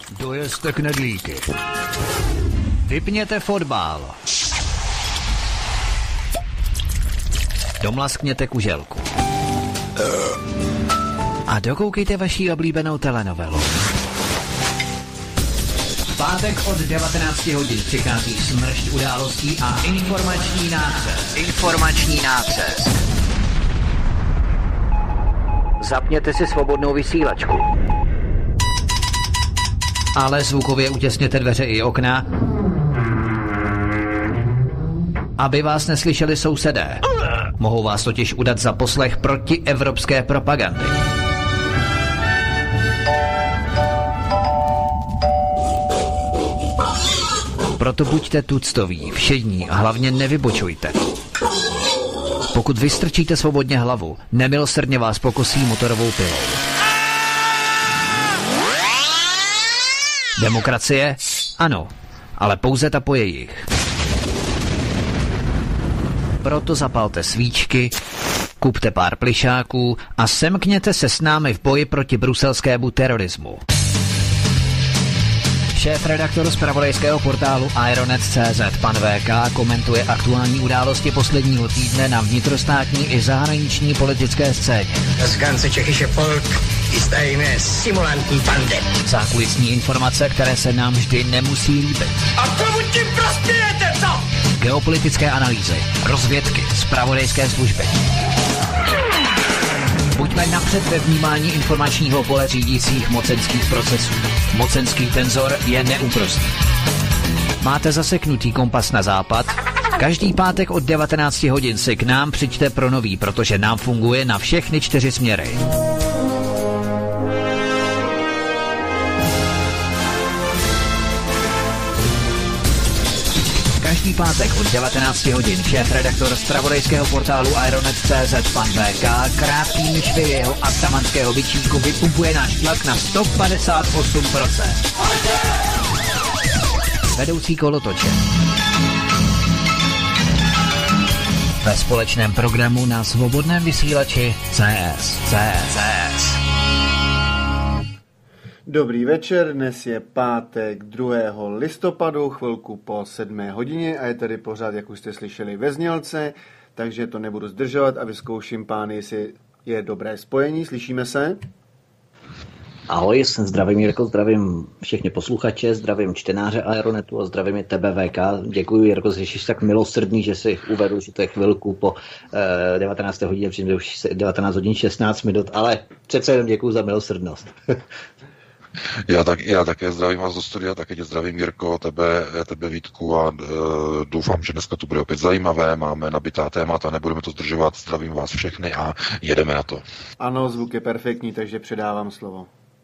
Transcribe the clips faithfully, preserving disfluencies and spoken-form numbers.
Dojezte knedlíky. Vypněte fotbal. Domlaskněte kuželku. A dokoukejte vaši oblíbenou telenovelu. V pátek od devatenácti hodin přichází smršť událostí a informační nácest. Informační nácest. Zapněte si svobodnou vysílačku. Ale zvukově utěsněte dveře i okna, aby vás neslyšeli sousedé. Mohou vás totiž udat za poslech protievropské propagandy. Proto buďte tuctoví, všední a hlavně nevybočujte. Pokud vystrčíte svobodně hlavu, nemilosrdně vás pokosí motorovou pilou. Demokracie? Ano, ale pouze ta po jejich. Proto zapalte svíčky, kupte pár plišáků a semkněte se s námi v boji proti bruselskému terorismu. Šéf-redaktor zpravodajského portálu Ironet tečka cé zet pan vé ká komentuje aktuální události posledního týdne na vnitrostátní i zahraniční politické scéně. Das ganze tschechische Volk ist eine Simulantenbande. Zákulisní informace, které se nám vždy nemusí líbit. A komu tím prospějete, co? Geopolitické analýzy, rozvědky, zpravodajské služby. Buďme napřed ve vnímání informačního pole řídících mocenských procesů. Mocenský tenzor je neúprostný. Máte zaseknutý kompas na západ? Každý pátek od devatenácti hodin si k nám přijďte pro nový, protože nám funguje na všechny čtyři směry. Každý pátek od devatenácti hodin šéf-redaktor zpravodajského portálu Ironet tečka cé zet pan vé ká krátkými švy jeho atamanského bičíku vypumpuje náš tlak na sto padesát osm procent. Vedoucí kolotoče. Ve společném programu na svobodném vysílači C S. C S. Dobrý večer, dnes je pátek druhého listopadu, chvilku po sedmé hodině a je tady pořád, jak už jste slyšeli, ve znělce, takže to nebudu zdržovat a vyzkouším, pány, jestli je dobré spojení. Slyšíme se? Ahoj, jsem zdravím Jirko, zdravím všechny posluchače, zdravím čtenáře Aeronetu a zdravím i tebe vé ká. Děkuji, Jirko, že jsi tak milosrdný, že jsi uvedl, že to je chvilku po eh, devatenácté hodině, protože už devatenáct hodin šestnáct minut, ale přece jenom děkuji za milosrdnost. Já, tak, já také zdravím vás do studia, také tě zdravím, Jirko, tebe, tebe Vítku a e, doufám, že dneska to bude opět zajímavé, máme nabitá témata, nebudeme to zdržovat, zdravím vás všechny a jedeme na to. Ano, zvuk je perfektní, takže předávám slovo.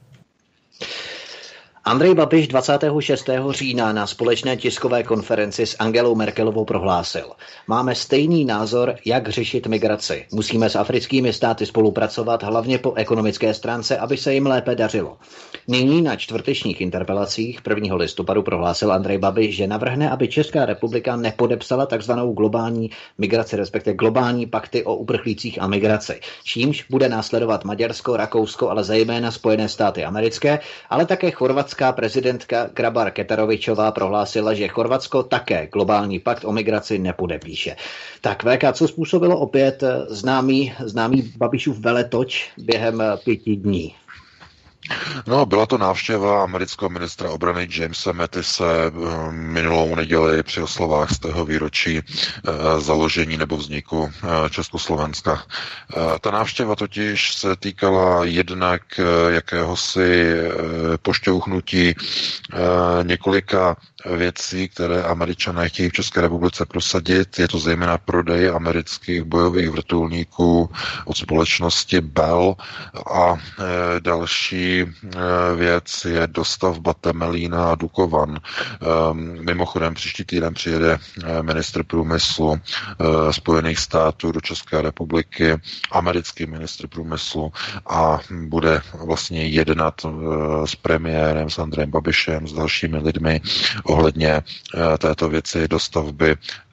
Andrej Babiš dvacátého šestého října na společné tiskové konferenci s Angelou Merkelovou prohlásil: máme stejný názor, jak řešit migraci. Musíme s africkými státy spolupracovat, hlavně po ekonomické stránce, aby se jim lépe dařilo. Nyní na čtvrtečních interpelacích prvního listopadu prohlásil Andrej Babiš, že navrhne, aby Česká republika nepodepsala takzvanou globální migraci, respektive globální pakty o uprchlících a migraci. Čímž bude následovat Maďarsko, Rakousko, ale zejména Spojené státy americké, ale také Chorvatsko. Prezidentka Grabar-Ketarovičová prohlásila, že Chorvatsko také globální pakt o migraci nepodepíše. Tak vé ká, co způsobilo opět známý, známý Babišův veletoč během pěti dní? No, byla to návštěva amerického ministra obrany Jamesa Mattise minulou neděli při oslavách z tého výročí eh, založení nebo vzniku eh, Československa. Eh, ta návštěva totiž se týkala jednak eh, jakéhosi eh, pošťouchnutí eh, několika věcí, které Američané chtějí v České republice prosadit. Je to zejména prodej amerických bojových vrtulníků od společnosti Bell a e, další e, věc je dostavba Temelína a Dukovan. E, mimochodem příští týden přijede ministr průmyslu e, Spojených států do České republiky, americký ministr průmyslu a bude vlastně jednat e, s premiérem, s Andrejem Babišem, s dalšími lidmi ohledně této věci dostavby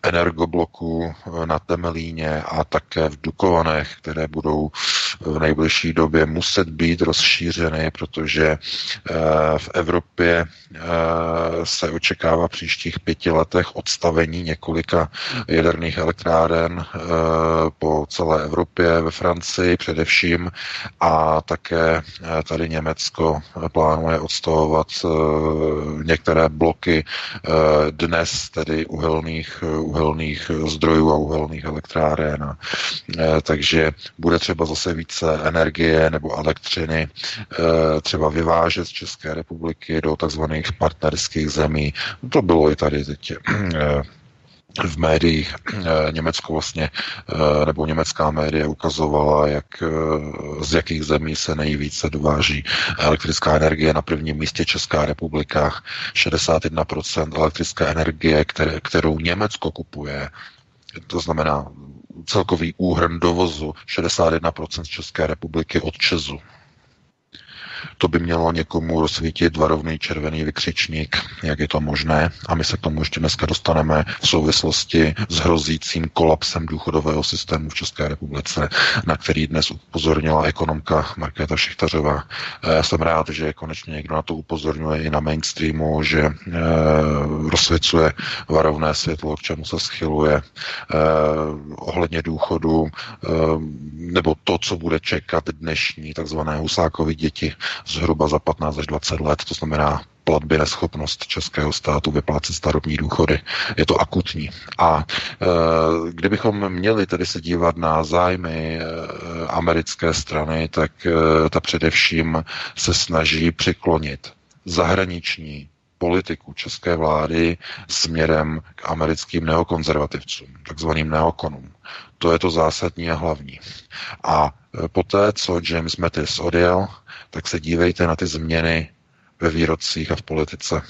energobloku na Temelíně a také v Dukovanech, které budou v nejbližší době muset být rozšířeny, protože v Evropě se očekává v příštích pěti letech odstavení několika jaderných elektráren po celé Evropě, ve Francii především, a také tady Německo plánuje odstavovat některé bloky dnes tedy uhelných, uhelných zdrojů a uhelných elektráren. Takže bude třeba zase více energie nebo elektřiny třeba vyvážet z České republiky do takzvaných partnerských zemí. To bylo i tady teď v médiích. Německo vlastně, nebo německá média ukazovala, jak, z jakých zemí se nejvíce dováží elektrická energie. Na prvním místě Česká republika, šedesát jedna procent elektrické energie, které, kterou Německo kupuje, to znamená celkový úhrn dovozu šedesát jedna procent z České republiky od ČEZu. To by mělo někomu rozsvítit varovný červený vykřičník, jak je to možné, a my se k tomu ještě dneska dostaneme v souvislosti s hrozícím kolapsem důchodového systému v České republice, na který dnes upozornila ekonomka Markéta Šichtařová. Já jsem rád, že konečně někdo na to upozorňuje i na mainstreamu, že eh, rozsvěcuje varovné světlo, k čemu se schyluje eh, ohledně důchodu, eh, nebo to, co bude čekat dnešní takzvané Husákovy děti zhruba za patnáct až dvacet let, to znamená platby neschopnost českého státu vyplácet starobní důchody. Je to akutní. A e, kdybychom měli tedy se dívat na zájmy e, americké strany, tak e, ta především se snaží přiklonit zahraniční politiku české vlády směrem k americkým neokonzervativcům, takzvaným neokonům. To je to zásadní a hlavní. A poté, co James Mattis odjel, tak se dívejte na ty změny ve výrocích a v politice.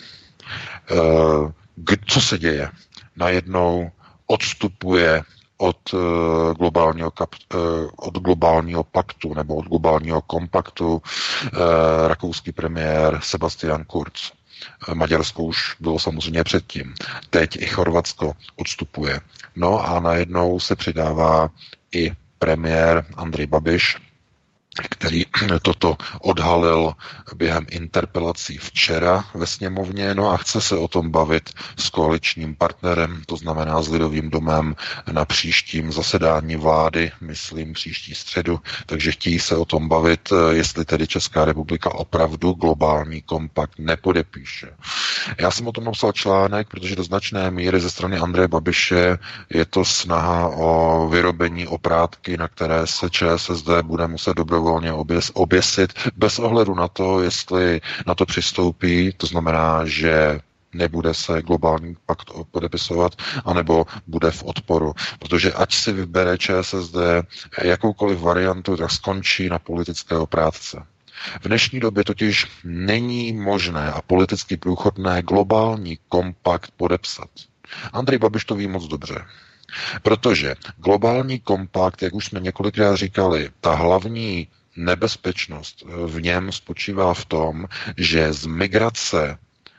Co se děje? Najednou odstupuje od globálního, kap, od globálního paktu nebo od globálního kompaktu rakouský premiér Sebastian Kurz. Maďarsko už bylo samozřejmě předtím. Teď i Chorvatsko odstupuje. No a najednou se přidává i premiér Andrej Babiš, který toto odhalil během interpelací včera ve sněmovně, no a chce se o tom bavit s koaličním partnerem, to znamená s Lidovým domem, na příštím zasedání vlády, myslím příští středu, takže chtějí se o tom bavit, jestli tedy Česká republika opravdu globální kompakt nepodepíše. Já jsem o tom napsal článek, protože do značné míry ze strany Andreje Babiše je to snaha o vyrobení oprátky, na které se ČSSD bude muset dobrovolně volně oběs, oběsit, bez ohledu na to, jestli na to přistoupí, to znamená, že nebude se globální pakt podepisovat, anebo bude v odporu. Protože ať si vybere ČSSD jakoukoliv variantu, tak skončí na politické oprátce. V dnešní době totiž není možné a politicky průchodné globální kompakt podepsat. Andrej Babiš to ví moc dobře. Protože globální kompakt, jak už jsme několikrát říkali, ta hlavní nebezpečnost v něm spočívá v tom, že z migrace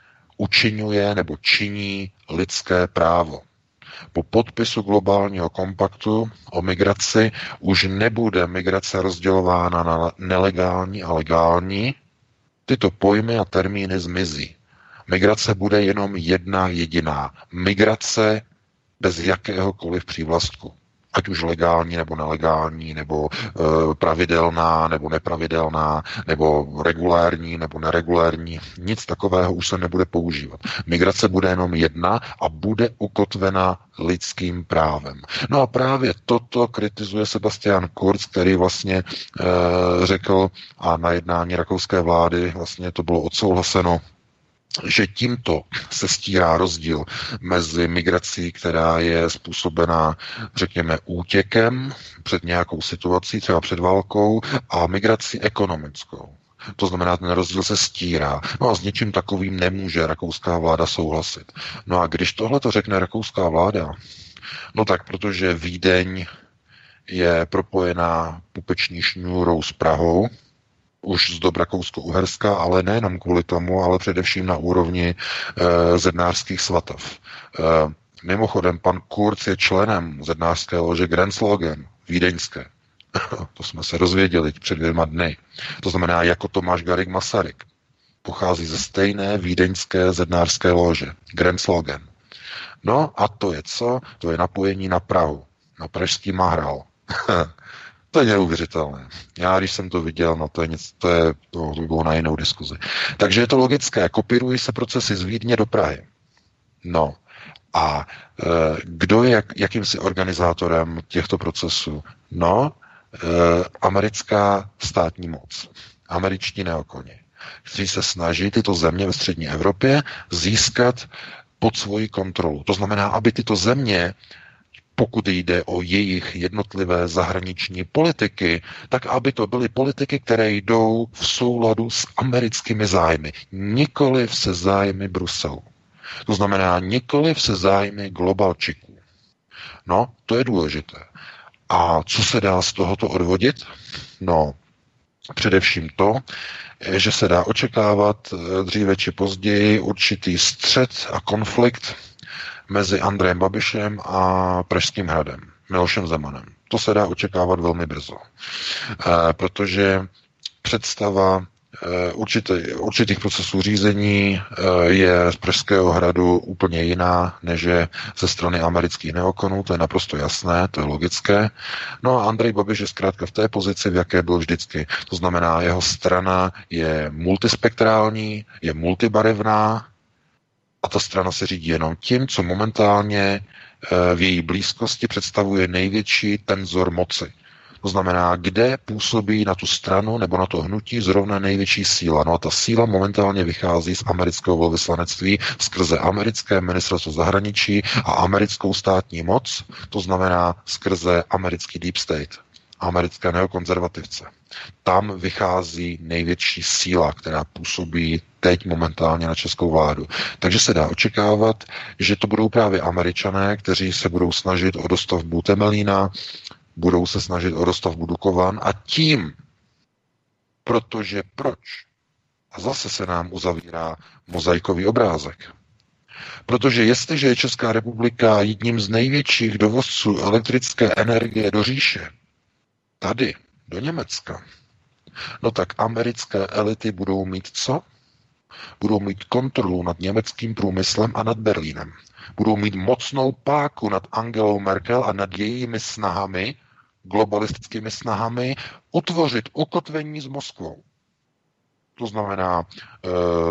učiňuje nebo činí lidské právo. Po podpisu globálního kompaktu o migraci už nebude migrace rozdělována na nelegální a legální. Tyto pojmy a termíny zmizí. Migrace bude jenom jedna jediná. Migrace bez jakéhokoliv přívlastku. Ať už legální nebo nelegální, nebo e, pravidelná nebo nepravidelná, nebo regulérní nebo neregulérní. Nic takového už se nebude používat. Migrace bude jenom jedna a bude ukotvena lidským právem. No a právě toto kritizuje Sebastian Kurz, který vlastně e, řekl, a na jednání rakouské vlády vlastně to bylo odsouhlaseno, že tímto se stírá rozdíl mezi migrací, která je způsobená, řekněme, útěkem před nějakou situací, třeba před válkou, a migrací ekonomickou. To znamená, ten rozdíl se stírá. No a s něčím takovým nemůže rakouská vláda souhlasit. No a když tohle to řekne rakouská vláda, no tak protože Vídeň je propojená pupeční šňůrou s Prahou, už z dob Rakousko-Uherska, ale nejenom kvůli tomu, ale především na úrovni e, zednářských svatov. E, Mimochodem, pan Kurz je členem zednářské lože Grenzlogen vídeňské. To jsme se dozvěděli před dvěma dny. To znamená, jako Tomáš Garrigue Masaryk. Pochází ze stejné vídeňské zednářské lože Grenzlogen. No a to je co? To je napojení na Prahu. Na pražský Mahral. To je neuvěřitelné. Já, když jsem to viděl, no to je něco, to je, to by bylo na jinou diskuzi. Takže je to logické. Kopírují se procesy z Vídně do Prahy. No. A e, kdo je jak, jakýmsi organizátorem těchto procesů? No, e, americká státní moc. Američtí neokoni, kteří se snaží tyto země ve střední Evropě získat pod svoji kontrolu. To znamená, aby tyto země, pokud jde o jejich jednotlivé zahraniční politiky, tak aby to byly politiky, které jdou v souladu s americkými zájmy, nikoliv se zájmy Bruselu. To znamená nikoliv se zájmy globalčiků. No, to je důležité. A co se dá z tohoto odvodit? No, především to, že se dá očekávat dříve či později určitý střet a konflikt mezi Andrejem Babišem a Pražským hradem, Milošem Zemanem. To se dá očekávat velmi brzo. E, protože představa Určitý, určitých procesů řízení je z Pražského hradu úplně jiná, než je ze strany amerických neokonů, to je naprosto jasné, to je logické. No a Andrej Babiš je zkrátka v té pozici, v jaké byl vždycky. To znamená, jeho strana je multispektrální, je multibarevná a ta strana se řídí jenom tím, co momentálně v její blízkosti představuje největší tenzor moci. To znamená, kde působí na tu stranu nebo na to hnutí zrovna největší síla. No a ta síla momentálně vychází z amerického velvyslanectví skrze americké ministerstvo zahraničí a americkou státní moc, to znamená skrze americký deep state, americké neokonzervativce. Tam vychází největší síla, která působí teď momentálně na českou vládu. Takže se dá očekávat, že to budou právě Američané, kteří se budou snažit o dostavbu Temelína, budou se snažit o dostavbu Dukovan a tím, protože proč? A zase se nám uzavírá mozaikový obrázek. Protože jestliže je Česká republika jedním z největších dovozců elektrické energie do říše, tady, do Německa, no tak americké elity budou mít co? Budou mít kontrolu nad německým průmyslem a nad Berlínem. Budou mít mocnou páku nad Angelou Merkel a nad jejími snahami, globalistickými snahami, utvořit ukotvení s Moskvou. To znamená e,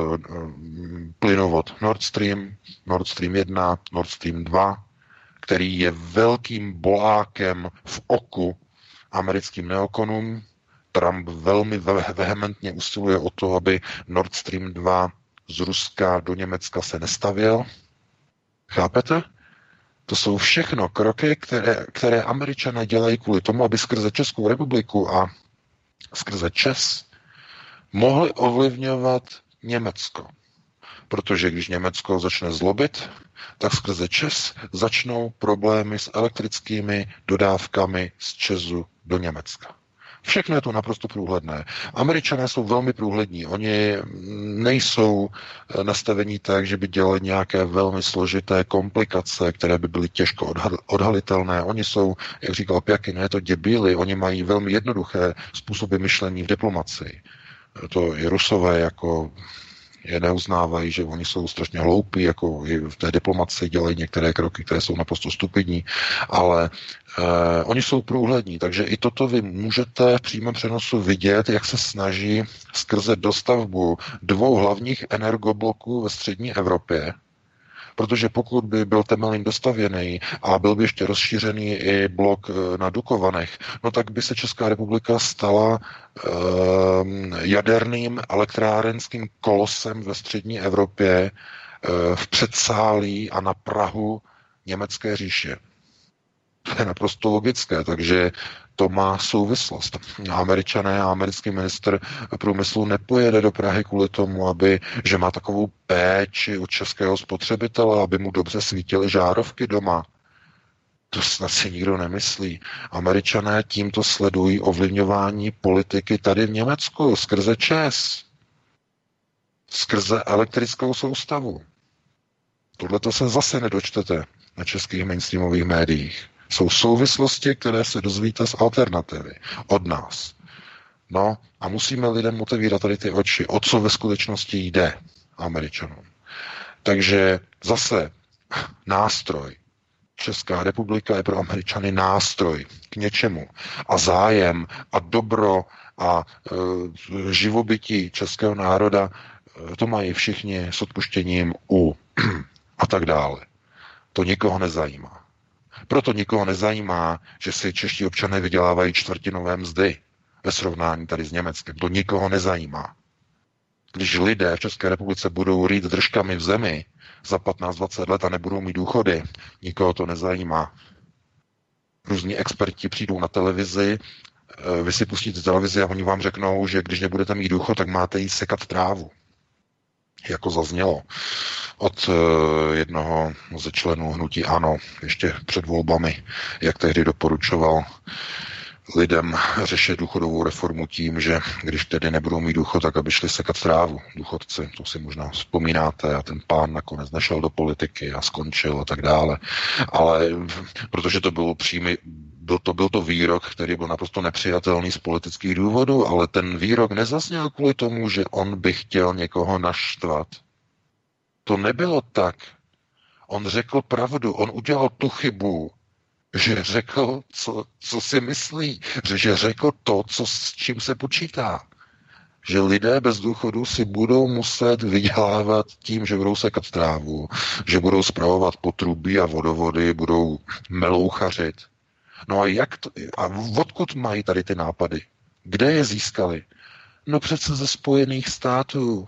plynovod Nord Stream, Nord Stream jedna, Nord Stream dva, který je velkým bolákem v oku americkým neokonům. Trump velmi vehementně usiluje o to, aby Nord Stream dva z Ruska do Německa se nestavěl. Chápete? To jsou všechno kroky, které, které Američané dělají kvůli tomu, aby skrze Českou republiku a skrze Čes mohli ovlivňovat Německo. Protože když Německo začne zlobit, tak skrze Čes začnou problémy s elektrickými dodávkami z Česu do Německa. Všechno je to naprosto průhledné. Američané jsou velmi průhlední. Oni nejsou nastavení tak, že by dělali nějaké velmi složité komplikace, které by byly těžko odhalitelné. Oni jsou, jak říkal Pjakin, ne to děbíli, oni mají velmi jednoduché způsoby myšlení v diplomacii. To i Rusové jako je neuznávají, že oni jsou strašně hloupí, jako v té diplomaci dělají některé kroky, které jsou naprosto stupidní, ale eh, oni jsou průhlední, takže i toto vy můžete v přímém přenosu vidět, jak se snaží skrze dostavbu dvou hlavních energobloků ve střední Evropě, protože pokud by byl Temelín dostavěný a byl by ještě rozšířený i blok na Dukovanech, no tak by se Česká republika stala eh, jaderným elektrárenským kolosem ve střední Evropě eh, v předsálí a na prahu německé říše. To je naprosto logické, takže to má souvislost. Američané a americký ministr průmyslu nepojede do Prahy kvůli tomu, aby, že má takovou péči od českého spotřebitele, aby mu dobře svítily žárovky doma. To snad si nikdo nemyslí. Američané tímto sledují ovlivňování politiky tady v Německu skrze ČEZ, skrze elektrickou soustavu. Tohle to se zase nedočtete na českých mainstreamových médiích. Jsou souvislosti, které se dozvíte z Alternativy, od nás. No a musíme lidem otevírat tady ty oči, o co ve skutečnosti jde Američanům. Takže zase nástroj. Česká republika je pro Američany nástroj k něčemu. A zájem a dobro a e, živobytí českého národa, e, to mají všichni s odpuštěním u a tak dále. To nikoho nezajímá. Proto nikoho nezajímá, že si čeští občané vydělávají čtvrtinové mzdy ve srovnání tady s Německem. To nikoho nezajímá. Když lidé v České republice budou rýt držkami v zemi za patnáct dvacet let a nebudou mít důchody, nikoho to nezajímá. Různí experti přijdou na televizi, vy si pustíte televizi a oni vám řeknou, že když nebudete mít důchod, tak máte jít sekat trávu. Jako zaznělo od jednoho ze členů hnutí ANO, ještě před volbami, jak tehdy doporučoval lidem řešit důchodovou reformu tím, že když tedy nebudou mít důchod, tak aby šli sekat trávu. Důchodci, to si možná vzpomínáte, a ten pán nakonec nešel do politiky a skončil a tak dále. Ale protože to byl přímý, byl to, byl to výrok, který byl naprosto nepřijatelný z politických důvodů, ale ten výrok nezazněl kvůli tomu, že on by chtěl někoho naštvat. To nebylo tak. On řekl pravdu, on udělal tu chybu, že řekl, co, co si myslí, že řekl to, co, s čím se počítá. Že lidé bez důchodu si budou muset vydělávat tím, že budou sekat trávu, že budou spravovat potrubí a vodovody, budou melouchařit. No a jak to, a odkud mají tady ty nápady? Kde je získali? No přece ze Spojených států,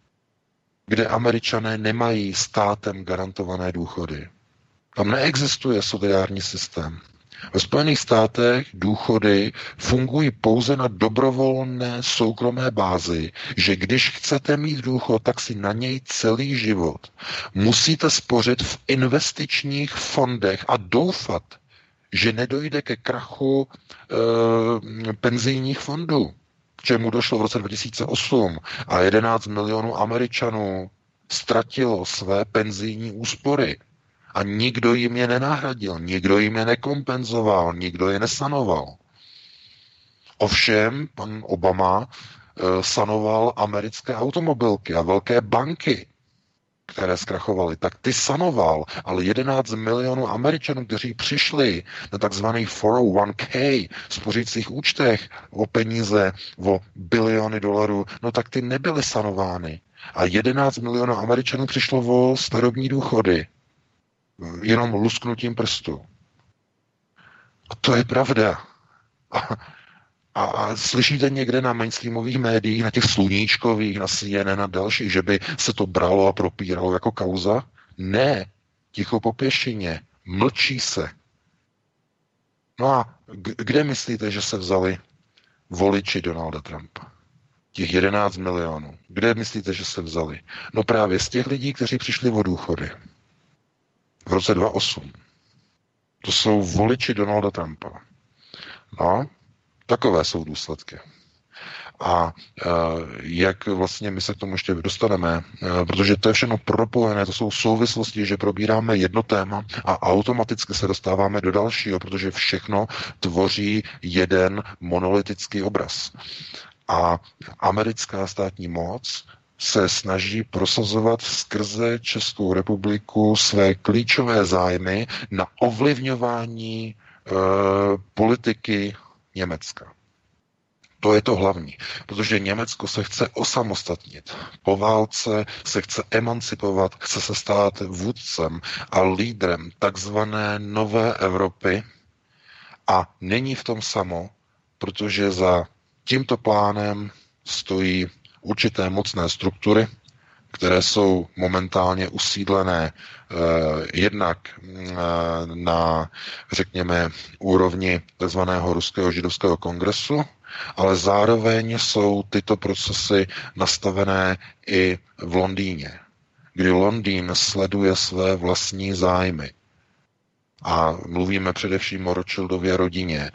kde Američané nemají státem garantované důchody. Tam neexistuje solidární systém. Ve Spojených státech důchody fungují pouze na dobrovolné soukromé bázi, že když chcete mít důchod, tak si na něj celý život musíte spořit v investičních fondech a doufat, že nedojde ke krachu e, penzijních fondů, k čemu došlo v roce dva tisíce osm a jedenáct milionů Američanů ztratilo své penzijní úspory. A nikdo jim je nenahradil, nikdo jim je nekompenzoval, nikdo je nesanoval. Ovšem, pan Obama e, sanoval americké automobilky a velké banky, které zkrachovaly, tak ty sanoval, ale jedenáct milionů Američanů, kteří přišli na takzvaný čtyři nula jedna K spořících účtech o peníze, o biliony dolarů, no tak ty nebyly sanovány. A jedenáct milionů Američanů přišlo o starobní důchody. Jenom lusknutím prstu. A to je pravda. A, a, a slyšíte někde na mainstreamových médiích, na těch sluníčkových, na C N N a dalších, že by se to bralo a propíralo jako kauza? Ne. Ticho po pěšině. Mlčí se. No a kde myslíte, že se vzali voliči Donalda Trumpa? Těch jedenáct milionů. Kde myslíte, že se vzali? No právě z těch lidí, kteří přišli o důchody. V roce dva tisíce osm. To jsou voliči Donalda Trumpa. No, takové jsou důsledky. A e, jak vlastně my se k tomu ještě dostaneme, e, protože to je všechno propojené, to jsou souvislosti, že probíráme jedno téma a automaticky se dostáváme do dalšího, protože všechno tvoří jeden monolitický obraz. A americká státní moc se snaží prosazovat skrze Českou republiku své klíčové zájmy na ovlivňování e, politiky Německa. To je to hlavní, protože Německo se chce osamostatnit. Po válce se chce emancipovat, chce se stát vůdcem a lídrem takzvané nové Evropy a není v tom samo, protože za tímto plánem stojí určité mocné struktury, které jsou momentálně usídlené eh, jednak eh, na, řekněme, úrovni tzv. Ruského židovského kongresu, ale zároveň jsou tyto procesy nastavené i v Londýně, kdy Londýn sleduje své vlastní zájmy. A mluvíme především o Rothschildově rodině,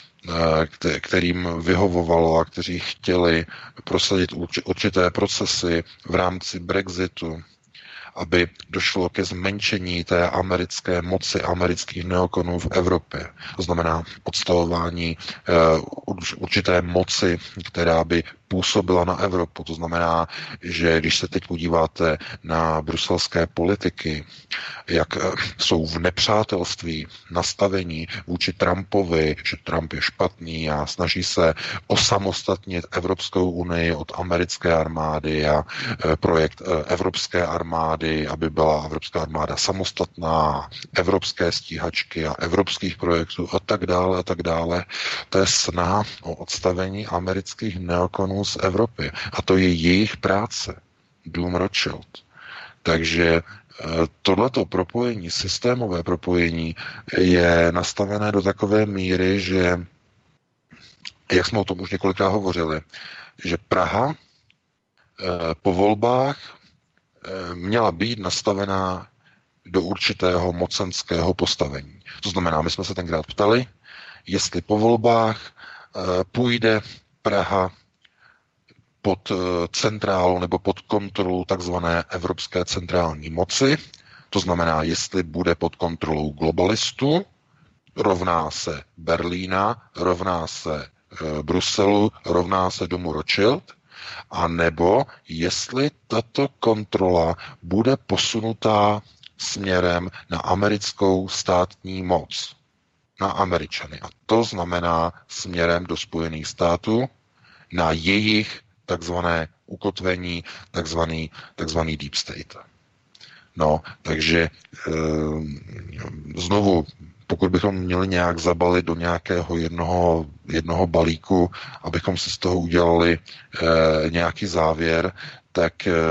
kterým vyhovovalo a kteří chtěli prosadit určité procesy v rámci Brexitu. aby došlo ke zmenšení té americké moci, amerických neokonů v Evropě. To znamená odstavování uh, určité moci, která by působila na Evropu. To znamená, že když se teď podíváte na bruselské politiky, jak jsou v nepřátelství nastavení vůči Trumpovi, že Trump je špatný a snaží se osamostatnit Evropskou unii od americké armády a projekt Evropské armády, aby byla Evropská armáda samostatná, evropské stíhačky a evropských projektů a tak dále a tak dále. To je snaha o odstavení amerických neokonů z Evropy. A to je jejich práce. Dům Rothschild. Takže tohleto propojení, systémové propojení je nastavené do takové míry, že, jak jsme o tom už několikrát hovořili, že Praha po volbách měla být nastavená do určitého mocenského postavení. To znamená, my jsme se tenkrát ptali, jestli po volbách půjde Praha pod centrálu nebo pod kontrolu takzvané evropské centrální moci, to znamená, jestli bude pod kontrolou globalistů, rovná se Berlína, rovná se e, Bruselu, rovná se domu Rothschild, a nebo jestli tato kontrola bude posunutá směrem na americkou státní moc, na Američany. A to znamená směrem do Spojených států, na jejich takzvané ukotvení, takzvaný, takzvaný deep state. No, takže e, znovu, pokud bychom měli nějak zabalit do nějakého jednoho, jednoho balíku, abychom si z toho udělali e, nějaký závěr, tak e,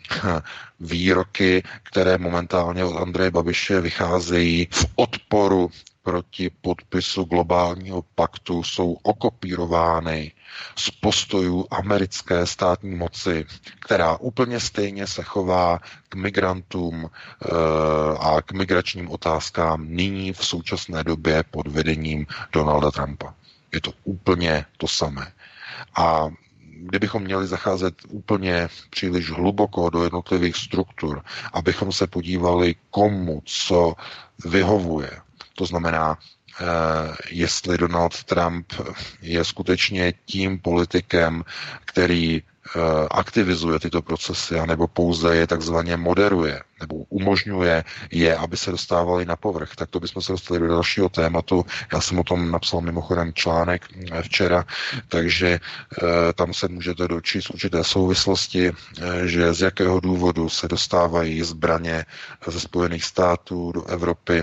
výroky, které momentálně od Andreje Babiše vycházejí v odporu proti podpisu globálního paktu, jsou okopírovány z postojů americké státní moci, která úplně stejně se chová k migrantům e, a k migračním otázkám nyní v současné době pod vedením Donalda Trumpa. Je to úplně to samé. A kdybychom měli zacházet úplně příliš hluboko do jednotlivých struktur, abychom se podívali, komu co vyhovuje, to znamená, jestli Donald Trump je skutečně tím politikem, který aktivizuje tyto procesy, anebo pouze je takzvaně moderuje, nebo umožňuje je, aby se dostávali na povrch, tak to bychom se dostali do dalšího tématu. Já jsem o tom napsal mimochodem článek včera, takže tam se můžete dočíst určité souvislosti, že z jakého důvodu se dostávají zbraně ze Spojených států do Evropy,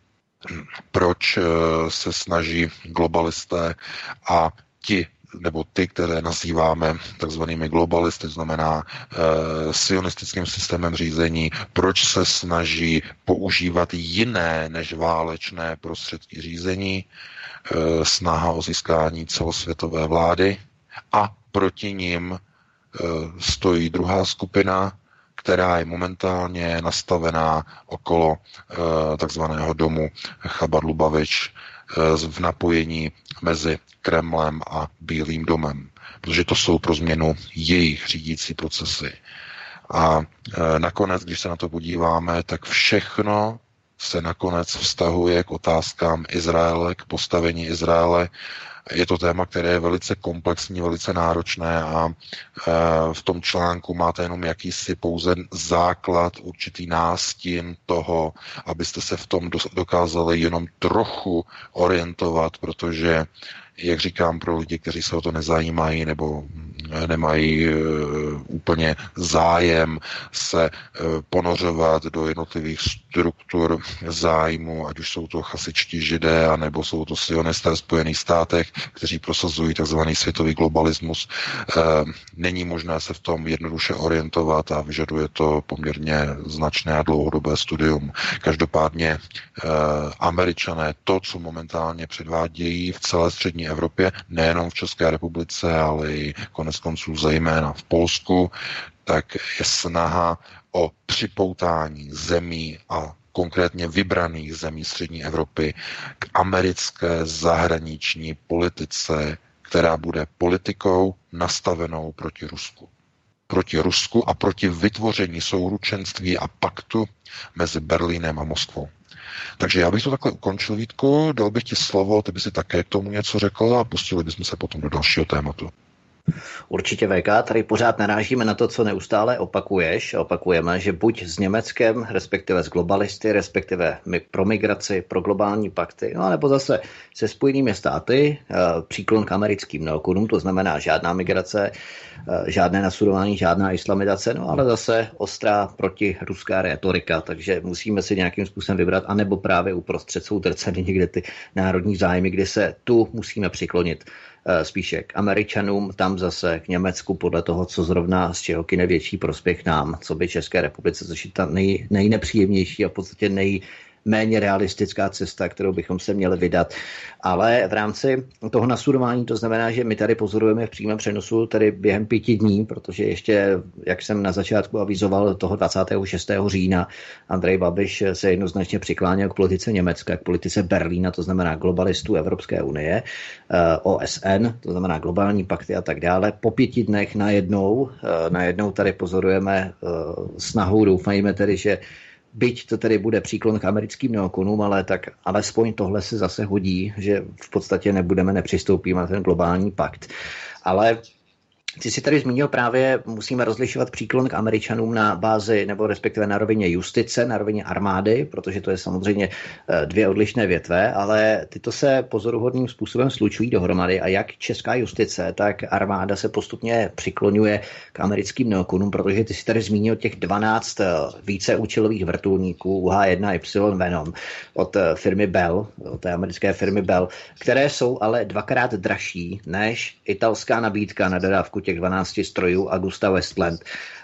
proč se snaží globalisté a ti, nebo ty, které nazýváme takzvanými globalisty, to znamená e, sionistickým systémem řízení, proč se snaží používat jiné než válečné prostředky řízení, e, snaha o získání celosvětové vlády, a proti nim e, stojí druhá skupina, která je momentálně nastavená okolo e, takzvaného domu Chabad-Lubavitch e, v napojení mezi Kremlem a Bílým domem, protože to jsou pro změnu jejich řídící procesy. A e, nakonec, když se na to podíváme, tak všechno se nakonec vztahuje k otázkám Izraele, k postavení Izraele. Je to téma, které je velice komplexní, velice náročné a e, v tom článku máte jenom jakýsi pouze základ, určitý nástin toho, abyste se v tom dokázali jenom trochu orientovat, protože, jak říkám, pro lidi, kteří se o to nezajímají nebo nemají e, úplně zájem se e, ponořovat do jednotlivých struktur zájmu, ať už jsou to chasičtí židé, anebo jsou to sionisté v Spojených státech, kteří prosazují tzv. Světový globalismus. E, není možné se v tom jednoduše orientovat a vyžaduje to poměrně značné a dlouhodobé studium. Každopádně e, Američané to, co momentálně předvádějí v celé střední Evropě, nejenom v České republice, ale i konec konců zejména v Polsku, tak je snaha o připoutání zemí a konkrétně vybraných zemí střední Evropy k americké zahraniční politice, která bude politikou nastavenou proti Rusku. proti Rusku a proti vytvoření souručenství a paktu mezi Berlínem a Moskvou. Takže já bych to takhle ukončil, Vítku, dal bych ti slovo, ty by si také k tomu něco řekl a pustili bychom se potom do dalšího tématu. Určitě V K, tady pořád narážíme na to, co neustále opakuješ. Opakujeme, že buď s Německem, respektive s globalisty, respektive pro migraci, pro globální pakty, no nebo zase se Spojenými státy, příklon k americkým neokonům, to znamená žádná migrace, žádné nasudování, žádná islamizace, no ale zase ostrá protiruská retorika, takže musíme si nějakým způsobem vybrat, anebo právě uprostřed jsou drceny někde ty národní zájmy, kdy se tu musíme přiklonit spíše k Američanům, tam zase k Německu podle toho, co zrovna z čeho kyne větší prospěch nám, co by České republice, což je ta nej, nejnepříjemnější a v podstatě nej méně realistická cesta, kterou bychom se měli vydat. Ale v rámci toho nasudování to znamená, že my tady pozorujeme v přímém přenosu tady během pěti dní, protože ještě, jak jsem na začátku avizoval, toho dvacátého šestého října Andrej Babiš se jednoznačně přikláněl k politice Německa, k politice Berlína, to znamená globalistů Evropské unie, O S N, to znamená globální pakty a tak dále. Po pěti dnech najednou, najednou tady pozorujeme snahu, doufajme tedy, že byť to tedy bude příklon k americkým neokonům, ale tak alespoň tohle se zase hodí, že v podstatě nebudeme, nepřistoupíme na ten globální pakt. Ale ty si tady zmínil právě, musíme rozlišovat příklon k Američanům na bázi, nebo respektive na rovině justice, na rovině armády, protože to je samozřejmě dvě odlišné větve, ale tyto se pozoruhodným způsobem slučují dohromady a jak česká justice, tak armáda se postupně přiklonuje k americkým neokonům, protože ty si tady zmínil těch dvanáct víceúčelových vrtulníků U H jedna Y Venom od firmy Bell, od té americké firmy Bell, které jsou ale dvakrát dražší než italská nabídka na dodávku těch dvanácti strojů Augusta Westland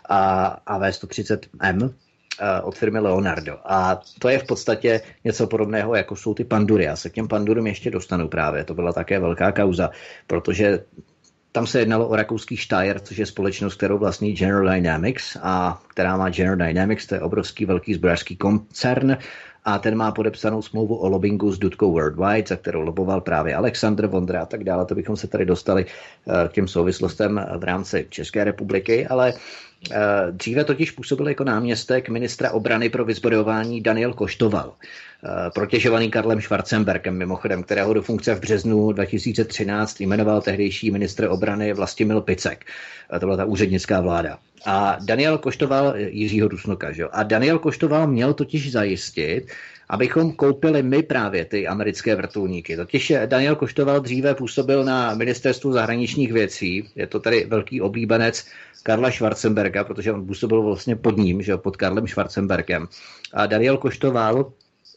a A V sto třicet M od firmy Leonardo. A to je v podstatě něco podobného, jako jsou ty pandury. Já se k těm pandurům ještě dostanu právě. To byla také velká kauza, protože tam se jednalo o rakouský Steyr, což je společnost, kterou vlastní General Dynamics a která má General Dynamics, to je obrovský velký zbrojařský koncern, a ten má podepsanou smlouvu o lobbingu s Dutkou Worldwide, za kterou loboval právě Alexandr Vondra a tak dále. To bychom se tady dostali k těm souvislostem v rámci České republiky, ale dříve totiž působil jako náměstek ministra obrany pro vyzbrojování Daniel Koštoval, protěžovaný Karlem Schwarzenbergem, mimochodem, kterého do funkce v březnu dva tisíce třináct jmenoval tehdejší ministr obrany Vlastimil Picek. To byla ta úřednická vláda. A Daniel Koštoval, Jiřího Rusnoka, že? A Daniel Koštoval měl totiž zajistit, abychom koupili my právě ty americké vrtulníky. Totiž Daniel Koštoval dříve působil na ministerstvu zahraničních věcí, je to tady velký oblíbenec Karla Schwarzenberga, protože on působil vlastně pod ním, že? Pod Karlem Schwarzenbergem. A Daniel Koštoval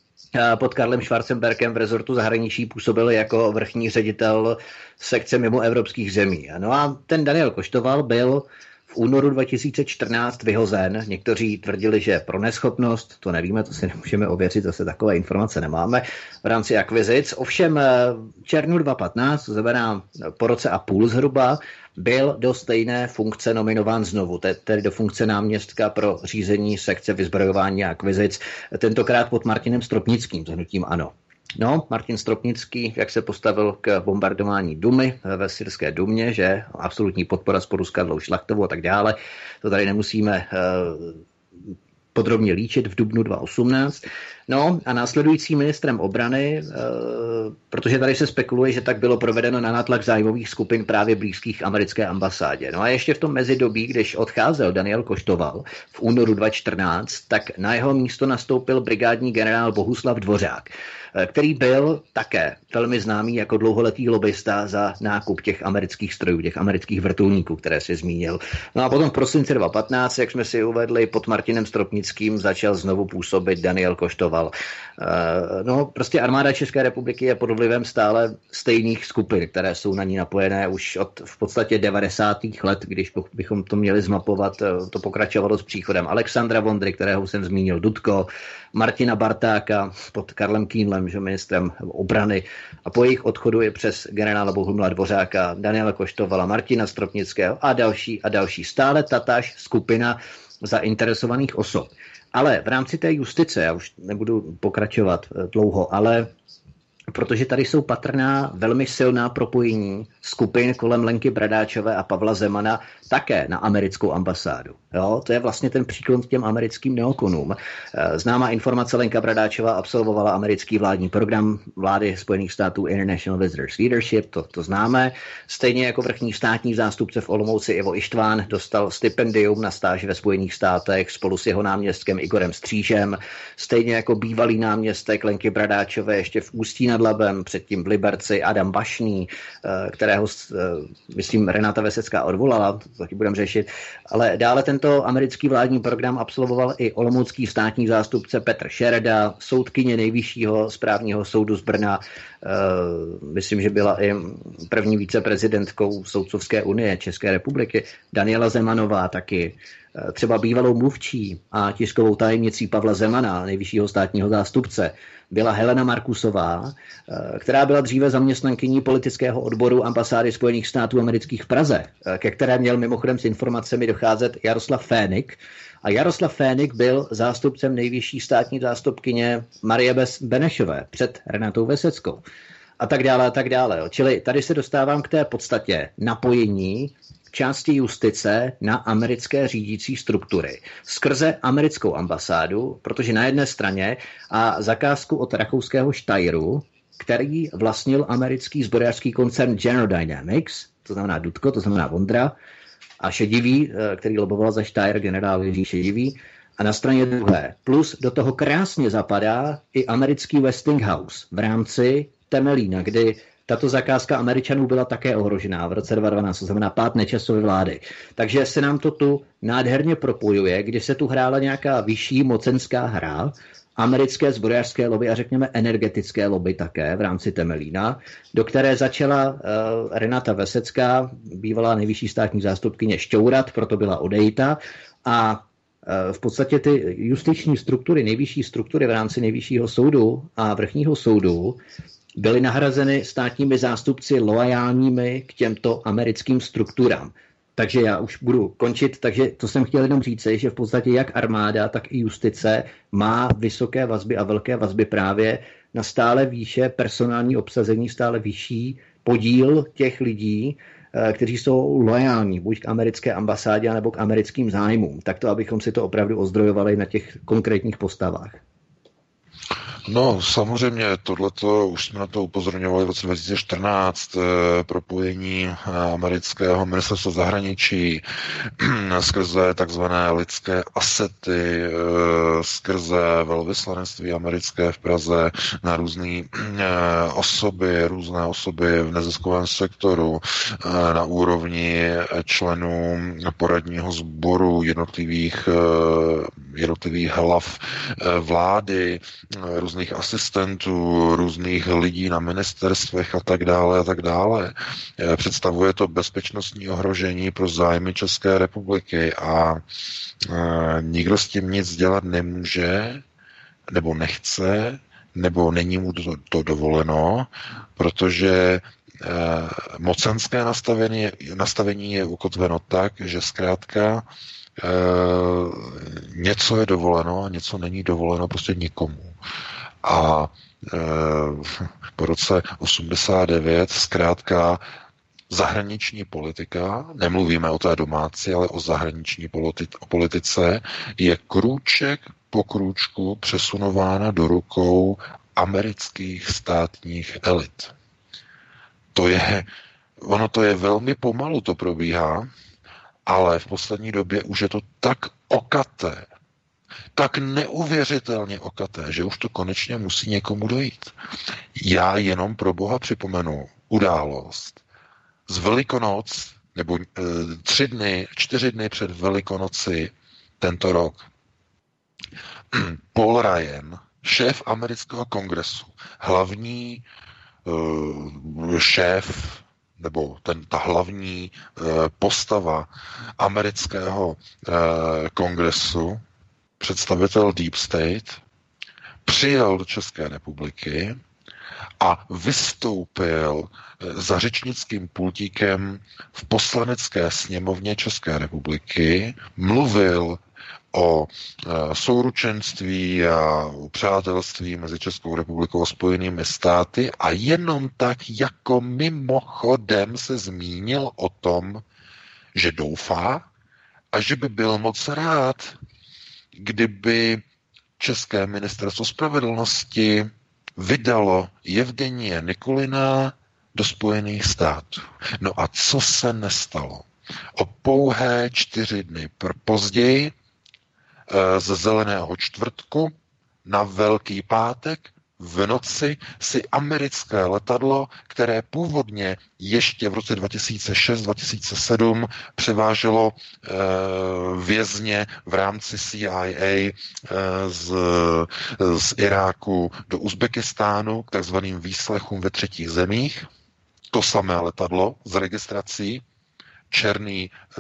pod Karlem Schwarzenbergem v rezortu zahraničí působil jako vrchní ředitel sekce mimo evropských zemí. No a ten Daniel Koštoval byl v únoru dva tisíce čtrnáct vyhozen. Někteří tvrdili, že pro neschopnost, to nevíme, to si nemůžeme ověřit, zase takové informace nemáme, v rámci akvizic. Ovšem v červnu dva tisíce patnáct, to znamená po roce a půl zhruba, byl do stejné funkce nominován znovu, tedy do funkce náměstka pro řízení sekce vyzbrojování a akvizic, tentokrát pod Martinem Stropnickým, s hnutím ANO. No, Martin Stropnický, jak se postavil k bombardování Dumy ve syrské Dumě, že absolutní podpora s Ruskadlou Šlachtovou a tak dále, to tady nemusíme uh, podrobně líčit v dubnu dva tisíce osmnáct. No a následující ministrem obrany, e, protože tady se spekuluje, že tak bylo provedeno na nátlak zájmových skupin právě blízkých americké ambasádě. No a ještě v tom mezidobí, když odcházel Daniel Koštoval v únoru dva tisíce čtrnáct, tak na jeho místo nastoupil brigádní generál Bohuslav Dvořák, který byl také velmi známý jako dlouholetý lobista za nákup těch amerických strojů, těch amerických vrtulníků, které si zmínil. No a potom v prosinci dva tisíce patnáct, jak jsme si uvedli, pod Martinem Stropnickým začal znovu působit Daniel Koštoval. No, prostě armáda České republiky je pod vlivem stále stejných skupin, které jsou na ní napojené už od v podstatě devadesátých let, když bychom to měli zmapovat, to pokračovalo s příchodem Alexandra Vondry, kterého jsem zmínil, Dutko, Martina Bartáka pod Karlem Kýnlem, že ministrem obrany, a po jejich odchodu je přes generála Bohumila Dvořáka, Daniela Koštovala, Martina Stropnického a další a další. Stále tatáž skupina zainteresovaných osob. Ale v rámci té justice, já už nebudu pokračovat dlouho, ale protože tady jsou patrná velmi silná propojení skupin kolem Lenky Bradáčové a Pavla Zemana také na americkou ambasádu. Jo, to je vlastně ten příklon k těm americkým neokonům. Známá informace, Lenka Bradáčová absolvovala americký vládní program vlády Spojených států International Visitors Leadership, to, to známe. Stejně jako vrchní státní zástupce v Olomouci Ivo Ištván dostal stipendium na stáž ve Spojených státech spolu s jeho náměstkem Igorem Střížem. Stejně jako bývalý náměstek Lenky Bradáčové ještě v Ústí nad Labem, předtím v Liberci Adam Bašný, kterého, myslím, Renata Vesecká odvolala, to taky budeme řešit. Ale dále tento americký vládní program absolvoval i olomoucký státní zástupce Petr Šereda, soudkyně Nejvyššího správního soudu z Brna. Myslím, že byla i první viceprezidentkou Soudcovské unie České republiky. Daniela Zemanová taky. Třeba bývalou mluvčí a tiskovou tajemnicí Pavla Zemana, nejvyššího státního zástupce, byla Helena Markusová, která byla dříve zaměstnankyní politického odboru ambasády Spojených států amerických v Praze, ke které měl mimochodem s informacemi docházet Jaroslav Fénik. A Jaroslav Fénik byl zástupcem nejvyšší státní zástupkyně Marie Benešové před Renatou Veseckou. A tak dále, a tak dále. Čili tady se dostávám k té podstatě napojení části justice na americké řídící struktury skrze americkou ambasádu, protože na jedné straně a zakázku od rakouského Steyru, který vlastnil americký zbrojařský koncern General Dynamics, to znamená Dutko, to znamená Vondra, a Šedivý, který loboval za Steyr, generál Jiří Šedivý, a na straně druhé. Plus do toho krásně zapadá i americký Westinghouse v rámci Temelína, kdy tato zakázka Američanů byla také ohrožená v roce dva tisíce dvanáct, to znamená pád Nečasovy vlády. Takže se nám to tu nádherně propojuje, kdy se tu hrála nějaká vyšší mocenská hra, americké zbrojařské lobby a řekněme energetické lobby také v rámci Temelína, do které začala uh, Renata Vesecká, bývalá nejvyšší státní zástupkyně, šťourat, proto byla odejita a uh, v podstatě ty justiční struktury, nejvyšší struktury v rámci nejvyššího soudu a vrchního soudu byly nahrazeny státními zástupci loajálními k těmto americkým strukturám. Takže já už budu končit, takže to jsem chtěl jenom říct, že v podstatě jak armáda, tak i justice má vysoké vazby a velké vazby právě na stále výše personální obsazení, stále vyšší podíl těch lidí, kteří jsou loajální buď k americké ambasádě, nebo k americkým zájmům. Tak to, abychom si to opravdu ozdrojovali na těch konkrétních postavách. No, samozřejmě, tohleto, už jsme na to upozorňovali v roce dva tisíce čtrnáct, eh, propojení amerického ministerstva zahraničí skrze takzvané lidské asety, eh, skrze velvyslanectví americké v Praze na různé eh, osoby, různé osoby v neziskovém sektoru, eh, na úrovni členů poradního sboru jednotlivých, eh, jednotlivých hlav eh, vlády, eh, různých asistentů, různých lidí na ministerstvech a tak dále a tak dále. Představuje to bezpečnostní ohrožení pro zájmy České republiky a e, nikdo s tím nic dělat nemůže, nebo nechce, nebo není mu to, to dovoleno, protože e, mocenské nastavení, nastavení je ukotveno tak, že zkrátka e, něco je dovoleno a něco není dovoleno prostě nikomu. A e, po roce osmdesát devět zkrátka zahraniční politika, nemluvíme o té domácí, ale o zahraniční politi- o politice, je krůček po krůčku přesunována do rukou amerických státních elit. To je, ono to je velmi pomalu, to probíhá, ale v poslední době už je to tak okaté, tak neuvěřitelně okaté, že už to konečně musí někomu dojít. Já jenom pro Boha připomenu událost z Velikonoc, nebo e, tři dny, čtyři dny před Velikonoci tento rok. Paul Ryan, šéf amerického kongresu, hlavní e, šéf nebo ten, ta hlavní e, postava amerického e, kongresu, představitel Deep State, přijel do České republiky a vystoupil za řečnickým pultíkem v poslanecké sněmovně České republiky, mluvil o souručenství a přátelství mezi Českou republikou a Spojenými státy a jenom tak jako mimochodem se zmínil o tom, že doufá a že by byl moc rád, kdyby České ministerstvo spravedlnosti vydalo Jevgenije Nikulina do Spojených států. No a co se nestalo? O pouhé čtyři dny později ze Zeleného čtvrtku na Velký pátek v noci si americké letadlo, které původně ještě v roce dva tisíce šest dva tisíce sedm převáželo e, vězně v rámci C I A e, z, z Iráku do Uzbekistánu k takzvaným výslechům ve třetích zemích, to samé letadlo s registrací černý, e,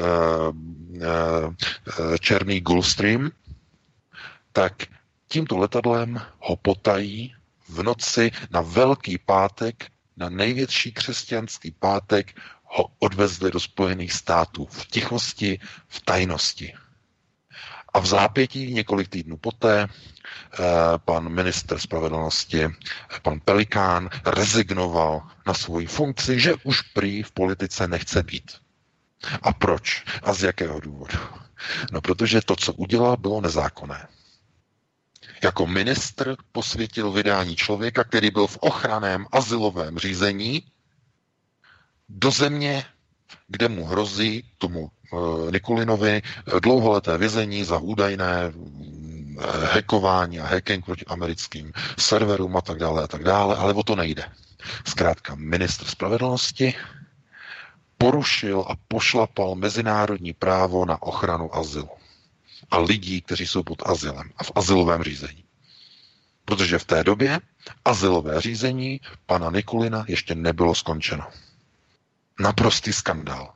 e, černý Gulfstream, tak tímto letadlem ho potají v noci na Velký pátek, na největší křesťanský pátek, ho odvezli do Spojených států v tichosti, v tajnosti. A v zápětí několik týdnů poté pan ministr spravedlnosti, pan Pelikán, rezignoval na svoji funkci, že už prý v politice nechce být. A proč? A z jakého důvodu? No, protože to, co udělal, bylo nezákonné. Jako ministr posvětil vydání člověka, který byl v ochranném azylovém řízení do země, kde mu hrozí tomu e, Nikulinovi dlouholeté vězení za údajné e, hackování a hacking proti americkým serverům a tak dále a tak dále, ale o to nejde. Zkrátka ministr spravedlnosti porušil a pošlapal mezinárodní právo na ochranu azylu a lidí, kteří jsou pod azylem a v azylovém řízení. Protože v té době azylové řízení pana Nikulina ještě nebylo skončeno. Naprostý skandál.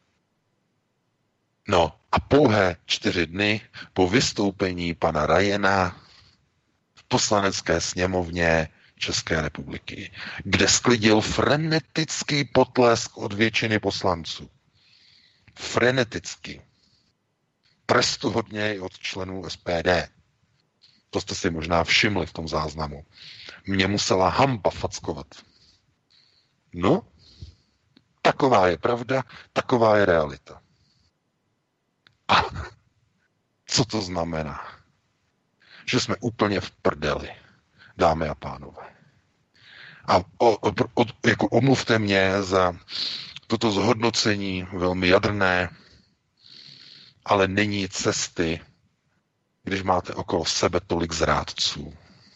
No a pouhé čtyři dny po vystoupení pana Ryana v poslanecké sněmovně České republiky, kde sklidil frenetický potlesk od většiny poslanců. Frenetický. Trestuhodně i od členů S P D. To jste si možná všimli v tom záznamu. Mě musela hamba fackovat. No, taková je pravda, taková je realita. A co to znamená? Že jsme úplně v prdeli, dámy a pánové. A o, o, o, jako omluvte mě za toto zhodnocení velmi jadrné, ale není cesty, když máte okolo sebe tolik zrádců.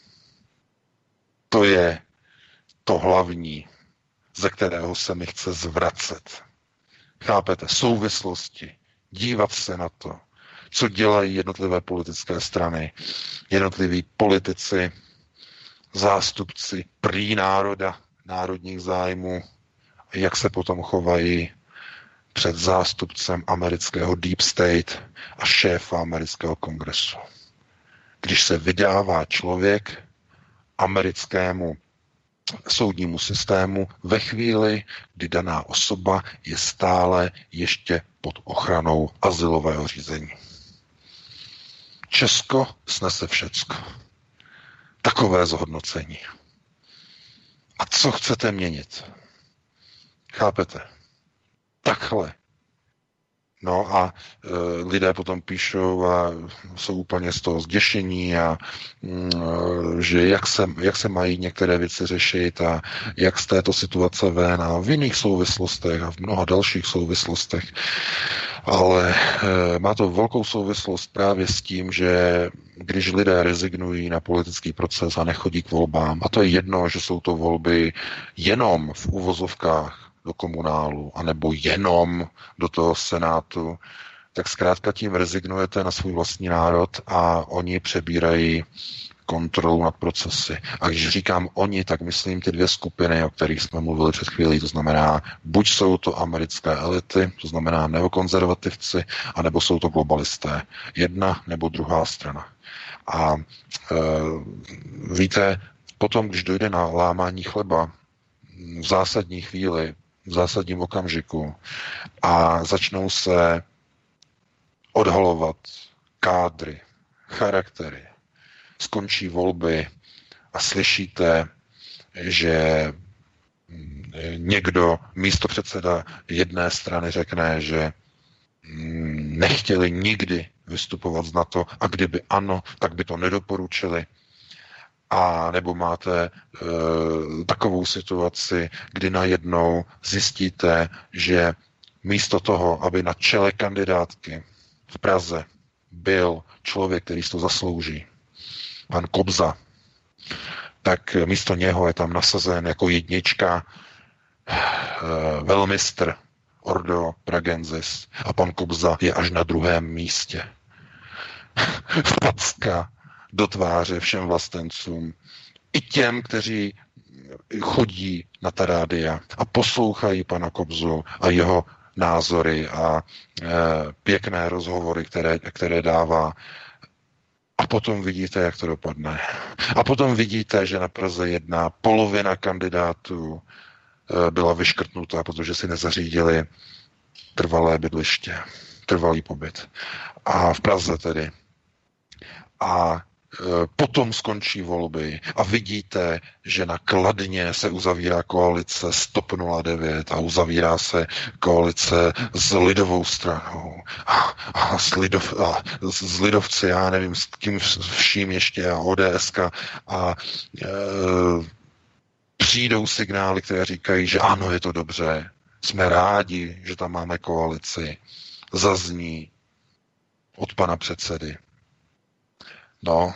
To je to hlavní, ze kterého se mi chce zvracet. Chápete? Souvislosti. Dívat se na to, co dělají jednotlivé politické strany, jednotliví politici, zástupci prý národa, národních zájmů, jak se potom chovají před zástupcem amerického Deep State a šéfa amerického kongresu. Když se vydává člověk americkému soudnímu systému ve chvíli, kdy daná osoba je stále ještě pod ochranou azylového řízení. Česko snese všecko. Takové zhodnocení. A co chcete měnit? Chápete? Takhle. No a e, lidé potom píšou a jsou úplně z toho zděšení a e, že jak se, jak se mají některé věci řešit a jak z této situace ven a v jiných souvislostech a v mnoha dalších souvislostech. Ale e, má to velkou souvislost právě s tím, že když lidé rezignují na politický proces a nechodí k volbám, a to je jedno, že jsou to volby jenom v uvozovkách do komunálu, anebo jenom do toho senátu, tak zkrátka tím rezignujete na svůj vlastní národ a oni přebírají kontrolu nad procesy. A když říkám oni, tak myslím ty dvě skupiny, o kterých jsme mluvili před chvílí, to znamená, buď jsou to americké elity, to znamená neokonzervativci, anebo jsou to globalisté. Jedna nebo druhá strana. A e, víte, potom, když dojde na lámání chleba, v zásadní chvíli, v zásadním okamžiku a začnou se odhalovat kádry, charaktery. Skončí volby a slyšíte, že někdo, místopředseda jedné strany řekne, že nechtěli nikdy vystupovat z NATO a kdyby ano, tak by to nedoporučili. A nebo máte e, takovou situaci, kdy najednou zjistíte, že místo toho, aby na čele kandidátky v Praze byl člověk, který si to zaslouží, pan Kobza, tak místo něho je tam nasazen jako jednička e, velmistr Ordo Pragensis a pan Kobza je až na druhém místě. Facka do tváře všem vlastencům, i těm, kteří chodí na ta rádia a poslouchají pana Kobzu a jeho názory a e, pěkné rozhovory, které, které dává. A potom vidíte, jak to dopadne. A potom vidíte, že na Praze jedna polovina kandidátů e, byla vyškrtnutá, protože si nezařídili trvalé bydliště, trvalý pobyt. A v Praze tedy. A potom skončí volby a vidíte, že na Kladně se uzavírá koalice s TOP nula devět a uzavírá se koalice s lidovou stranou a, a, s, lidov, a s lidovci, já nevím, s kým vším ještě a ODSka a e, přijdou signály, které říkají, že ano, je to dobře, jsme rádi, že tam máme koalici, zazní od pana předsedy. No,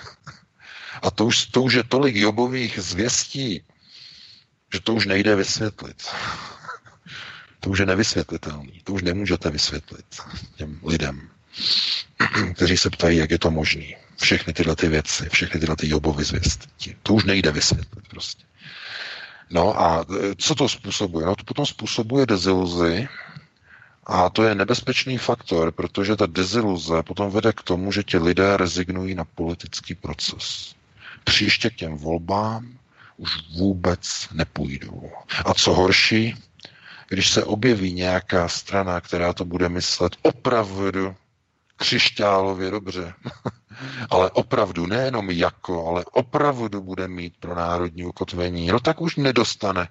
a to už, to už je tolik jobových zvěstí, že to už nejde vysvětlit. To už je nevysvětlitelný. To už nemůžete vysvětlit těm lidem, kteří se ptají, jak je to možné. Všechny tyhle ty věci, všechny tyhle ty jobové zvěstí. To už nejde vysvětlit prostě. No a co to způsobuje? No to potom způsobuje deziluzi. A to je nebezpečný faktor, protože ta deziluze potom vede k tomu, že ti lidé rezignují na politický proces. Příště k těm volbám už vůbec nepůjdou. A co horší, když se objeví nějaká strana, která to bude myslet opravdu křišťálově dobře, ale opravdu nejenom jako, ale opravdu bude mít pro národní ukotvení, no tak už nedostane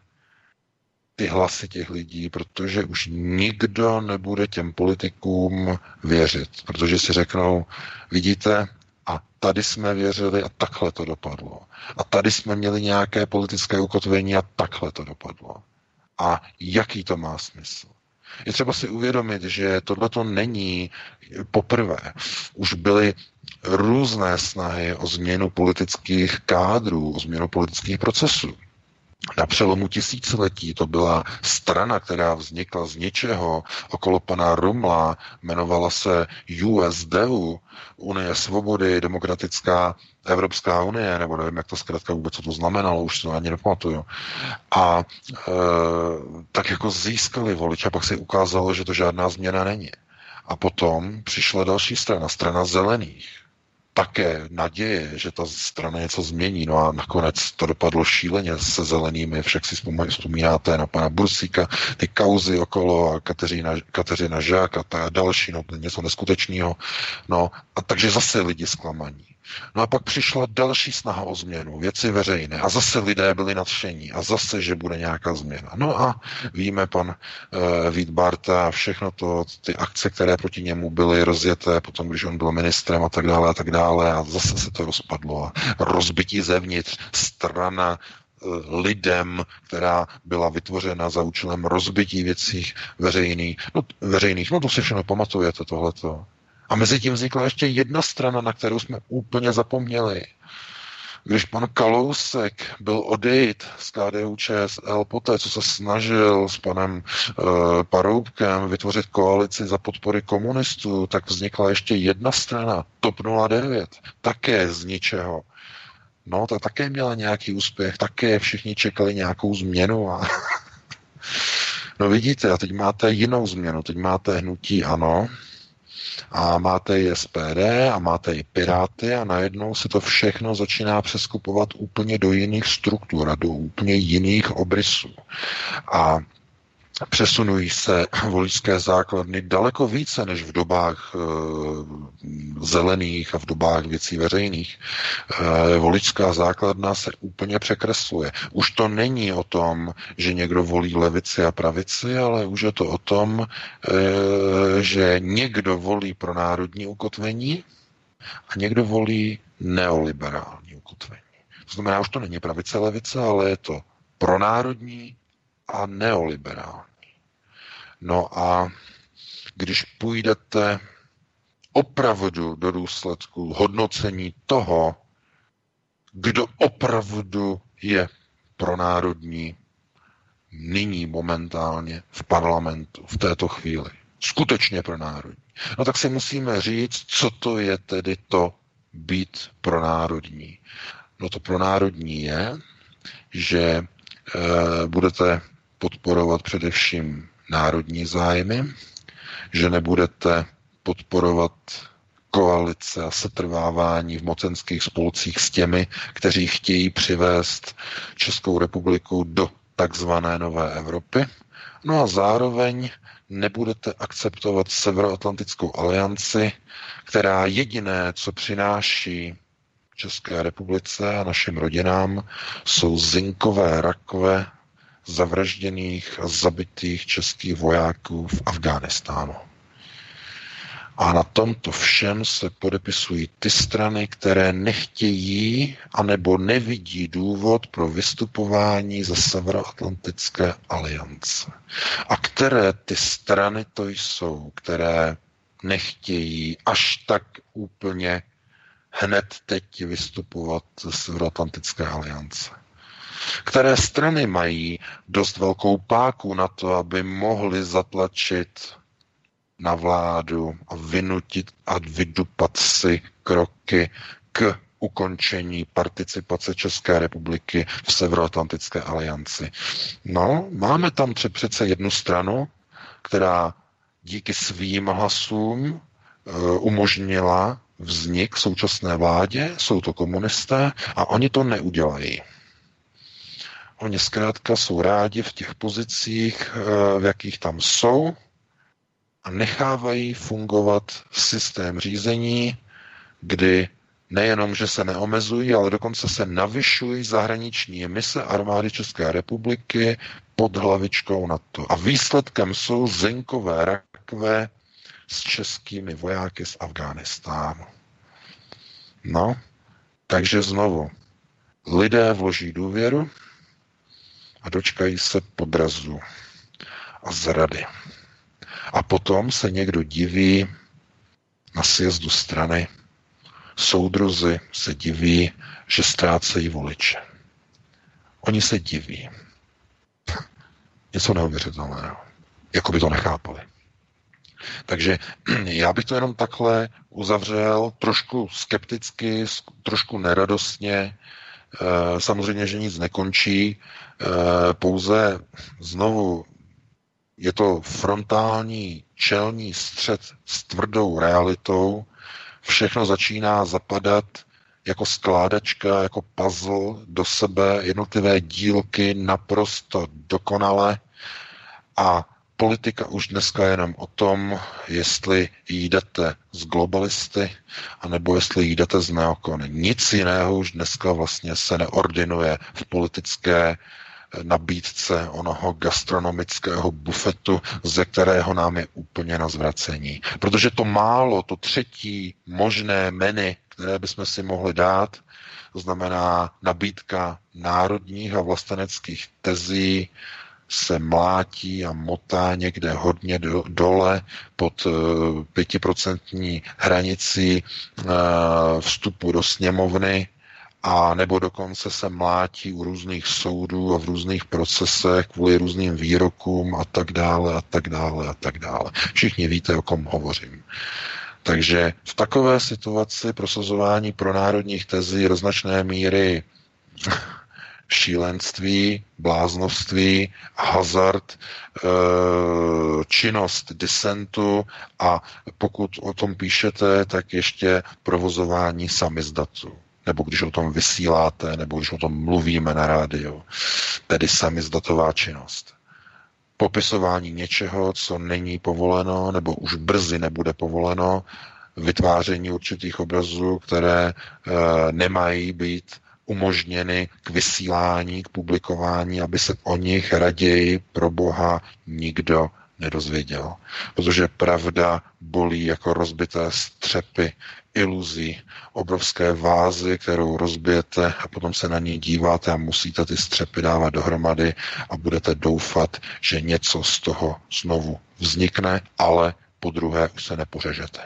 ty hlasy těch lidí, protože už nikdo nebude těm politikům věřit, protože si řeknou, vidíte, a tady jsme věřili a takhle to dopadlo. A tady jsme měli nějaké politické ukotvení a takhle to dopadlo. A jaký to má smysl? Je třeba si uvědomit, že tohleto není poprvé. Už byly různé snahy o změnu politických kádrů, o změnu politických procesů. Na přelomu tisíciletí to byla strana, která vznikla z ničeho okolo pana Rumla, jmenovala se U S D U, Unie svobody, demokratická Evropská unie, nebo nevím, jak to zkrátka vůbec, co to znamenalo, už to ani nepamatuju. A e, tak jako získali voliče, a pak se ukázalo, že to žádná změna není. A potom přišla další strana, strana zelených. Také naděje, že ta strana něco změní. No a nakonec to dopadlo šíleně se zelenými. Však si vzpomínáte na pana Bursíka, ty kauzy okolo a Kateřina, Kateřina Žák a ta další, no něco neskutečného. No a takže zase lidi zklamaní. No a pak přišla další snaha o změnu, věci veřejné a zase lidé byli nadšení a zase, že bude nějaká změna. No a víme, pan uh, Vít Barta a všechno to, ty akce, které proti němu byly rozjeté, potom, když on byl ministrem a tak dále a tak dále a zase se to rozpadlo a rozbití zevnitř, strana lidem, která byla vytvořena za účelem rozbití věcí veřejných. No, veřejných, no to si všechno pamatujete, tohleto. A mezi tím vznikla ještě jedna strana, na kterou jsme úplně zapomněli. Když pan Kalousek byl odejít z K D U Č S L poté, co se snažil s panem e, Paroubkem vytvořit koalici za podpory komunistů, tak vznikla ještě jedna strana, TOP nula devět, také z ničeho. No, ta také měla nějaký úspěch, také všichni čekali nějakou změnu a no vidíte, a teď máte jinou změnu, teď máte hnutí ANO, a máte i S P D a máte i Piráty a najednou se to všechno začíná přeskupovat úplně do jiných struktur a do úplně jiných obrysů. A přesunují se voličské základny daleko více než v dobách e, zelených a v dobách věcí veřejných. E, voličská základna se úplně překresluje. Už to není o tom, že někdo volí levici a pravici, ale už je to o tom, e, že někdo volí pro národní ukotvení a někdo volí neoliberální ukotvení. To znamená, už to není pravice, levice, ale je to pronárodní a neoliberální. No a když půjdete opravdu do důsledku hodnocení toho, kdo opravdu je pronárodní nyní momentálně v parlamentu, v této chvíli, skutečně pronárodní, no tak si musíme říct, co to je tedy to být pronárodní. No to pronárodní je, že e, budete podporovat především národní zájmy, že nebudete podporovat koalice a setrvávání v mocenských spolcích s těmi, kteří chtějí přivést Českou republiku do takzvané nové Evropy. No a zároveň nebudete akceptovat Severoatlantickou alianci, která jediné, co přináší České republice a našim rodinám, jsou zinkové rakve zavražděných a zabitých českých vojáků v Afghánistánu. A na tomto všem se podepisují ty strany, které nechtějí anebo nevidí důvod pro vystupování ze Severoatlantické aliance. A které ty strany to jsou, které nechtějí až tak úplně hned teď vystupovat ze Severoatlantické aliance. Které strany mají dost velkou páku na to, aby mohly zatlačit na vládu a vynutit a vydupat si kroky k ukončení participace České republiky v Severoatlantické alianci. No, máme tam tři přece jednu stranu, která díky svým hlasům e, umožnila vznik současné vládě, jsou to komunisté a oni to neudělají. Oni zkrátka jsou rádi v těch pozicích, v jakých tam jsou a nechávají fungovat systém řízení, kdy nejenom, že se neomezují, ale dokonce se navyšují zahraniční mise armády České republiky pod hlavičkou NATO. A výsledkem jsou zinkové rakve s českými vojáky z Afghánistánu. No, takže znovu, lidé vloží důvěru a dočkají se podrazu a zrady. A potom se někdo diví na sjezdu strany, soudruzi se diví, že ztrácejí voliče. Oni se diví. Něco neuvěřitelného. Jako by to nechápali. Takže já bych to jenom takhle uzavřel, trošku skepticky, trošku neradostně. Samozřejmě, že nic nekončí, pouze znovu je to frontální čelní střet s tvrdou realitou. Všechno začíná zapadat jako skládačka, jako puzzle do sebe, jednotlivé dílky naprosto dokonale a politika už dneska je jenom o tom, jestli jdete z globalisty, anebo jestli jdete z neokony. Nic jiného už dneska vlastně se neordinuje v politické nabídce onoho gastronomického bufetu, ze kterého nám je úplně na zvracení. Protože to málo, to třetí možné menu, které bychom si mohli dát, to znamená nabídka národních a vlasteneckých tezí, se mlátí a motá někde hodně do, dole pod pětiprocentní hranicí uh, vstupu do sněmovny a nebo dokonce se mlátí u různých soudů a v různých procesech kvůli různým výrokům a tak dále a tak dále a tak dále. Všichni víte, o kom hovořím. Takže v takové situaci prosazování pronárodních tezí do značné míry šílenství, bláznovství, hazard, činnost disentu a pokud o tom píšete, tak ještě provozování samizdatu. Nebo když o tom vysíláte, nebo když o tom mluvíme na rádiu. Tedy samizdatová činnost. popisování něčeho, co není povoleno, nebo už brzy nebude povoleno, vytváření určitých obrazů, které e, nemají být umožněny k vysílání, k publikování, aby se o nich raději pro Boha nikdo nedozvěděl. Protože pravda bolí jako rozbité střepy iluzí, obrovské vázy, kterou rozbijete a potom se na ní díváte a musíte ty střepy dávat dohromady a budete doufat, že něco z toho znovu vznikne, ale po druhé už se nepořežete.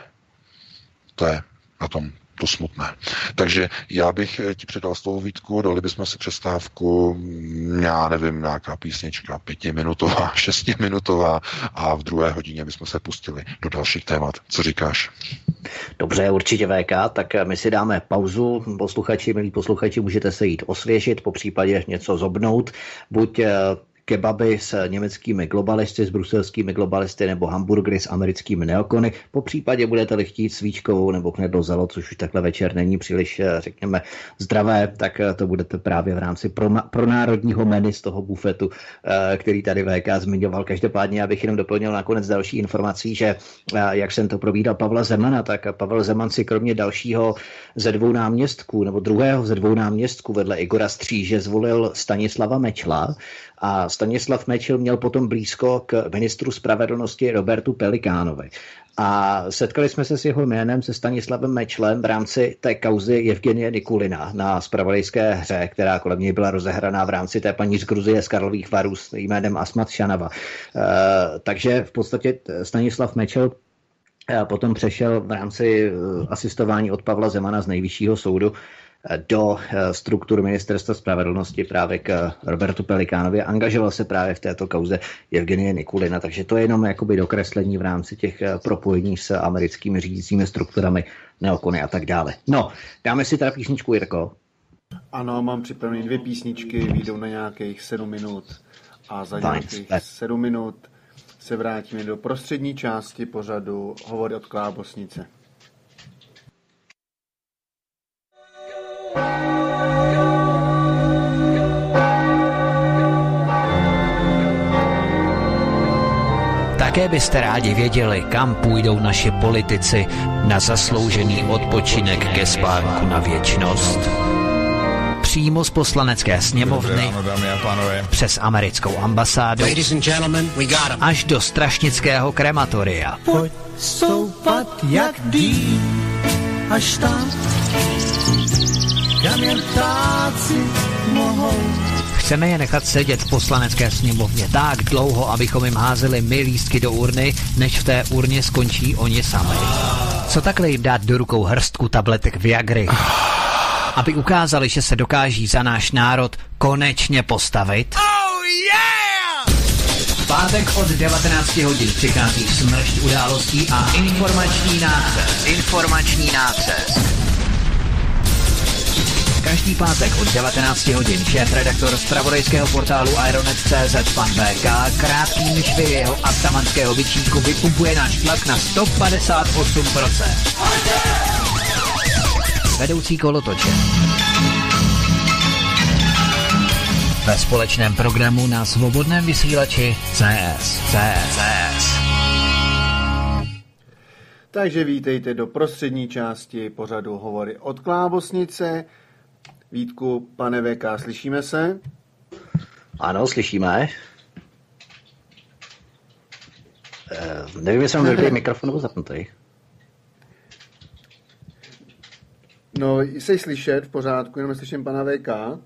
To je na tom to smutné. Takže já bych ti předal slovo, Vítku, dali bychom si přestávku, já nevím, nějaká písnička, pětiminutová, šestiminutová a v druhé hodině bychom se pustili do dalších témat. Co říkáš? Dobře, určitě V K, tak my si dáme pauzu. Posluchači, milí posluchači, můžete se jít osvěžit, po případě něco zobnout, buď kebaby s německými globalisty, s bruselskými globalisty nebo hamburgery s americkými neokony. Po případě budete-li chtít svíčkovou nebo knedlozelo, což už takhle večer není příliš, řekněme, zdravé, tak to budete právě v rámci pro, pro národního menu z toho bufetu, který tady V K zmiňoval. Každopádně já bych jenom doplnil nakonec další informací, že jak jsem to probídal Pavla Zemana, tak Pavel Zeman si kromě dalšího ze dvou náměstků nebo druhého ze dvou náměstků vedle Igora Stříže zvolil Stanislava Mečla. A Stanislav Mečl měl potom blízko k ministru spravedlnosti Robertu Pelikánovi. A setkali jsme se s jeho jménem, se Stanislavem Mečlem v rámci té kauzy Jevgenie Nikulina na zpravodajské hře, která kolem něj byla rozehraná v rámci té paní z Gruzie z Karlových Varů s jménem Asmat Šanava. E, takže v podstatě Stanislav Mečl potom přešel v rámci asistování od Pavla Zemana z Nejvyššího soudu do struktur ministerstva spravedlnosti právě k Robertu Pelikánovi a angažoval se právě v této kauze Jevgenie Nikulina. Takže to je jenom jakoby dokreslení v rámci těch propojení s americkými řídícími strukturami, neokony a tak dále. No, dáme si teda písničku, Jirko. Ano, mám připravené dvě písničky, vyjdou na nějakých sedm minut a za nějakých sedm minut se vrátíme do prostřední části pořadu Hovory od Klábosnice. Také byste rádi věděli, kam půjdou naši politici na zasloužený odpočinek ke spánku na věčnost. Přímo z poslanecké sněmovny, přes americkou ambasádu, až do strašnického krematoria. Pojď stoupat jak dým, až tam, kam jen ptáci mohou. Chceme je nechat sedět v poslanecké sněmovně tak dlouho, abychom jim házeli my lístky do urny, než v té urně skončí oni sami. Co takhle jim dát do rukou hrstku tabletek Viagry, aby ukázali, že se dokáží za náš národ konečně postavit? Oh yeah! V pátek od devatenácti hodin přichází smršť událostí a informační nácest. Informační nácest. Každý pátek od devatenácti hodin šéf-redaktor zpravodajského portálu Ironet tečka cé zet pan V K krátkými švy jeho atamanského bičíku vypumpuje náš tlak na sto padesát osm procent. Vedoucí kolotoče. Ve společném programu na svobodném vysílači C S. C S. Takže vítejte do prostřední části pořadu Hovory od Klábosnice. Vítku, pane V K, slyšíme se? Ano, slyšíme. E, nevím, jestli mám dobrý mikrofon nebo zapnutý. No, jsi slyšet v pořádku, jenom slyším pana V K.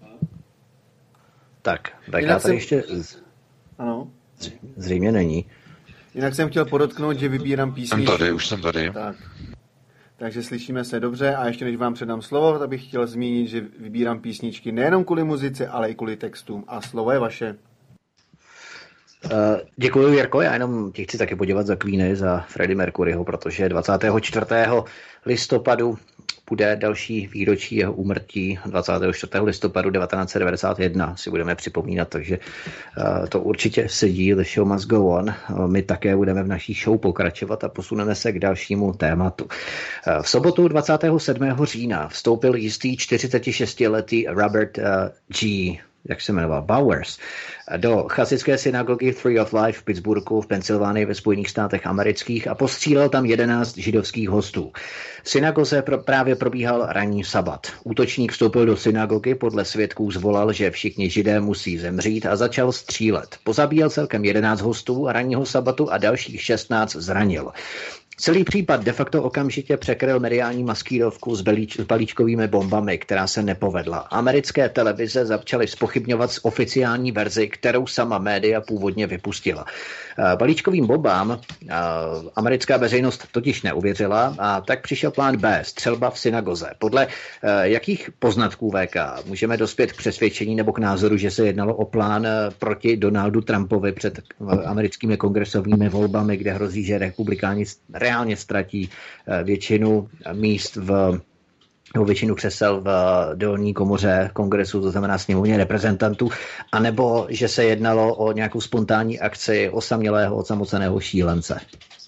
Tak, V K Jinak tady jsem... ještě Ano. Zřejmě není. Jinak jsem chtěl podotknout, že vybírám písničky. Jsem tady, už jsem tady. Tak. Takže slyšíme se dobře a ještě než vám předám slovo, tak bych chtěl zmínit, že vybírám písničky nejenom kvůli muzice, ale i kvůli textům. A slovo je vaše. Uh, děkuji, Jirko, já jenom ti chci taky podívat za Queeny, za Freddie Mercuryho, protože dvacátého čtvrtého listopadu bude další výročí jeho úmrtí. dvacátého čtvrtého listopadu devatenáct set devadesát jedna si budeme připomínat, takže uh, to určitě sedí, the show must go on. Uh, my také budeme v naší show pokračovat a posuneme se k dalšímu tématu. Uh, v sobotu dvacátého sedmého října vstoupil jistý čtyřicetišestiletý Robert uh, G. jak se jmenoval, Bowers, do chasické synagogy Tree of Life v Pittsburghu v Pensylvánii ve Spojených státech amerických a postřílel tam jedenáct židovských hostů. V synagoze pro, právě probíhal ranní sabat. Útočník vstoupil do synagogy, podle svědků zvolal, že všichni židé musí zemřít a začal střílet. Pozabíjel celkem jedenáct hostů ranního sabatu a dalších šestnáct zranil. Celý případ de facto okamžitě překryl mediální maskírovku s balíčkovými bombami, která se nepovedla. Americké televize začaly zpochybňovat z oficiální verzi, kterou sama média původně vypustila. Balíčkovým bombám americká veřejnost totiž neuvěřila a tak přišel plán B, střelba v synagoze. Podle jakých poznatků V K můžeme dospět k přesvědčení nebo k názoru, že se jednalo o plán proti Donaldu Trumpovi před americkými kongresovými volbami, kde hrozí, že republikáni reálně ztratí většinu míst v nebo většinu křesel v dolní komoře kongresu, to znamená sněmovně reprezentantů, anebo že se jednalo o nějakou spontánní akci osamělého, osamoceného šílence?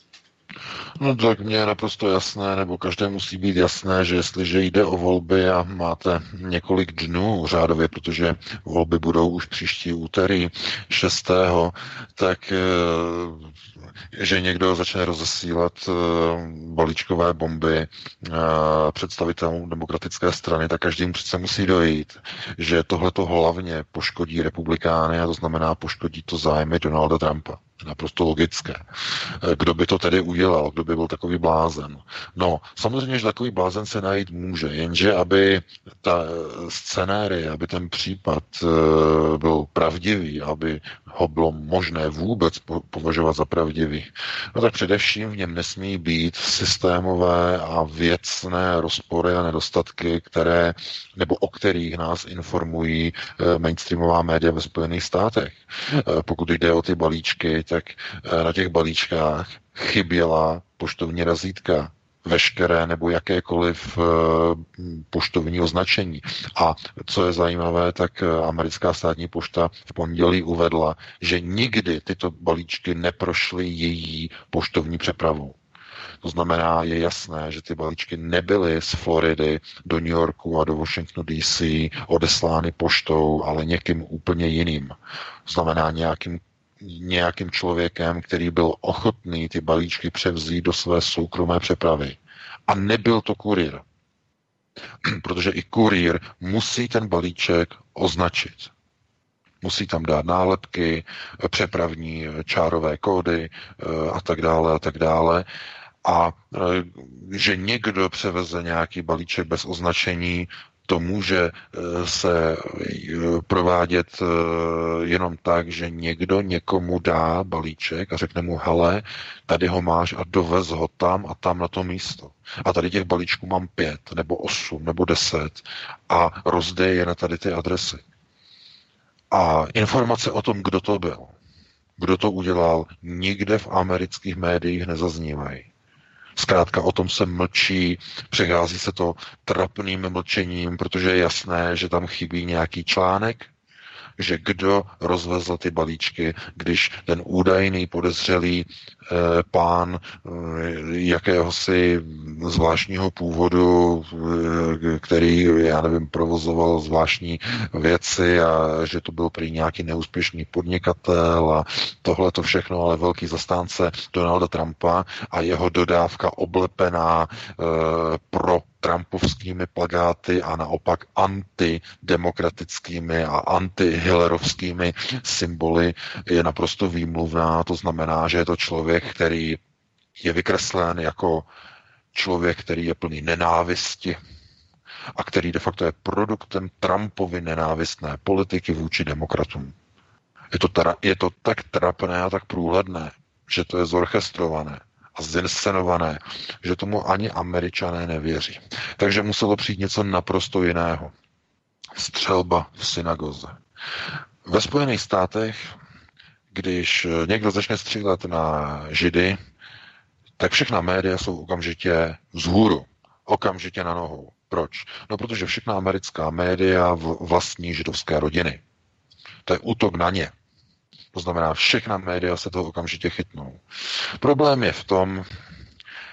No tak mně je naprosto jasné, nebo každé musí být jasné, že jestliže jde o volby a máte několik dnů řádově, protože volby budou už příští úterý šestého tak že někdo začne rozesílat balíčkové bomby představitelům demokratické strany, tak každým přece musí dojít, že tohleto hlavně poškodí republikány a to znamená poškodí to zájmy Donalda Trumpa. Naprosto logické. Kdo by to tedy udělal? Kdo by byl takový blázen? No, samozřejmě, že takový blázen se najít může, jenže aby ta scenérie, aby ten případ byl pravdivý, aby ho bylo možné vůbec považovat za pravdivý, no tak především v něm nesmí být systémové a věcné rozpory a nedostatky, které, nebo o kterých nás informují mainstreamová média ve Spojených státech. Pokud jde o ty balíčky, tak na těch balíčkách chyběla poštovní razítka, veškeré nebo jakékoliv poštovní označení. A co je zajímavé, tak americká státní pošta v pondělí uvedla, že nikdy tyto balíčky neprošly její poštovní přepravou. To znamená, je jasné, že ty balíčky nebyly z Floridy do New Yorku a do Washingtonu D C odeslány poštou, ale někým úplně jiným. To znamená nějakým nějakým člověkem, který byl ochotný ty balíčky převzít do své soukromé přepravy. A nebyl to kurýr. Protože i kurýr musí ten balíček označit. Musí tam dát nálepky, přepravní čárové kódy a tak dále a tak dále. A že někdo převeze nějaký balíček bez označení, to může se provádět jenom tak, že někdo někomu dá balíček a řekne mu, hele, tady ho máš a dovez ho tam a tam na to místo. A tady těch balíčků mám pět, nebo osm, nebo deset a rozdej je na tady ty adresy. A informace o tom, kdo to byl, kdo to udělal, nikde v amerických médiích nezaznívají. Zkrátka o tom se mlčí, přechází se to trapným mlčením, protože je jasné, že tam chybí nějaký článek, že kdo rozvezl ty balíčky, když ten údajný podezřelý eh, pán eh, jakéhosi zvláštního původu, eh, který, já nevím, provozoval zvláštní věci a že to byl prý nějaký neúspěšný podnikatel a tohle to všechno, ale velký zastánce Donalda Trumpa a jeho dodávka oblepená eh, pro trumpovskými plakáty a naopak antidemokratickými a antihillerovskými symboly je naprosto výmluvná. To znamená, že je to člověk, který je vykreslen jako člověk, který je plný nenávisti a který de facto je produktem Trumpovy nenávistné politiky vůči demokratům. Je to, tra- je to tak trapné a tak průhledné, že to je zorchestrované a zinscenované, že tomu ani Američané nevěří. Takže muselo přijít něco naprosto jiného. Střelba v synagoze. Ve Spojených státech, když někdo začne střílet na Židy, tak všechna média jsou okamžitě vzhůru, okamžitě na nohou. Proč? No, protože všechna americká média vlastní židovské rodiny. To je útok na ně. To znamená, všechna média se toho okamžitě chytnou. Problém je v tom,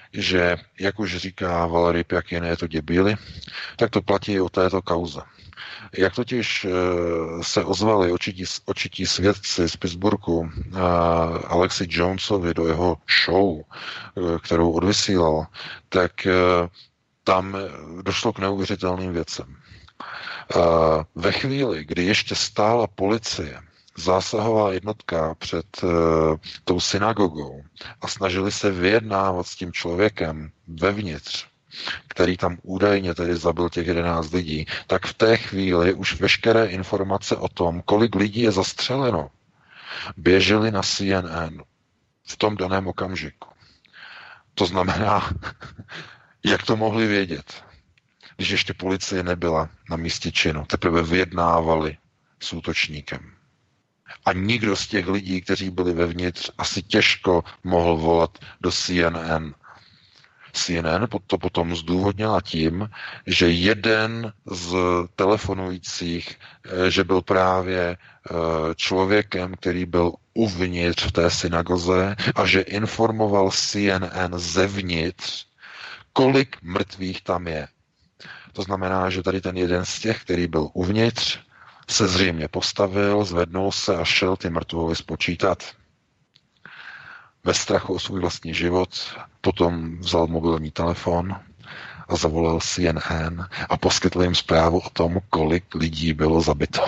že, jak už říká Valery Pjakin, je to děbíli, tak to platí o této kauze. Jak totiž se ozvali očití, očití svědci z Pittsburghu Alexi Jonesovi do jeho show, kterou odvysílal, tak tam došlo k neuvěřitelným věcem. Ve chvíli, kdy ještě stála policie, zásahová jednotka před uh, tou synagogou a snažili se vyjednávat s tím člověkem vevnitř, který tam údajně tedy zabil těch jedenáct lidí, tak v té chvíli už veškeré informace o tom, kolik lidí je zastřeleno, běžely na C N N v tom daném okamžiku. To znamená, jak to mohli vědět, když ještě policie nebyla na místě činu, teprve vyjednávali s útočníkem. A nikdo z těch lidí, kteří byli vevnitř, asi těžko mohl volat do C N N. C N N to potom zdůvodnila tím, že jeden z telefonujících, že byl právě člověkem, který byl uvnitř v té synagoze a že informoval C N N zevnitř, kolik mrtvých tam je. To znamená, že tady ten jeden z těch, který byl uvnitř, se zřejmě postavil, zvednul se a šel ty mrtvoly spočítat. Ve strachu o svůj vlastní život potom vzal mobilní telefon a zavolal C N N a poskytl jim zprávu o tom, kolik lidí bylo zabito.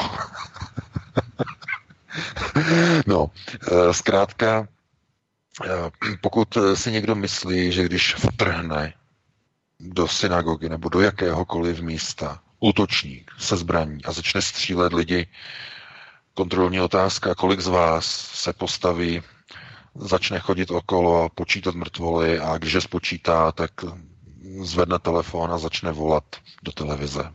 No, zkrátka, pokud si někdo myslí, že když vtrhne do synagogy nebo do jakéhokoliv místa útočník se zbraní a začne střílet lidi, kontrolní otázka, kolik z vás se postaví, začne chodit okolo a počítat mrtvoly a když je spočítá, tak zvedne telefon a začne volat do televize.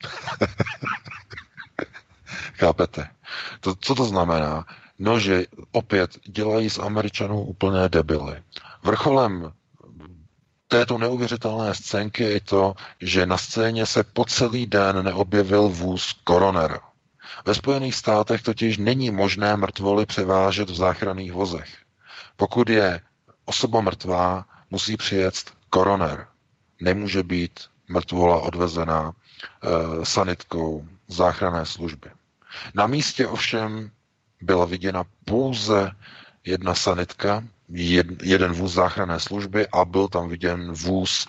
Chápete? To, co to znamená? No, že opět dělají z Američanů úplné debily. Vrcholem této neuvěřitelné scénky je to, že na scéně se po celý den neobjevil vůz Coroner. Ve Spojených státech totiž není možné mrtvoly převážet v záchranných vozech. Pokud je osoba mrtvá, musí přijet Coroner. Nemůže být mrtvola odvezená e, sanitkou záchranné služby. Na místě ovšem byla viděna pouze jedna sanitka, jed, jeden vůz záchranné služby a byl tam viděn vůz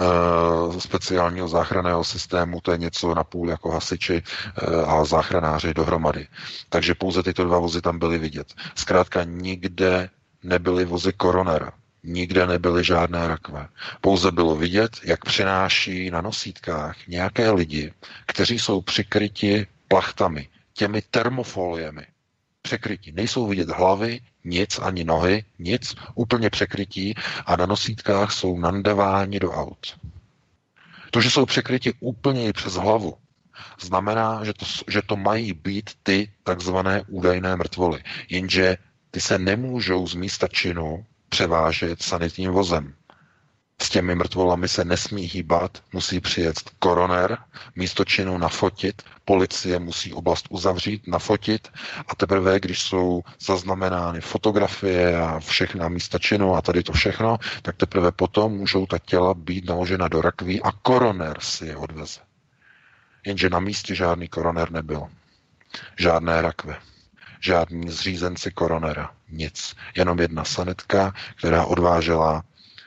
e, speciálního záchranného systému, to je něco napůl jako hasiči e, a záchranáři dohromady. Takže pouze tyto dva vozy tam byly vidět. Zkrátka nikde nebyly vozy Coronera, nikde nebyly žádné rakve. Pouze bylo vidět, jak přináší na nosítkách nějaké lidi, kteří jsou přikryti plachtami, těmi termofoliemi. Překrytí. Nejsou vidět hlavy, nic, ani nohy, nic, úplně překrytí a na nosítkách jsou nandaváni do aut. To, že jsou překryti úplně i přes hlavu, znamená, že to, že to mají být ty takzvané údajné mrtvoly. Jenže ty se nemůžou z místa činu převážet sanitním vozem. S těmi mrtvolami se nesmí hýbat, musí přijet koroner, místo činu nafotit, policie musí oblast uzavřít, nafotit a teprve, když jsou zaznamenány fotografie a všechna místa činu a tady to všechno, tak teprve potom můžou ta těla být naložena do rakví a koroner si je odveze. Jenže na místě žádný koroner nebyl. Žádné rakve. Žádní zřízenci koronera. Nic. Jenom jedna sanitka, která odvážela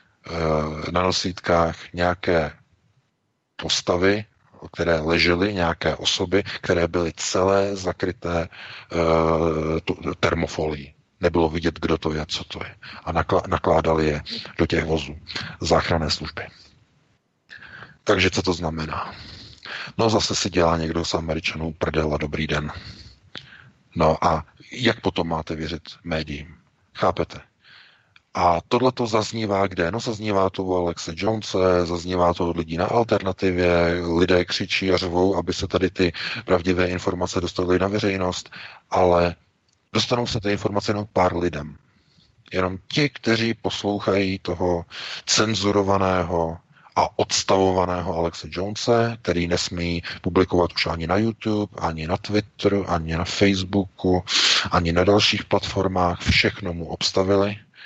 na nosítkách nějaké postavy, které ležely, nějaké osoby, které byly celé zakryté uh, termofolií. Nebylo vidět, kdo to je, co to je. A nakládali je do těch vozů záchranné služby. Takže co to znamená? No zase si dělá někdo z Američanů prdel a dobrý den. No a jak potom máte věřit médiím? Chápete? A tohle to zaznívá kde? No zaznívá to u Alexe Jonese, zaznívá to od lidí na Alternativě, lidé křičí a řvou, aby se tady ty pravdivé informace dostaly na veřejnost, ale dostanou se ty informace jenom pár lidem. Jenom ti, kteří poslouchají toho cenzurovaného a odstavovaného Alexe Jonese, který nesmí publikovat už ani na YouTube, ani na Twitteru, ani na Facebooku, ani na dalších platformách, všechno mu obstavili.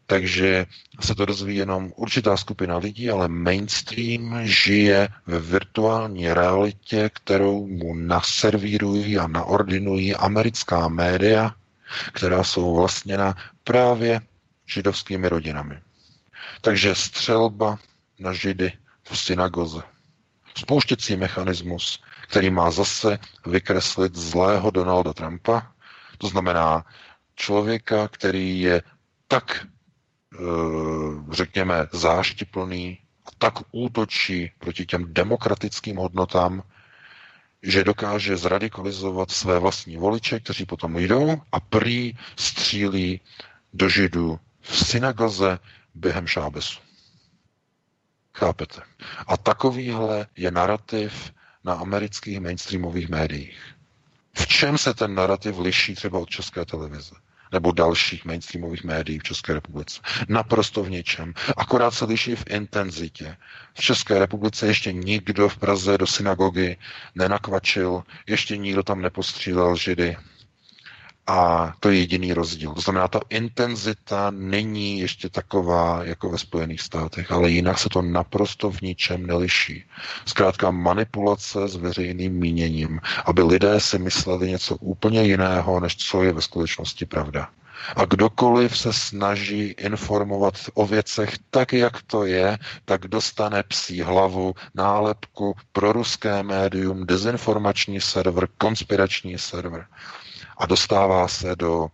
Takže se to dozví jenom určitá skupina lidí, ale mainstream žije ve virtuální realitě, kterou mu naservírují a naordinují americká média, která jsou vlastněna právě židovskými rodinami. Takže střelba na židy v synagoze. Spouštěcí mechanismus, který má zase vykreslit zlého Donalda Trumpa, to znamená člověka, který je tak, řekněme, záštiplný a tak útočí proti těm demokratickým hodnotám, že dokáže zradikalizovat své vlastní voliče, kteří potom jdou a prý střílí do židů v synagoze během šábesu. Chápete? A takovýhle je narrativ na amerických mainstreamových médiích. V čem se ten narrativ liší třeba od České televize nebo dalších mainstreamových médií v České republice? Naprosto v ničem. Akorát se liší v intenzitě. V České republice ještě nikdo v Praze do synagogy nenakvačil, ještě nikdo tam nepostřílel židy. A to je jediný rozdíl. To znamená, ta intenzita není ještě taková jako ve Spojených státech, ale jinak se to naprosto v ničem neliší. Zkrátka manipulace s veřejným míněním, aby lidé si mysleli něco úplně jiného, než co je ve skutečnosti pravda. A kdokoliv se snaží informovat o věcech tak, jak to je, tak dostane psí hlavu, nálepku, proruské médium, dezinformační server, konspirační server. A dostává se do e,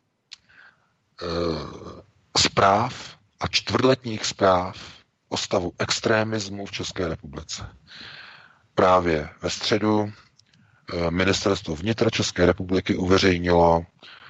zpráv a čtvrtletních zpráv o stavu extremismu v České republice. Právě ve středu e, Ministerstvo vnitra České republiky uveřejnilo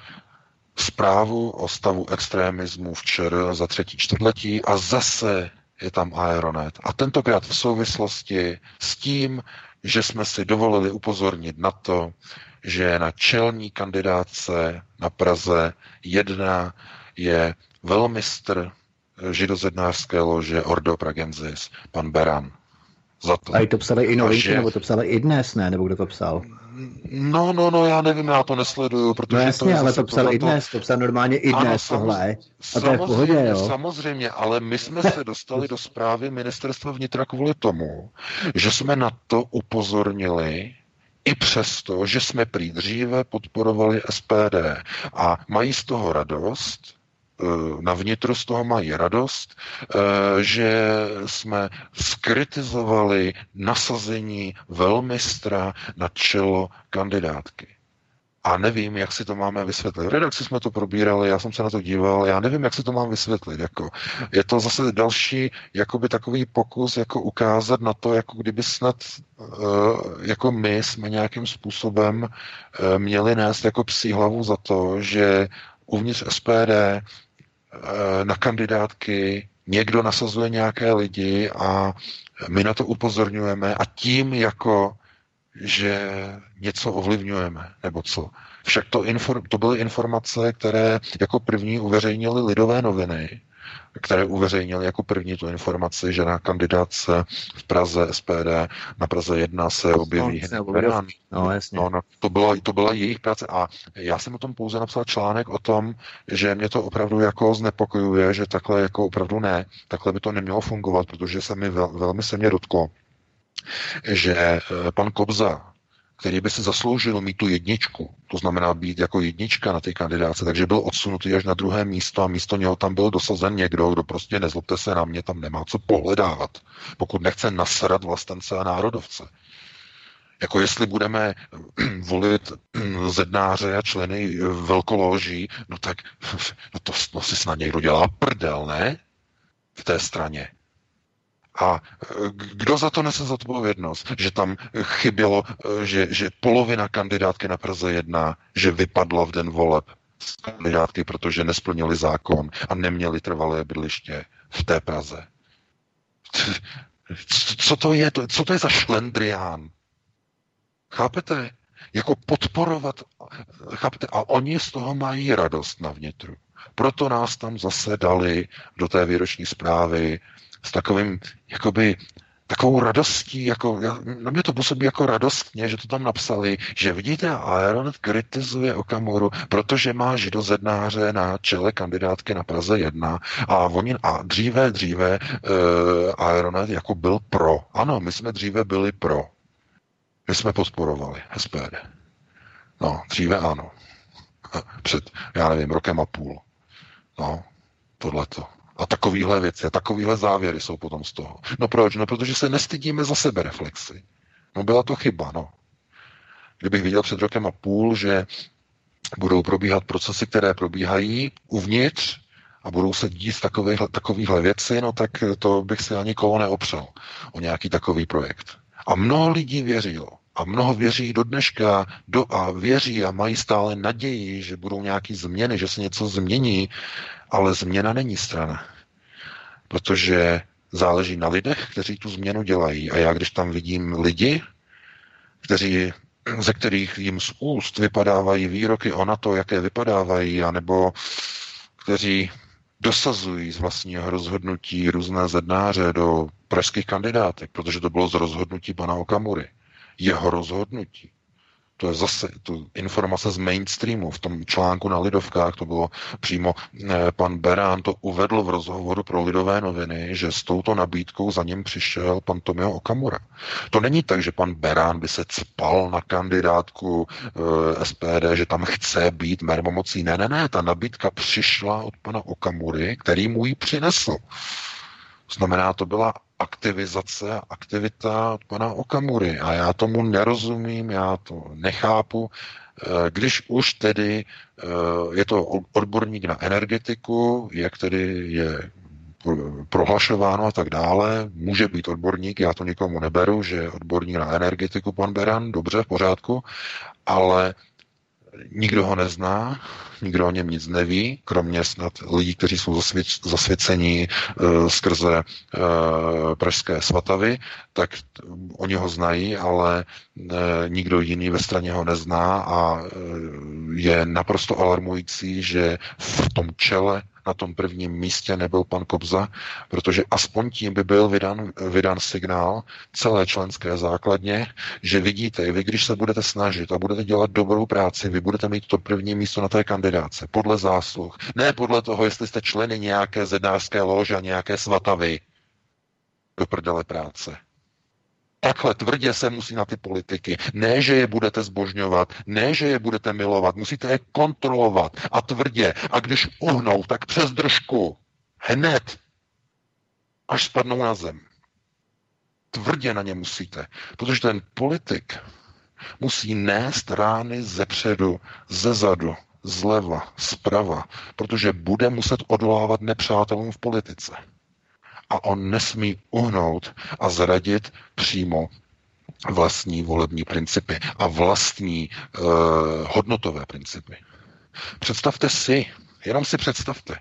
zprávu o stavu extremismu v ČR za třetí čtvrtletí a zase je tam Aeronet. A tentokrát v souvislosti s tím, že jsme si dovolili upozornit na to, že na čelní kandidátce na Praze jedna je velmistr židozednářské lože Ordo Pragensis, pan Beran. Za to. A i to psali i Novinky, že... nebo to psali i Dnes, ne? Nebo kdo to psal? No, no, no, já nevím, já to nesleduju, protože no jasně, to je ale to psal tohleto... i Dnes, to psal normálně i Dnes ano, tohle. A to je v pohodě, jo? Samozřejmě, ale my jsme se dostali do zprávy Ministerstva vnitra kvůli tomu, že jsme na to upozornili i přesto, že jsme prý dříve podporovali S P D a mají z toho radost, na vnitru z toho mají radost, že jsme skritizovali nasazení velmistra na čelo kandidátky. A nevím, jak si to máme vysvětlit. V redakci jsme to probírali, já jsem se na to díval, já nevím, jak si to mám vysvětlit. Jako. Je to zase další jakoby takový pokus jako ukázat na to, jako kdyby snad jako my jsme nějakým způsobem měli nést jako psí hlavu za to, že uvnitř S P D na kandidátky někdo nasazuje nějaké lidi a my na to upozorňujeme a tím jako že něco ovlivňujeme, nebo co. Však to, inform, to byly informace, které jako první uveřejnily Lidové noviny, které uveřejnily jako první tu informaci, že na kandidátce v Praze S P D na Praze jedna se objeví Beran. No, jasně. No, no, to, byla, to byla jejich práce a já jsem o tom pouze napsal článek o tom, že mě to opravdu jako znepokojuje, že takhle jako opravdu ne, takhle by to nemělo fungovat, protože se mi vel, velmi se mě dotklo, že pan Kobza, který by si zasloužil mít tu jedničku, to znamená být jako jednička na té kandidáce, takže byl odsunutý až na druhé místo a místo něho tam byl dosazen někdo, kdo prostě, nezlobte se na mě, tam nemá co pohledávat, pokud nechce nasrat vlastence a národovce. Jako jestli budeme volit zednáře a členy velkolóží, no tak no to no si snad někdo dělá prdel, ne? V té straně. A kdo za to nese zodpovědnost? Že tam chybělo, že, že polovina kandidátky na Praze jedna, že vypadla v den voleb z kandidátky, protože nesplnili zákon a neměli trvalé bydliště v té Praze. Co to je? Co to je za šlendrián? Chápete? Jako podporovat, chápete? A oni z toho mají radost na vnitru. Proto nás tam zase dali do té výroční zprávy s takovým jakoby takovou radostí, jako, na mě to působí jako radostně, že to tam napsali, že vidíte, Aeronet kritizuje Okamuru, protože má židozednáře na čele kandidátky na Praze jedna a oni, a dříve, dříve uh, Aeronet jako byl pro. Ano, my jsme dříve byli pro. My jsme podporovali S P D. No, dříve ano. Před, já nevím, rokem a půl. No, tohleto. A takovýhle věci, a takovýhle závěry jsou potom z toho. No proč? No protože se nestydíme za sebereflexi. No byla to chyba, no. Kdybych viděl před rokem a půl, že budou probíhat procesy, které probíhají uvnitř a budou se dít takovýhle, takovýhle věci, no tak to bych si ani koho neopřel o nějaký takový projekt. A mnoho lidí věřilo. A mnoho věří do dneška do, a věří a mají stále naději, že budou nějaké změny, že se něco změní, ale změna není strana. Protože záleží na lidech, kteří tu změnu dělají. A já, když tam vidím lidi, kteří, ze kterých jim z úst vypadávají výroky o NATO, jaké vypadávají, anebo kteří dosazují z vlastního rozhodnutí různé zednáře do pražských kandidátek, protože to bylo z rozhodnutí pana Okamury. Jeho rozhodnutí. To je zase tu informace z mainstreamu. V tom článku na Lidovkách to bylo přímo, eh, pan Beran to uvedl v rozhovoru pro Lidové noviny, že s touto nabídkou za ním přišel pan Tomio Okamura. To není tak, že pan Beran by se cpal na kandidátku eh, S P D, že tam chce být mermomocí. Ne, ne, ne, ta nabídka přišla od pana Okamury, který mu ji přinesl. Znamená, to byla aktivizace a aktivita od pana Okamury. A já tomu nerozumím, já to nechápu. Když už tedy je to odborník na energetiku, jak tedy je prohlašováno a tak dále, může být odborník, já to nikomu neberu, že je odborník na energetiku pan Beran, dobře, v pořádku, ale nikdo ho nezná, nikdo o něm nic neví, kromě snad lidí, kteří jsou zasvěc, zasvěcení uh, skrze uh, pražské Svatavy, tak oni ho znají, ale uh, nikdo jiný ve straně ho nezná a uh, je naprosto alarmující, že v tom čele na tom prvním místě nebyl pan Kobza, protože aspoň tím by byl vydan, vydan signál celé členské základně, že vidíte, vy když se budete snažit a budete dělat dobrou práci, vy budete mít to první místo na té kandidáce, podle zásluh. Ne podle toho, jestli jste členy nějaké zednářské lože a nějaké Svatavy. Do prdele práce. Takhle tvrdě se musí na ty politiky. Ne, že je budete zbožňovat, ne, že je budete milovat, musíte je kontrolovat a tvrdě. A když uhnou, tak přes držku. Hned. Až spadnou na zem. Tvrdě na ně musíte. Protože ten politik musí nést rány zepředu, zezadu, zleva, zprava, protože bude muset odolávat nepřátelům v politice. A on nesmí uhnout a zradit přímo vlastní volební principy a vlastní uh, hodnotové principy. Představte si, jenom si představte,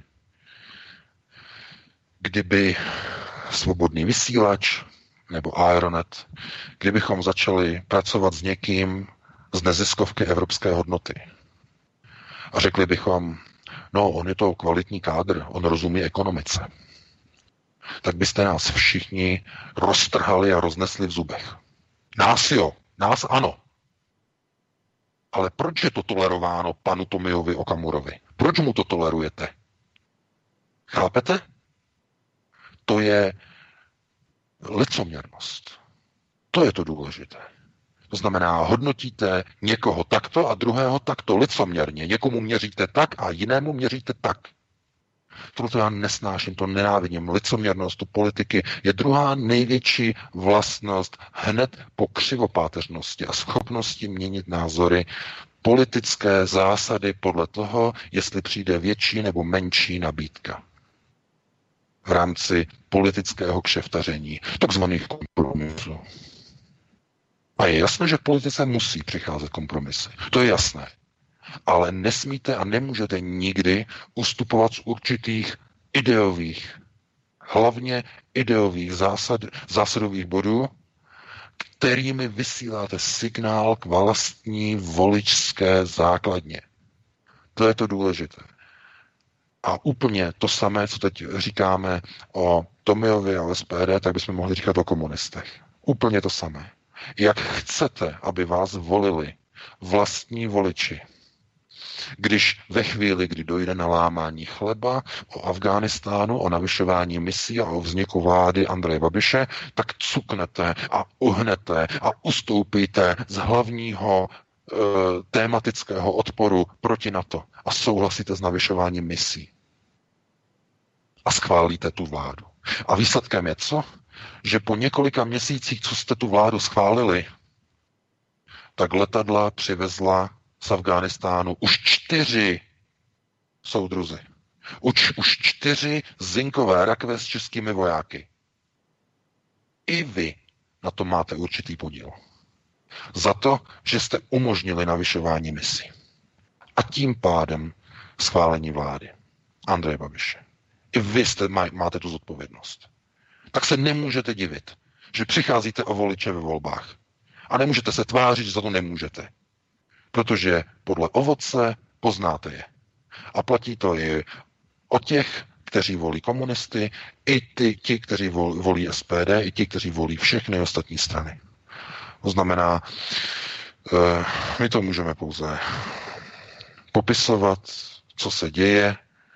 kdyby Svobodný vysílač nebo Aeronet, kdybychom začali pracovat s někým z neziskovky Evropské hodnoty a řekli bychom, no on je to kvalitní kádr, on rozumí ekonomice, tak byste nás všichni roztrhali a roznesli v zubech. Nás jo, nás ano. Ale proč je to tolerováno panu Tomiovi Okamurovi? Proč mu to tolerujete? Chápete? To je licoměrnost. To je to důležité. To znamená, hodnotíte někoho takto a druhého takto licoměrně. Někomu měříte tak a jinému měříte tak. Proto já nesnáším, to nenávidím. Licoměrnost, to politiky je druhá největší vlastnost hned po křivopáteřnosti a schopnosti měnit názory, politické zásady podle toho, jestli přijde větší nebo menší nabídka v rámci politického kšeftaření, takzvaných kompromisů. A je jasné, že v politice musí přicházet kompromisy. To je jasné. Ale nesmíte a nemůžete nikdy ustupovat z určitých ideových, hlavně ideových zásad, zásadových bodů, kterými vysíláte signál k vlastní voličské základně. To je to důležité. A úplně to samé, co teď říkáme o Tomiovi a o S P D, tak bychom mohli říkat o komunistech. Úplně to samé. Jak chcete, aby vás volili vlastní voliči, když ve chvíli, kdy dojde na lámání chleba o Afghánistánu, o navyšování misí a o vzniku vlády Andreje Babiše, tak cuknete a uhnete a ustoupíte z hlavního e, tématického odporu proti NATO a souhlasíte s navyšováním misí. A schválíte tu vládu. A výsledkem je co? Že po několika měsících, co jste tu vládu schválili, tak letadla přivezla z Afghánistánu už čtyři soudruzy. Už, už čtyři zinkové rakve s českými vojáky. I vy na to máte určitý podíl. Za to, že jste umožnili navyšování misí. A tím pádem schválení vlády Andreje Babiše. I vy jste, máte tu zodpovědnost. Tak se nemůžete divit, že přicházíte o voliče ve volbách. A nemůžete se tvářit, že za to nemůžete. Protože podle ovoce poznáte je. A platí to i o těch, kteří volí komunisty, i ty, ti, kteří volí S P D, i ti, kteří volí všechny ostatní strany. To znamená, my to můžeme pouze popisovat, co se děje,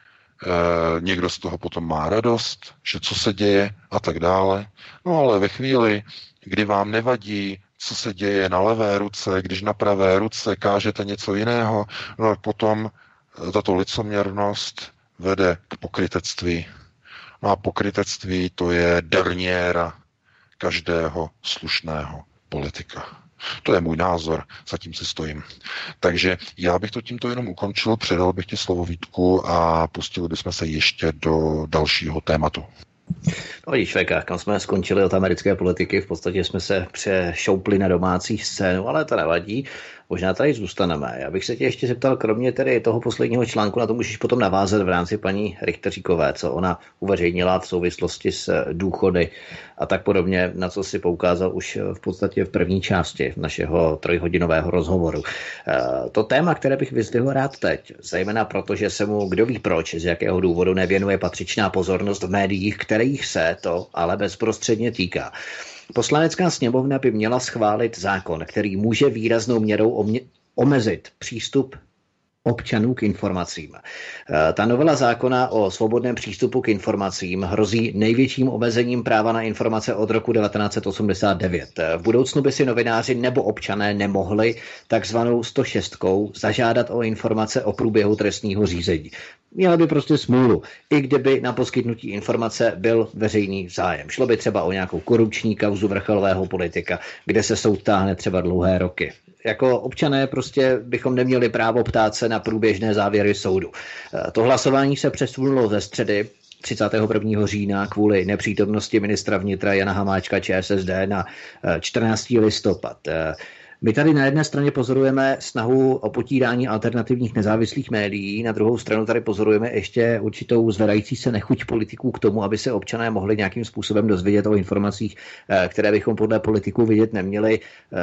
někdo z toho potom má radost, že co se děje a tak dále. No ale ve chvíli, kdy vám nevadí, co se děje na levé ruce, když na pravé ruce kážete něco jiného, no potom tato licoměrnost vede k pokrytectví. No a pokrytectví to je derniéra každého slušného politika. To je můj názor, zatím si stojím. Takže já bych to tímto jenom ukončil, předal bych ti slovo Vítku a pustili bychom se ještě do dalšího tématu. No vidíš, V K, kam jsme skončili od americké politiky, v podstatě jsme se přešoupli na domácí scénu, ale to nevadí, možná tady zůstaneme. Já bych se tě ještě zeptal, kromě tedy toho posledního článku, na to můžeš potom navázat v rámci paní Richteříkové, co ona uveřejnila v souvislosti s důchody a tak podobně, na co si poukázal už v podstatě v první části našeho trojhodinového rozhovoru. To téma, které bych vyzdvihl rád teď, zejména proto, že se mu, kdo ví proč, z jakého důvodu nevěnuje patřičná pozornost v médiích, kterých se to ale bezprostředně týká. Poslanecká sněmovna by měla schválit zákon, který může výraznou měrou omezit přístup občanů k informacím. Ta novela zákona o svobodném přístupu k informacím hrozí největším omezením práva na informace od roku devatenáct set osmdesát devět. V budoucnu by si novináři nebo občané nemohli takzvanou sto šest zažádat o informace o průběhu trestního řízení. Měla by prostě smůlu, i kdyby na poskytnutí informace byl veřejný zájem. Šlo by třeba o nějakou korupční kauzu vrcholového politika, kde se soud táhne třeba dlouhé roky. Jako občané prostě bychom neměli právo ptát se na průběžné závěry soudu. To hlasování se přesunulo ze středy třicátého prvního října kvůli nepřítomnosti ministra vnitra Jana Hamáčka ČSSD na čtrnáctého listopad. My tady na jedné straně pozorujeme snahu o potírání alternativních nezávislých médií, na druhou stranu tady pozorujeme ještě určitou zvedající se nechuť politiků k tomu, aby se občané mohli nějakým způsobem dozvědět o informacích, které bychom podle politiků vidět neměli.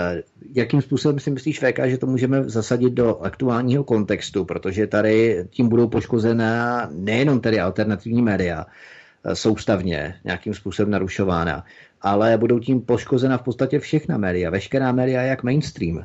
Jakým způsobem si myslíš, V K, že to můžeme zasadit do aktuálního kontextu, protože tady tím budou poškozená nejenom tedy alternativní média soustavně, nějakým způsobem narušována, ale budou tím poškozena v podstatě všechna média, veškerá média jak mainstream.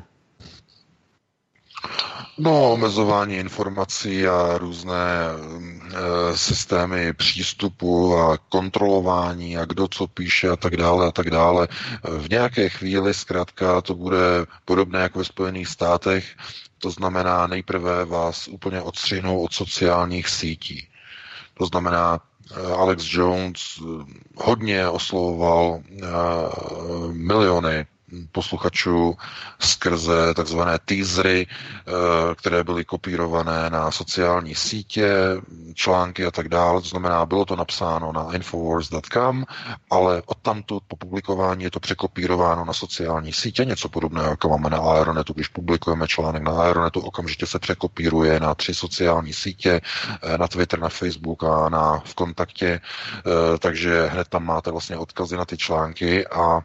No, omezování informací a různé e, systémy přístupu a kontrolování a kdo co píše a tak dále a tak dále. V nějaké chvíli zkrátka to bude podobné jako ve Spojených státech, to znamená nejprve vás úplně odstřihnou od sociálních sítí. To znamená, Alex Jones hodně oslovoval uh, miliony posluchačů skrze takzvané teasery, které byly kopírované na sociální sítě, články a tak dále. To znamená, bylo to napsáno na infowars tečka com, ale odtamtud po publikování je to překopírováno na sociální sítě, něco podobného, jako máme na Aeronetu. Když publikujeme článek na Aeronetu, okamžitě se překopíruje na tři sociální sítě, na Twitter, na Facebook a na v kontaktě, takže hned tam máte vlastně odkazy na ty články a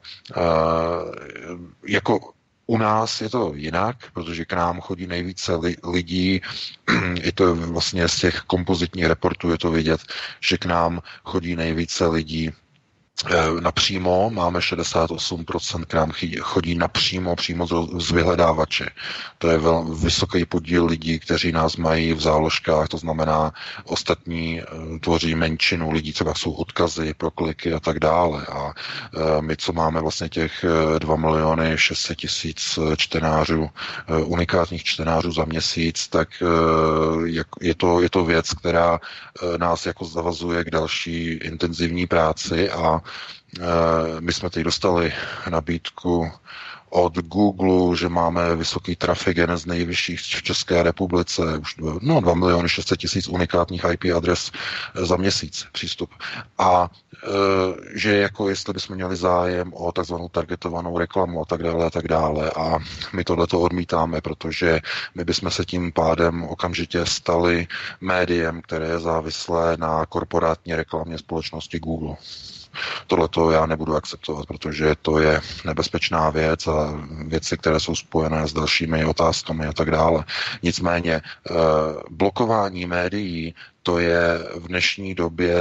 jako u nás je to jinak, protože k nám chodí nejvíce li, lidí, i to vlastně z těch kompozitních reportů je to vidět, že k nám chodí nejvíce lidí napřímo, máme šedesát osm procent k nám chodí napřímo, přímo z vyhledávače. To je vel, vysoký podíl lidí, kteří nás mají v záložkách, to znamená ostatní tvoří menšinu lidí, třeba jsou odkazy, prokliky a tak dále. A my, co máme vlastně těch dva miliony šest set tisíc čtenářů, unikátních čtenářů za měsíc, tak je to, je to věc, která nás jako zavazuje k další intenzivní práci a my jsme teď dostali nabídku od Google, že máme vysoký trafik, jeden z nejvyšších v České republice, už no, dva miliony šest set tisíc unikátních I P adres za měsíc přístup. A e, že jako jestli bychom měli zájem o takzvanou targetovanou reklamu a tak dále a tak dále. A my tohleto odmítáme, protože my bychom se tím pádem okamžitě stali médiem, které je závislé na korporátní reklamě společnosti Google. Tohleto já nebudu akceptovat, protože to je nebezpečná věc a věci, které jsou spojené s dalšími otázkami a tak dále. Nicméně blokování médií, to je v dnešní době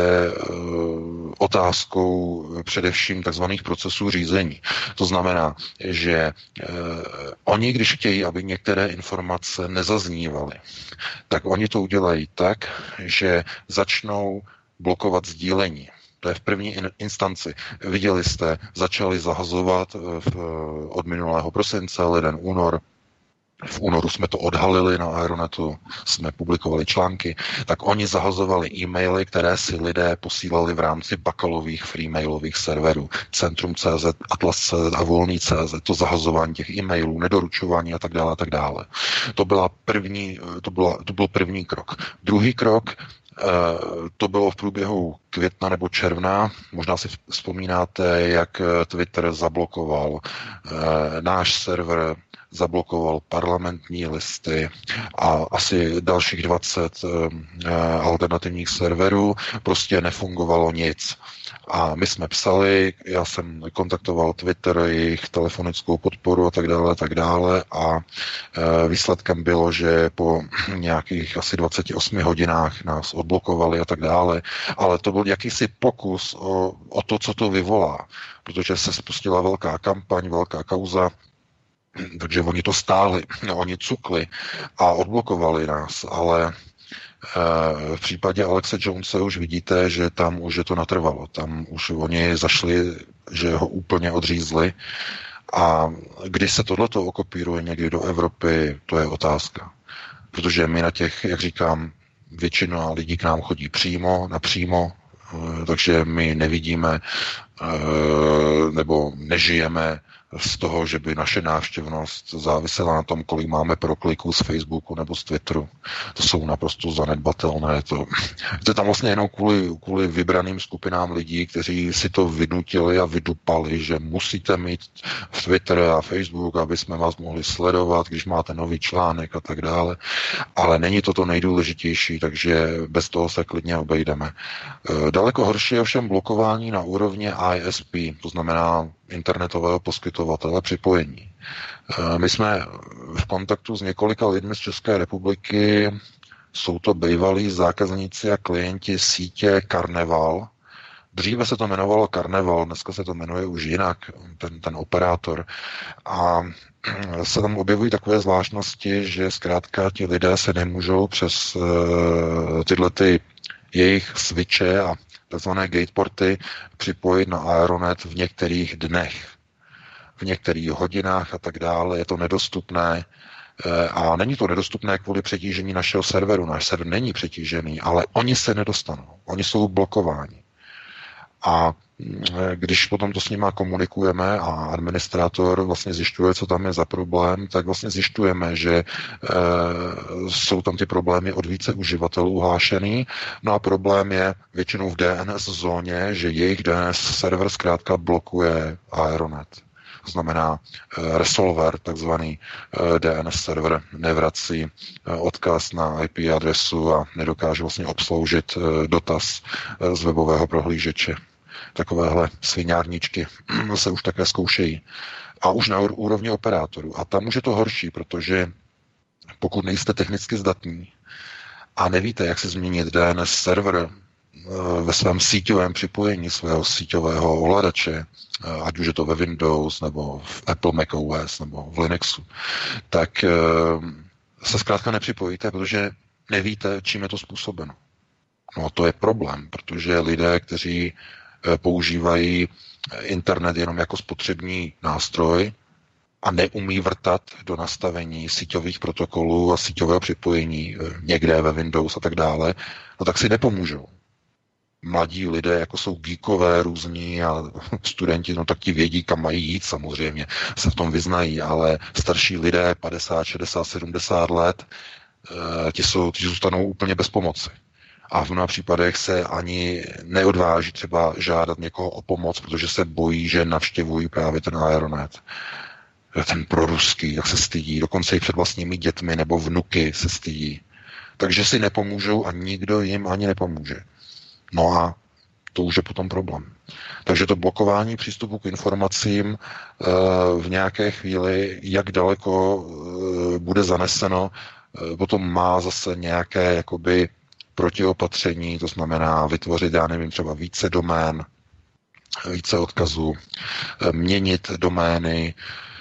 otázkou především takzvaných procesů řízení. To znamená, že oni, když chtějí, aby některé informace nezaznívaly, tak oni to udělají tak, že začnou blokovat sdílení. To je v první instanci. Viděli jste, začali zahazovat v, od minulého prosince, leden, únor. V únoru jsme to odhalili na Aeronetu, jsme publikovali články, tak oni zahazovali e-maily, které si lidé posílali v rámci bakalových freemailových serverů. Centrum tečka cé zet, Atlas tečka cé zet a Volný tečka cé zet, to zahazování těch e-mailů, nedoručování a tak dále a tak dále. To, byla první, to, byla, to byl první krok. Druhý krok, to bylo v průběhu května nebo června. Možná si vzpomínáte, jak Twitter zablokoval náš server, zablokoval parlamentní listy a asi dalších dvacet alternativních serverů. Prostě nefungovalo nic. A my jsme psali, já jsem kontaktoval Twitter, jejich telefonickou podporu a tak dále, a tak dále a výsledkem bylo, že po nějakých asi dvaceti osmi hodinách nás odblokovali a tak dále, ale to byl jakýsi pokus o, o to, co to vyvolá, protože se spustila velká kampaň, velká kauza, takže oni to stáli, oni cukli a odblokovali nás, ale v případě Alexe Jonese už vidíte, že tam už je to natrvalo. Tam už oni zašli, že ho úplně odřízli. A když se tohleto okopíruje někdy do Evropy, to je otázka. Protože my na těch, jak říkám, většina lidí k nám chodí přímo, napřímo, takže my nevidíme nebo nežijeme z toho, že by naše návštěvnost závisela na tom, kolik máme prokliků z Facebooku nebo z Twitteru. To jsou naprosto zanedbatelné. To, to je tam vlastně jenom kvůli, kvůli vybraným skupinám lidí, kteří si to vynutili a vydupali, že musíte mít Twitter a Facebook, aby jsme vás mohli sledovat, když máte nový článek a tak dále. Ale není to to nejdůležitější, takže bez toho se klidně obejdeme. Daleko horší je ovšem blokování na úrovni I S P, to znamená internetového poskytovatele připojení. My jsme v kontaktu s několika lidmi z České republiky, jsou to bývalí zákazníci a klienti sítě Karneval. Dříve se to jmenovalo Karneval, dneska se to jmenuje už jinak, ten, ten operátor. A se tam objevují takové zvláštnosti, že zkrátka ti lidé se nemůžou přes uh, tyhle ty jejich switche a takzvané gateporty připojit na Aeronet v některých dnech, v některých hodinách a tak dále. Je to nedostupné a není to nedostupné kvůli přetížení našeho serveru. Náš server není přetížený, ale oni se nedostanou. Oni jsou blokováni. A když potom to s nima komunikujeme a administrátor vlastně zjišťuje, co tam je za problém, tak vlastně zjišťujeme, že e, jsou tam ty problémy od více uživatelů hlášený. No a problém je většinou v D N S zóně, že jejich D N S server zkrátka blokuje Aeronet. To znamená e, resolver, takzvaný e, D N S server, nevrací e, odkaz na I P adresu a nedokáže vlastně obsloužit e, dotaz e, z webového prohlížeče. Takovéhle sviňárničky se už také zkoušejí. A už na úrovni operátorů. A tam už je to horší, protože pokud nejste technicky zdatní a nevíte, jak se změnit D N S server ve svém síťovém připojení svého síťového ovladače, ať už je to ve Windows, nebo v Apple macOS, nebo v Linuxu, tak se zkrátka nepřipojíte, protože nevíte, čím je to způsobeno. No a to je problém, protože lidé, kteří používají internet jenom jako spotřební nástroj a neumí vrtat do nastavení síťových protokolů a síťového připojení někde ve Windows a tak dále, no tak si nepomůžou. Mladí lidé, jako jsou geekové různí a studenti, no tak ti vědí, kam mají jít samozřejmě, se v tom vyznají, ale starší lidé, padesát, šedesát, sedmdesát let, ti, jsou, ti zůstanou úplně bez pomoci. A v mnoha případech se ani neodváží třeba žádat někoho o pomoc, protože se bojí, že navštěvují právě ten Aeronet. Ten proruský, jak se stydí, dokonce i před vlastními dětmi nebo vnuky se stydí. Takže si nepomůžou a nikdo jim ani nepomůže. No a to už je potom problém. Takže to blokování přístupu k informacím v nějaké chvíli, jak daleko bude zaneseno, potom má zase nějaké jakoby protiopatření, to znamená vytvořit, já nevím, třeba více domén, více odkazů, měnit domény,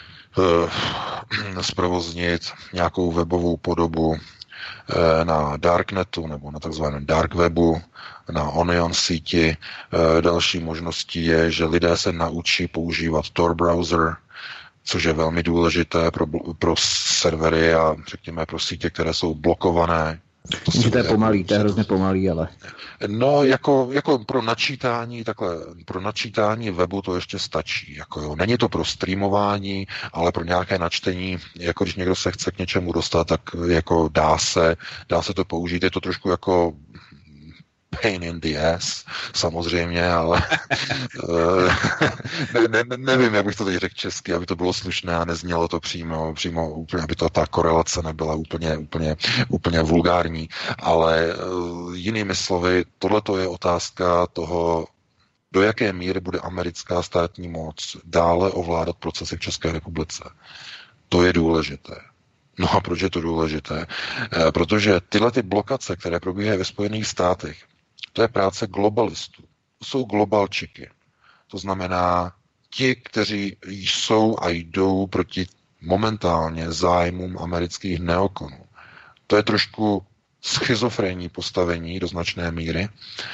zprovoznit nějakou webovou podobu na darknetu nebo na takzvaném dark webu, na Onion síti. Další možností je, že lidé se naučí používat Tor browser, což je velmi důležité pro, pro servery a řekněme pro sítě, které jsou blokované. To, to je pomalý, to je hrozně pomalý, ale... No, jako, jako pro načítání, takhle, pro načítání webu to ještě stačí. Jako jo. Není to pro streamování, ale pro nějaké načtení, jako když někdo se chce k něčemu dostat, tak jako dá se, dá se to použít. Je to trošku jako pain in the ass, samozřejmě, ale ne, ne, nevím, jak bych to teď řekl česky, aby to bylo slušné a neznělo to přímo, přímo úplně, aby to ta korelace nebyla úplně, úplně, úplně vulgární, ale jinými slovy, tohleto je otázka toho, do jaké míry bude americká státní moc dále ovládat procesy v České republice. To je důležité. No a proč je to důležité? Protože tyhle ty blokace, které probíhají ve Spojených státech, to je práce globalistů. To jsou globalčiky. To znamená ti, kteří jsou a jdou proti momentálně zájmům amerických neokonů. To je trošku schizofrenní postavení do značné míry,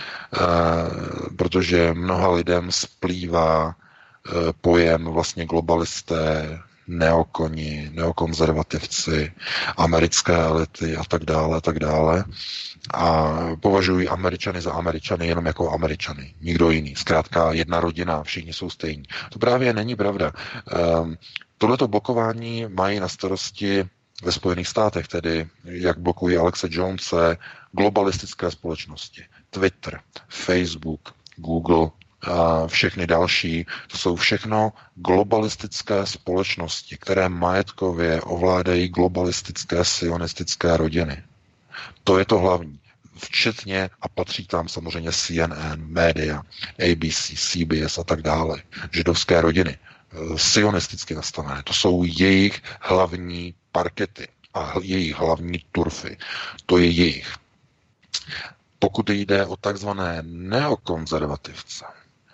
protože mnoha lidem splývá pojem vlastně globalisté, neokoni, neokonzervativci, americké elity a tak dále, a tak dále. A považují Američany za Američany jenom jako Američany. Nikdo jiný. Zkrátka jedna rodina, všichni jsou stejní. To právě není pravda. Um, tohleto blokování mají na starosti ve Spojených státech, tedy jak blokují Alexe Jonese, globalistické společnosti. Twitter, Facebook, Google, a všechny další, to jsou všechno globalistické společnosti, které majetkově ovládají globalistické sionistické rodiny. To je to hlavní. Včetně, a patří tam samozřejmě C N N, média, A B C, C B S a tak dále. Židovské rodiny, sionisticky nastavené. To jsou jejich hlavní parkety a jejich hlavní turfy. To je jejich. Pokud jde o takzvané neokonzervativce,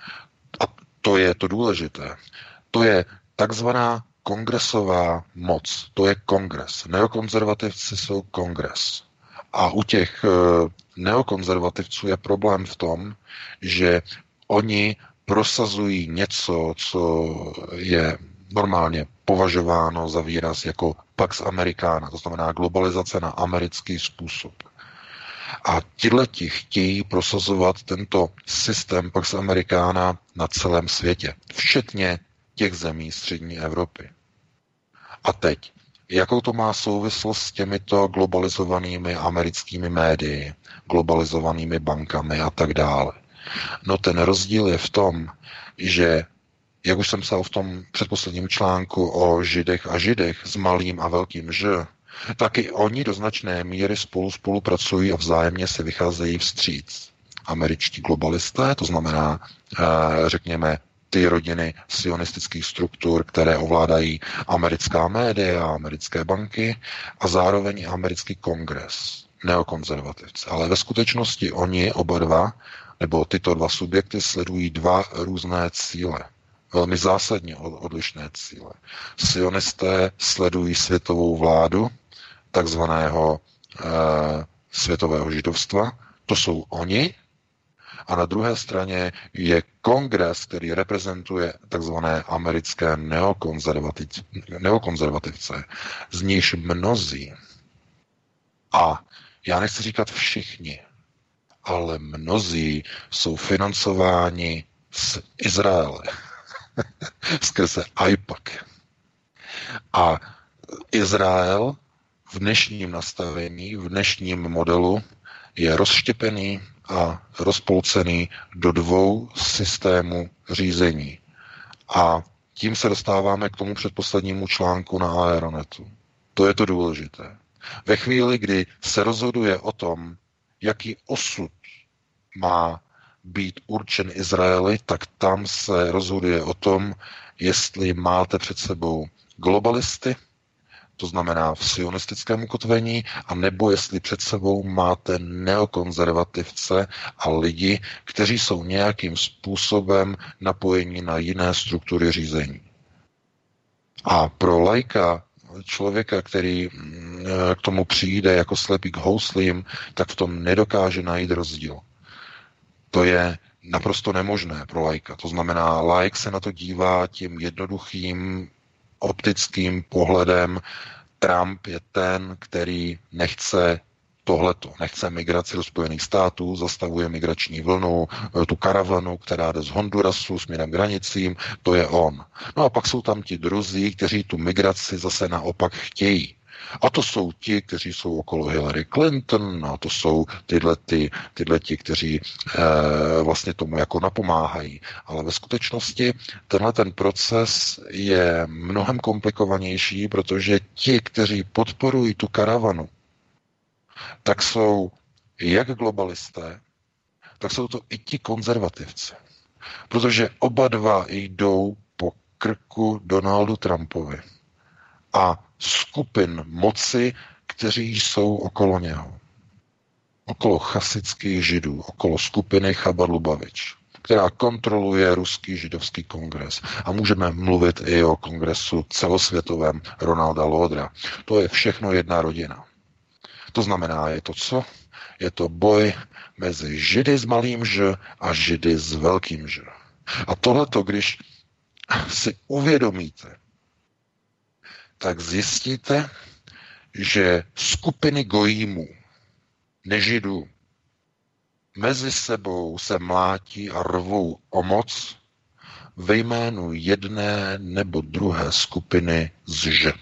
a to je to důležité, to je takzvaná kongresová moc. To je kongres. Neokonzervativci jsou kongres. A u těch neokonzervativců je problém v tom, že oni prosazují něco, co je normálně považováno za výraz jako Pax Americana, to znamená globalizace na americký způsob. A tihleti chtějí prosazovat tento systém Pax Americana na celém světě, včetně těch zemí střední Evropy. A teď, jakou to má souvislost s těmito globalizovanými americkými médii, globalizovanými bankami a tak dále? No ten rozdíl je v tom, že, jak už jsem psal v tom předposledním článku o Židech a Židech s malým a velkým Ž, tak i oni do značné míry spolu spolupracují a vzájemně se vycházejí vstříc. Američtí globalisté, to znamená, řekněme, ty rodiny sionistických struktur, které ovládají americká média, americké banky a zároveň i americký kongres. neokonzervativci. Ale ve skutečnosti oni oba dva, nebo tyto dva subjekty sledují dva různé cíle. Velmi zásadně odlišné cíle. Sionisté sledují světovou vládu, takzvaného e, světového židovstva. To jsou oni. A na druhé straně je kongres, který reprezentuje takzvané americké neokonzervativ, neokonzervativce, z nichž mnozí, a já nechci říkat všichni, ale mnozí jsou financováni z Izraele skrze I P A C. A Izrael v dnešním nastavení, v dnešním modelu je rozštěpený a rozpolcený do dvou systémů řízení. A tím se dostáváme k tomu předposlednímu článku na Aeronetu. To je to důležité. Ve chvíli, kdy se rozhoduje o tom, jaký osud má být určen Izraeli, tak tam se rozhoduje o tom, jestli máte před sebou globalisty, to znamená v sionistickém ukotvení, a nebo jestli před sebou máte neokonzervativce a lidi, kteří jsou nějakým způsobem napojeni na jiné struktury řízení. A pro laika, člověka, který k tomu přijde jako slepý k houslím, tak v tom nedokáže najít rozdíl. To je naprosto nemožné pro laika. To znamená, laik se na to dívá tím jednoduchým optickým pohledem. Trump je ten, který nechce tohleto, nechce migraci do Spojených států, zastavuje migrační vlnu, tu karavanu, která jde z Hondurasu směrem k hranicím, to je on. No a pak jsou tam ti druzí, kteří tu migraci zase naopak chtějí. A to jsou ti, kteří jsou okolo Hillary Clinton, a to jsou tyhle, ty, tyhle ti, kteří e, vlastně tomu jako napomáhají. Ale ve skutečnosti tenhle ten proces je mnohem komplikovanější, protože ti, kteří podporují tu karavanu, tak jsou jak globalisté, tak jsou to i ti konzervativci. Protože oba dva jdou po krku Donaldu Trumpovi a skupin moci, kteří jsou okolo něho. Okolo chasických židů, okolo skupiny Chabad Lubavič, která kontroluje ruský židovský kongres. A můžeme mluvit i o kongresu celosvětovém Ronalda Lodra. To je všechno jedna rodina. To znamená, je to co? Je to boj mezi židy s malým ž a židy s velkým ž. A tohleto, když si uvědomíte, tak zjistíte, že skupiny gojímů, nežidů, mezi sebou se mlátí a rvou o moc ve jménu jedné nebo druhé skupiny zž.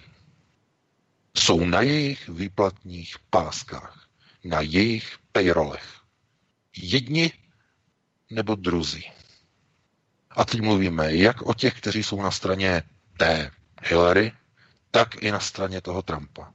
Jsou na jejich výplatních páskách, na jejich payrollech. Jedni nebo druzí. A teď mluvíme jak o těch, kteří jsou na straně té Hillary, tak i na straně toho Trumpa.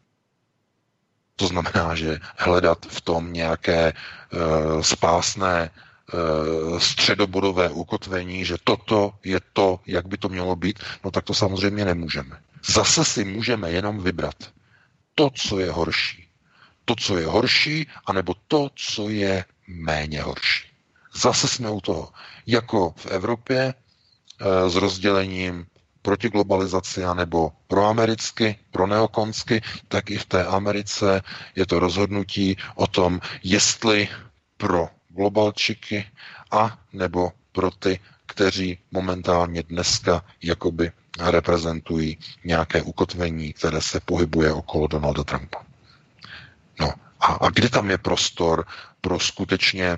To znamená, že hledat v tom nějaké uh, spásné uh, středobodové ukotvení, že toto je to, jak by to mělo být, no tak to samozřejmě nemůžeme. Zase si můžeme jenom vybrat to, co je horší. To, co je horší, anebo to, co je méně horší. Zase jsme u toho. Jako v Evropě uh, s rozdělením proti globalizaci anebo proamericky, pro neokonsky, tak i v té Americe je to rozhodnutí o tom, jestli pro globalčiky a nebo pro ty, kteří momentálně dneska jakoby reprezentují nějaké ukotvení, které se pohybuje okolo Donalda Trumpa. No a, a kde tam je prostor pro skutečně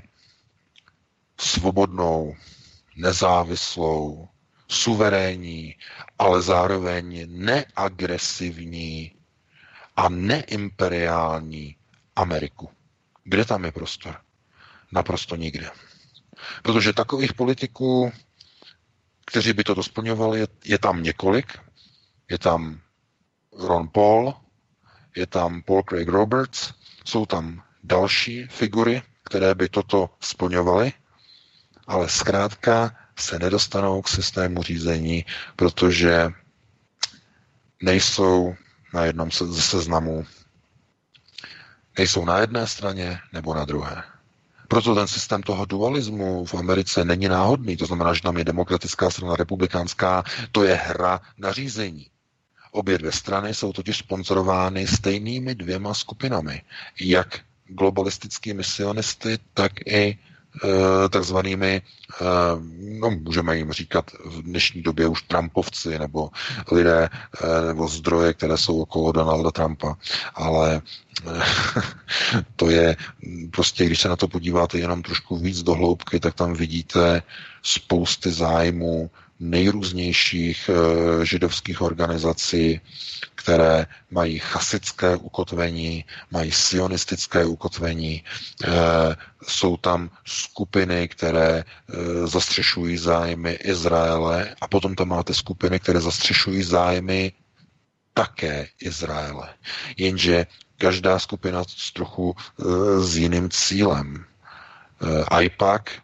svobodnou, nezávislou, suverénní, ale zároveň neagresivní a neimperiální Ameriku. Kde tam je prostor? Naprosto nikde. Protože takových politiků, kteří by to splňovali, je, je tam několik. Je tam Ron Paul, je tam Paul Craig Roberts, jsou tam další figury, které by toto splňovaly, ale zkrátka se nedostanou k systému řízení, protože nejsou na jednom ze seznamu, Nejsou na jedné straně nebo na druhé. Proto ten systém toho dualismu v Americe není náhodný. To znamená, že tam je demokratická strana, republikánská. To je hra na řízení. Obě dvě strany jsou totiž sponzorovány stejnými dvěma skupinami. Jak globalistickými sionisty, tak i e, takzvanými, e, no můžeme jim říkat v dnešní době už Trumpovci, nebo lidé, e, nebo zdroje, které jsou okolo Donalda Trumpa. Ale e, to je prostě, když se na to podíváte jenom trošku víc do hloubky, tak tam vidíte spousty zájmů nejrůznějších e, židovských organizací, které mají chasické ukotvení, mají sionistické ukotvení, e, jsou tam skupiny, které e, zastřešují zájmy Izraele a potom tam máte skupiny, které zastřešují zájmy také Izraele. Jenže každá skupina s trochu e, s jiným cílem. E, AIPAC e,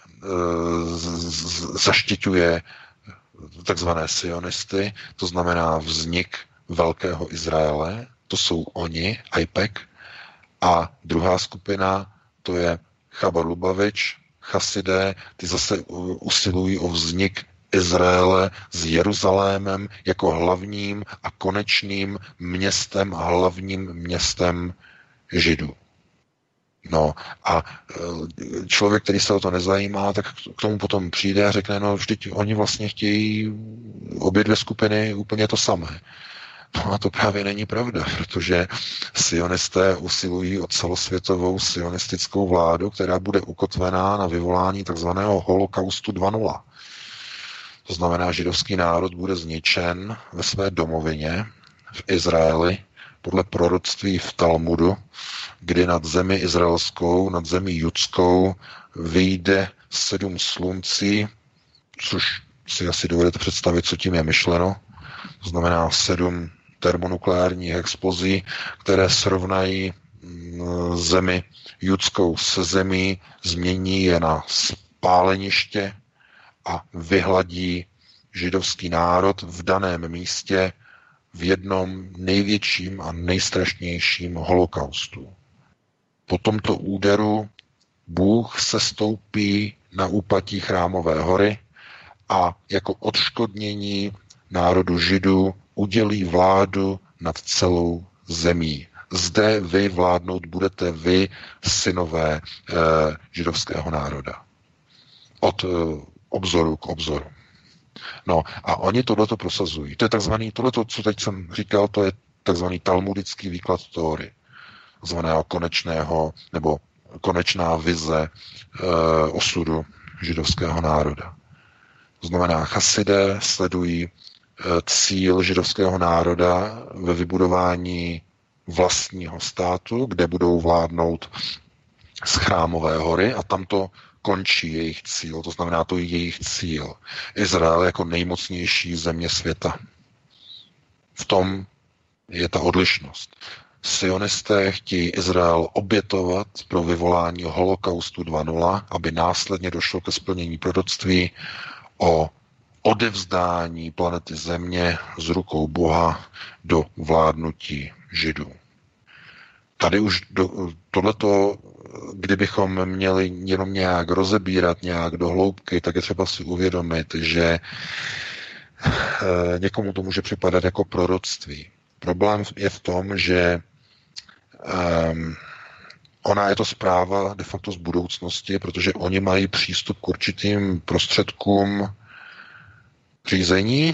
zaštiťuje takzvané sionisty, to znamená vznik Velkého Izraele, to jsou oni, AIPAC, a druhá skupina, to je Chabad Lubavič, chasidé, ty zase usilují o vznik Izraele s Jeruzalémem jako hlavním a konečným městem a hlavním městem Židů. No a člověk, který se o to nezajímá, tak k tomu potom přijde a řekne, no vždyť oni vlastně chtějí obě dvě skupiny úplně to samé. No a to právě není pravda, protože sionisté usilují o celosvětovou sionistickou vládu, která bude ukotvená na vyvolání takzvaného holokaustu dva tečka nula. To znamená, židovský národ bude zničen ve své domovině v Izraeli podle proroctví v Talmudu, kdy nad zemi izraelskou, nad zemi judskou vyjde sedm sluncí, což si asi dovedete představit, co tím je myšleno. To znamená sedm termonukleárních explozí, které srovnají zemi judskou se zemí, změní je na spáleniště a vyhladí židovský národ v daném místě v jednom největším a nejstrašnějším holokaustu. Po tomto úderu Bůh se stoupí na úpatí Chrámové hory a jako odškodnění národu Židů udělí vládu nad celou zemí. Zde vy vládnout budete vy, synové e, židovského národa. Od e, obzoru k obzoru. No a oni tohleto prosazují. To je takzvaný, tohleto, co teď jsem říkal, to je takzvaný talmudický výklad Tóry. Takzvaného konečného, nebo konečná vize e, osudu židovského národa. To znamená, chasidé sledují e, cíl židovského národa ve vybudování vlastního státu, kde budou vládnout z Chrámové hory a tam to končí jejich cíl, to znamená, to je jejich cíl. Izrael jako nejmocnější země světa. V tom je ta odlišnost. Sionisté chtějí Izrael obětovat pro vyvolání holokaustu dva tečka nula, aby následně došlo ke splnění proroctví o odevzdání planety Země z rukou Boha do vládnutí Židů. Tady už do, tohleto, kdybychom měli jenom nějak rozebírat, nějak do hloubky, tak je třeba si uvědomit, že e, někomu to může připadat jako proroctví. Problém je v tom, že um, ona je to zpráva de facto z budoucnosti, protože oni mají přístup k určitým prostředkům řízení,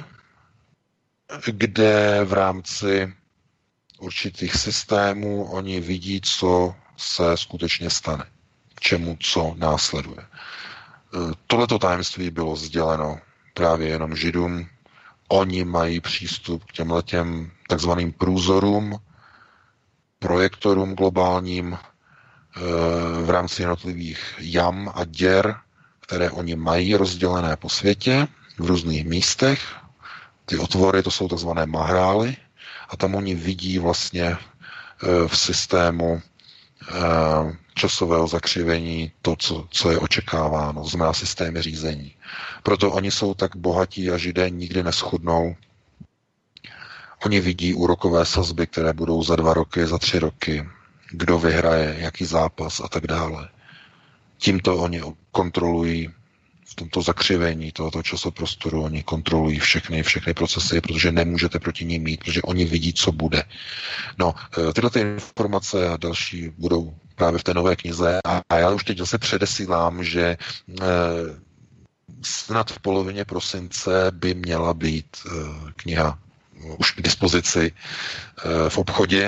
kde v rámci určitých systémů oni vidí, co se skutečně stane, k čemu co následuje. Tohleto tajemství bylo sděleno právě jenom Židům. Oni mají přístup k těmhletěm takzvaným průzorům, projektorům globálním v rámci jednotlivých jam a děr, které oni mají rozdělené po světě v různých místech. Ty otvory, to jsou takzvané mahrály, a tam oni vidí vlastně v systému časového zakřivení to, co, co je očekáváno, to znamená systémy řízení. Proto oni jsou tak bohatí a Židé nikdy neschudnou. Oni vidí úrokové sazby, které budou za dva roky, za tři roky. kdo vyhraje, jaký zápas a tak dále. Tímto oni kontrolují v tomto zakřivení tohoto časoprostoru, oni kontrolují všechny, všechny procesy, protože nemůžete proti nim mít, protože oni vidí, co bude. No, tyhle ty informace a další budou právě v té nové knize a já už teď zase předesílám, že snad v polovině prosince by měla být kniha už k dispozici v obchodě,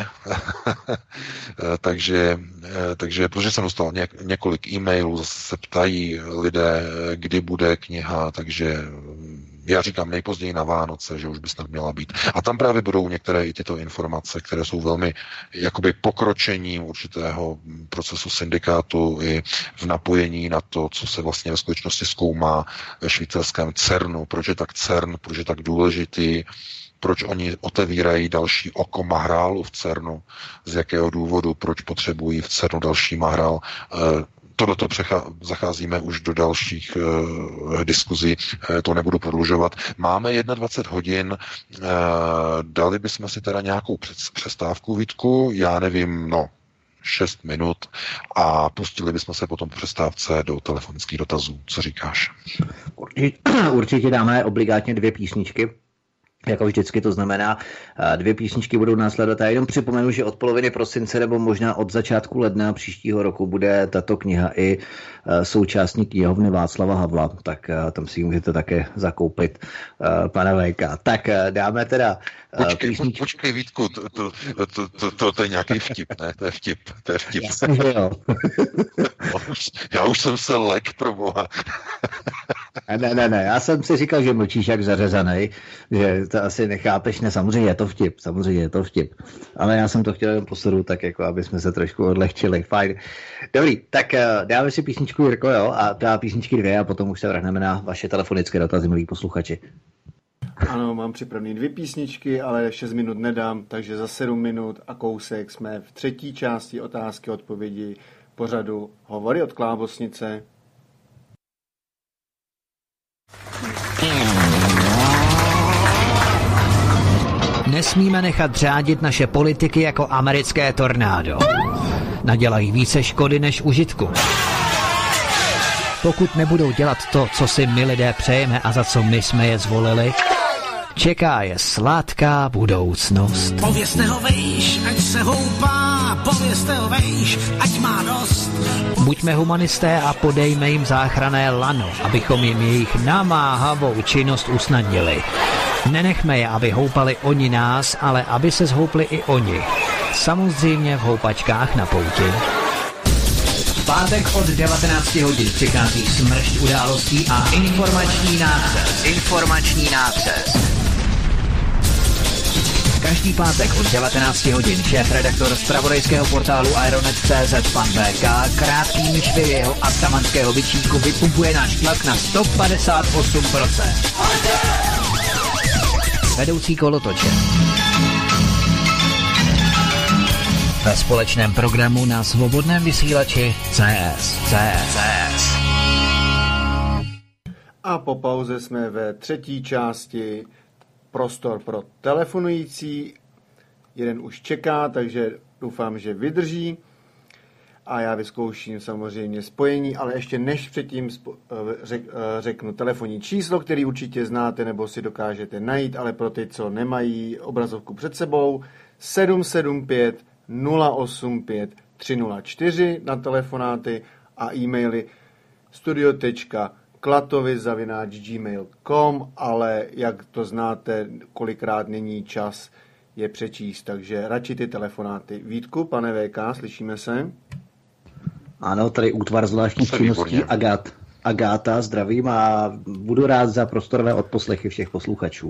takže, takže, protože jsem dostal něk, několik e-mailů, zase se ptají lidé, kdy bude kniha, takže já říkám nejpozději na Vánoce, že už by snad měla být. A tam právě budou některé i tyto informace, které jsou velmi jakoby pokročením určitého procesu syndikátu i v napojení na to, co se vlastně ve skutečnosti zkoumá ve švýcarském CERNu, proč je tak CERN, proč je tak důležitý, proč oni otevírají další oko mahrálu v CERNu, z jakého důvodu, proč potřebují v CERNu další mahrál. Tohleto přechá- zacházíme už do dalších uh, diskuzí, uh, to nebudu prodlužovat. Máme dvacet jedna hodin, uh, dali bychom si teda nějakou přestávku, Vítku, já nevím, no, šest minut a pustili bychom se potom po přestávce do telefonických dotazů. Co říkáš? Určitě, určitě dáme obligátně dvě písničky. Jako vždycky, to znamená, dvě písničky budou následovat. Já jenom připomenu, že od poloviny prosince nebo možná od začátku ledna příštího roku bude tato kniha i součástí knihovny Václava Havla, tak tam si ji můžete také zakoupit, pana V K. Tak dáme teda Počkej, písničku. počkej Vítku, to, to, to, to, to, to je nějaký vtip, ne? To je vtip, to je vtip. Jasně, že jo. Já už jsem se lek, proboha. Ne, ne, ne, já jsem si říkal, že mlčíš jak zařezanej, že to asi nechápeš, ne, samozřejmě je to vtip, samozřejmě je to vtip, ale já jsem to chtěl jen posunout tak, jako aby jsme se trošku odlehčili, fajn. Dobrý, tak dáme si písničku, Jirko, jo, a dá písničky dvě a potom už se vrhneme na vaše telefonické dotazy, milí posluchači. Ano, mám připravený dvě písničky, ale šest minut nedám, takže za sedm minut a kousek jsme v třetí části otázky a odpovědi pořadu Hovory od Klábosnice. Nesmíme nechat řádit naše politiky jako americké tornádo. Nadělají více škody než užitku. Pokud nebudou dělat to, co si my lidé přejeme a za co my jsme je zvolili, čeká je sladká budoucnost. Povězte ho vejš, ať se houpá, povězte ho vejš, ať má dost. Buďme humanisté a podejme jim záchranné lano, abychom jim jejich namáhavou činnost usnadnili. Nenechme je, aby houpali oni nás, ale aby se zhoupli i oni. Samozřejmě v houpačkách na pouti. V pátek od devatenácti hodin přichází smršť událostí a informační nácest. Informační nácest. Každý pátek od devatenácti hodin šéf-redaktor zpravodajského portálu Aeronet tečka cé zet pan V K krátkými švy jeho atamanského bičíku vypumpuje náš tlak na sto padesát osm procent. Vedoucí kolotoče. Ve společném programu na svobodném vysílači C S. C S. A po pauze jsme ve třetí části prostor pro telefonující. Jeden už čeká, takže doufám, že vydrží. A já vyzkouším samozřejmě spojení, ale ještě než předtím řeknu telefonní číslo, který určitě znáte nebo si dokážete najít, ale pro ty, co nemají obrazovku před sebou, sedm sedm pět nula osm pět tři nula čtyři na telefonáty a e-maily studio tečka klatovi zavináč gmail tečka com, ale jak to znáte, kolikrát není čas je přečíst, takže radši ty telefonáty. Vítku, pane V K, slyšíme se? Ano, tady útvar zvláštních činností Agát. Agáta, zdravím a budu rád za prostorové odposlechy všech posluchačů.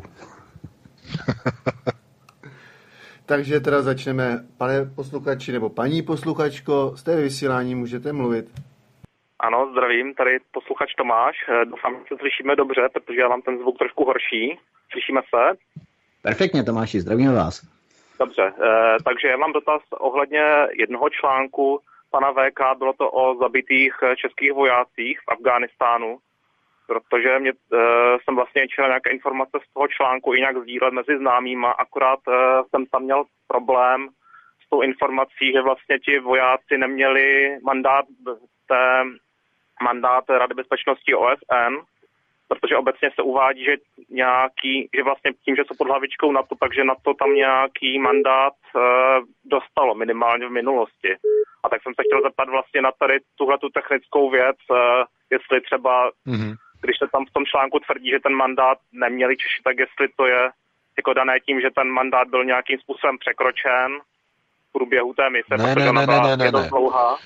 Takže teda začneme, pane posluchači nebo paní posluchačko, z té vysílání můžete mluvit. Ano, zdravím, tady posluchač Tomáš. Doufám, že se slyšíme dobře, protože já mám ten zvuk trošku horší. Slyšíme se? Perfektně, Tomáši, zdravíme vás. Dobře, eh, takže já mám dotaz ohledně jednoho článku pana V K, bylo to o zabitých českých vojácích v Afghánistánu, protože mě, e, jsem vlastně četl nějaké informace z toho článku i nějak sdílet mezi známýma, akorát e, jsem tam měl problém s s tou informací, že vlastně ti vojáci neměli mandát té mandát Rady bezpečnosti O S N, protože obecně se uvádí, že nějaký, že vlastně tím, že jsou pod hlavičkou NATO, takže NATO tam nějaký mandát e, dostalo minimálně v minulosti. A tak jsem se chtěl zeptat vlastně na tady tuhletu technickou věc, e, jestli třeba, mm-hmm. když se tam v tom článku tvrdí, že ten mandát neměli Češi, tak jestli to je jako dané tím, že ten mandát byl nějakým způsobem překročen v průběhu té mise, ne, protože ne, ona ne, byla ne, ne, dost ne. dlouhá.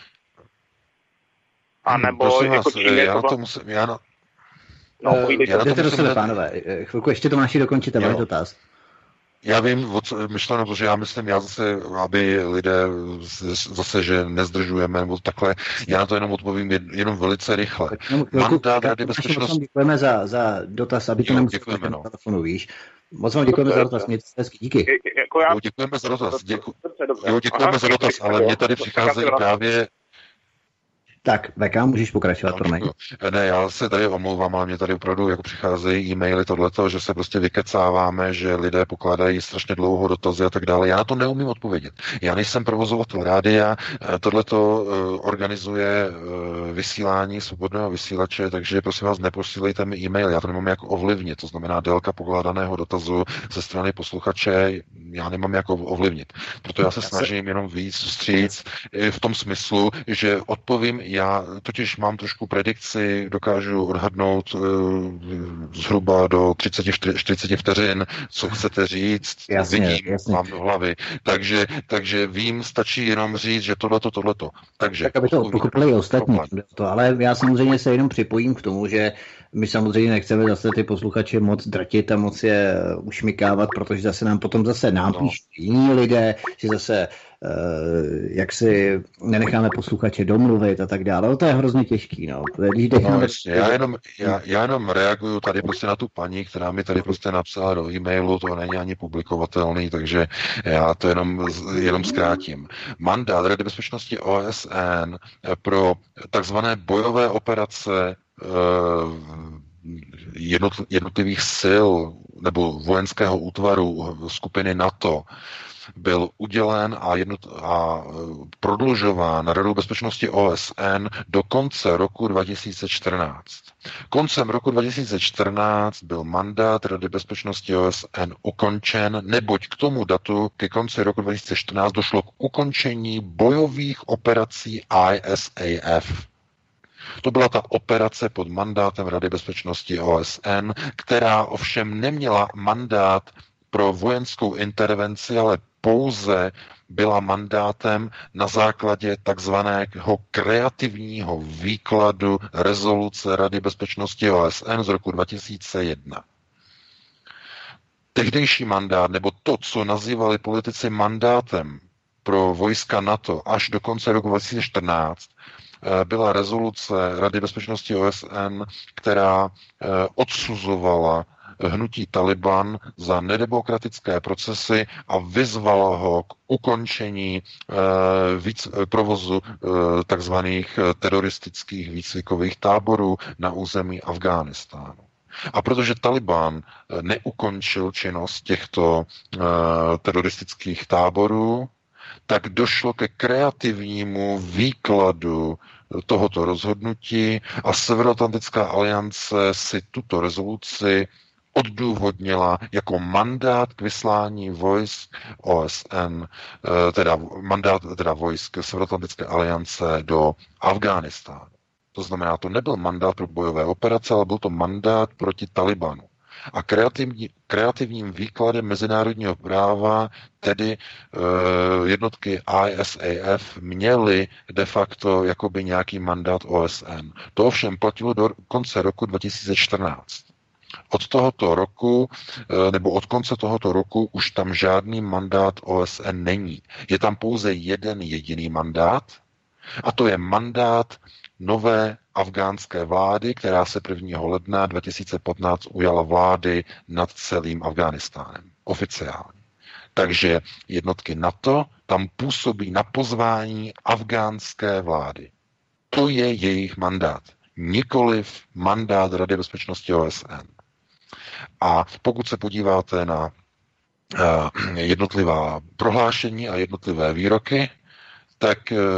A nebo Prosím jako vás, tím, já na to to musím, já na... No, jdete do sebe, pánové. Chvilku, ještě to naši dokončíte, váš dotaz. Já vím, myšleno, protože já myslím, já zase, aby lidé zase, že nezdržujeme, nebo takhle, já na to jenom odpovím jenom velice rychle. Mandát Rady bezpečnosti... Děkujeme za, za dotaz, aby to nemuselo na no. telefonu, víš. Moc vám děkujeme za dotaz, mějte se hezky, díky. Jo, děkujeme za dotaz, děku... jo, děkujeme za dotaz, ale mě tady přicházejí právě... Tak, V K, můžeš pokračovat, no, promiň. Ne, já se tady omlouvám, ale mě tady opravdu jako přicházejí e-maily tohleto, že se prostě vykecáváme, že lidé pokládají strašně dlouho dotazy a tak dále. Já na to neumím odpovědět. Já nejsem provozovatel rádia, tohleto organizuje vysílání svobodného vysílače, takže prosím vás, neposílejte mi e-mail, já to nemám jak ovlivnit, to znamená délka pokládaného dotazu ze strany posluchače, já nemám jak ovlivnit. Proto já se snažím jenom víc vstříc v tom smyslu, že odpovím. Já totiž mám trošku predikci, dokážu odhadnout uh, zhruba do třicet čtyřicet vteřin, co chcete říct, jasně, vidím, jasně. mám do hlavy. Takže, takže vím, stačí jenom říct, že tohleto, tohleto. Takže, tak aby to pochopili ostatní. To, ale já samozřejmě se jenom připojím k tomu, že my samozřejmě nechceme zase ty posluchače moc drtit a moc je ušmikávat, protože zase nám potom zase nápíší no. jiní lidé, že zase Uh, jak si nenecháme posluchače domluvit a tak dále. No, to je hrozně těžký. No. Když no, jasně, já, jenom, já, já jenom reaguju tady prostě na tu paní, která mi tady prostě napsala do e-mailu, to není ani publikovatelný, takže já to jenom, jenom zkrátím. Mandát Rady bezpečnosti O S N pro takzvané bojové operace uh, jednotlivých sil nebo vojenského útvaru skupiny NATO byl udělen a, jednot, a prodlužován Radou bezpečnosti O S N do konce roku dva tisíce čtrnáct. Koncem roku dva tisíce čtrnáct byl mandát Rady bezpečnosti O S N ukončen, neboť k tomu datu, ke konci roku dva tisíce čtrnáct, došlo k ukončení bojových operací I S A F. To byla ta operace pod mandátem Rady bezpečnosti O S N, která ovšem neměla mandát pro vojenskou intervenci, ale pouze byla mandátem na základě takzvaného kreativního výkladu rezoluce Rady bezpečnosti O S N z roku dva tisíce jedna. Tehdejší mandát, nebo to, co nazývali politici mandátem pro vojska NATO až do konce roku dva tisíce čtrnáct, byla rezoluce Rady bezpečnosti O S N, která odsuzovala hnutí Taliban za nedemokratické procesy a vyzvala ho k ukončení e, víc, provozu e, takzvaných teroristických výcvikových táborů na území Afghánistánu. A protože Taliban neukončil činnost těchto e, teroristických táborů, tak došlo ke kreativnímu výkladu tohoto rozhodnutí a Severoatlantická aliance si tuto rezoluci odůvodnila jako mandát k vyslání vojsk O S N, teda mandát teda vojsk Severoatlantické aliance do Afghánistánu. To znamená, to nebyl mandát pro bojové operace, ale byl to mandát proti Talibanu. A kreativní, kreativním výkladem mezinárodního práva tedy uh, jednotky I S A F měly de facto jakoby nějaký mandát O S N. To ovšem platilo do konce roku dva tisíce čtrnáct. Od tohoto roku, nebo od konce tohoto roku už tam žádný mandát O S N není. Je tam pouze jeden jediný mandát a to je mandát nové afgánské vlády, která se prvního ledna dva tisíce patnáct ujala vlády nad celým Afghánistánem. Oficiálně. Takže jednotky NATO tam působí na pozvání afgánské vlády. To je jejich mandát. Nikoliv mandát Rady bezpečnosti O S N. A pokud se podíváte na jednotlivá prohlášení a jednotlivé výroky, tak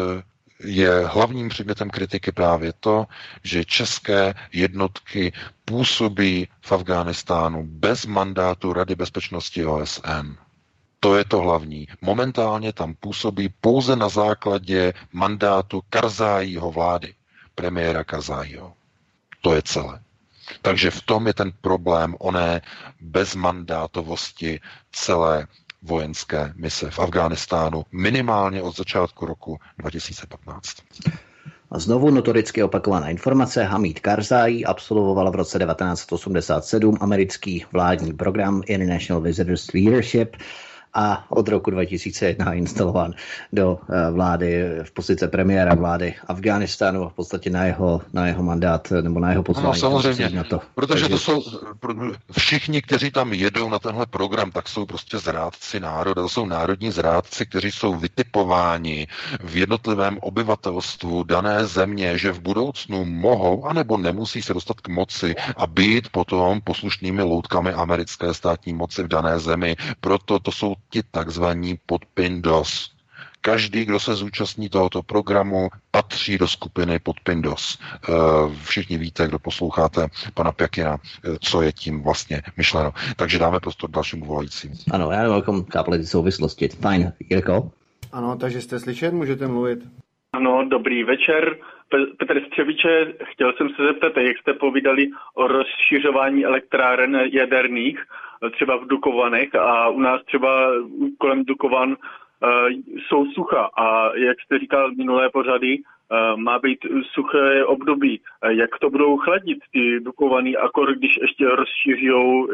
je hlavním předmětem kritiky právě to, že české jednotky působí v Afghánistánu bez mandátu Rady bezpečnosti O S N. To je to hlavní. Momentálně tam působí pouze na základě mandátu Karzáího vlády, premiéra Karzáího. To je celé. Takže v tom je ten problém oné bezmandátovosti celé vojenské mise v Afghánistánu minimálně od začátku roku dva tisíce patnáct. A znovu notoricky opakovaná informace. Hamid Karzai absolvoval v roce devatenáct osmdesát sedm americký vládní program International Visitors Leadership a od roku dva tisíce jedna instalován do vlády v pozici premiéra vlády Afghánistánu a v podstatě na jeho, na jeho mandát nebo na jeho pozvání. No, samozřejmě, na to. protože Takže... to jsou všichni, kteří tam jedou na tenhle program, tak jsou prostě zrádci národa, to jsou národní zrádci, kteří jsou vytipováni v jednotlivém obyvatelstvu dané země, že v budoucnu mohou anebo nemusí se dostat k moci a být potom poslušnými loutkami americké státní moci v dané zemi. Proto to jsou ti takzvaní podpindos. Každý, kdo se zúčastní tohoto programu, patří do skupiny podpindos. Všichni víte, kdo posloucháte pana Pěkina, co je tím vlastně myšleno. Takže dáme prostor dalšímu volajícím. Ano, já nevím, kápli ty souvislosti. Fajn, Jirko? Ano, takže jste slyšet, můžete mluvit. Ano, dobrý večer. Petr Střeviče, chtěl jsem se zeptat, jak jste povídali o rozšiřování elektráren jaderných, třeba v Dukovanech a u nás třeba kolem Dukovan uh, jsou sucha a jak jste říkal minulé pořady, uh, má být suché období. Uh, jak to budou chladit ty Dukovany, akor když ještě rozšířijou, uh,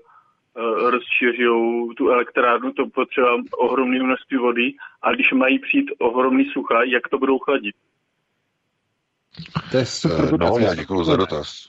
uh, rozšířijou tu elektrárnu, to potřeba ohromné množství vody a když mají přijít ohromný sucha, jak to budou chladit? To je super. Uh, no, já děkuju za dotaz.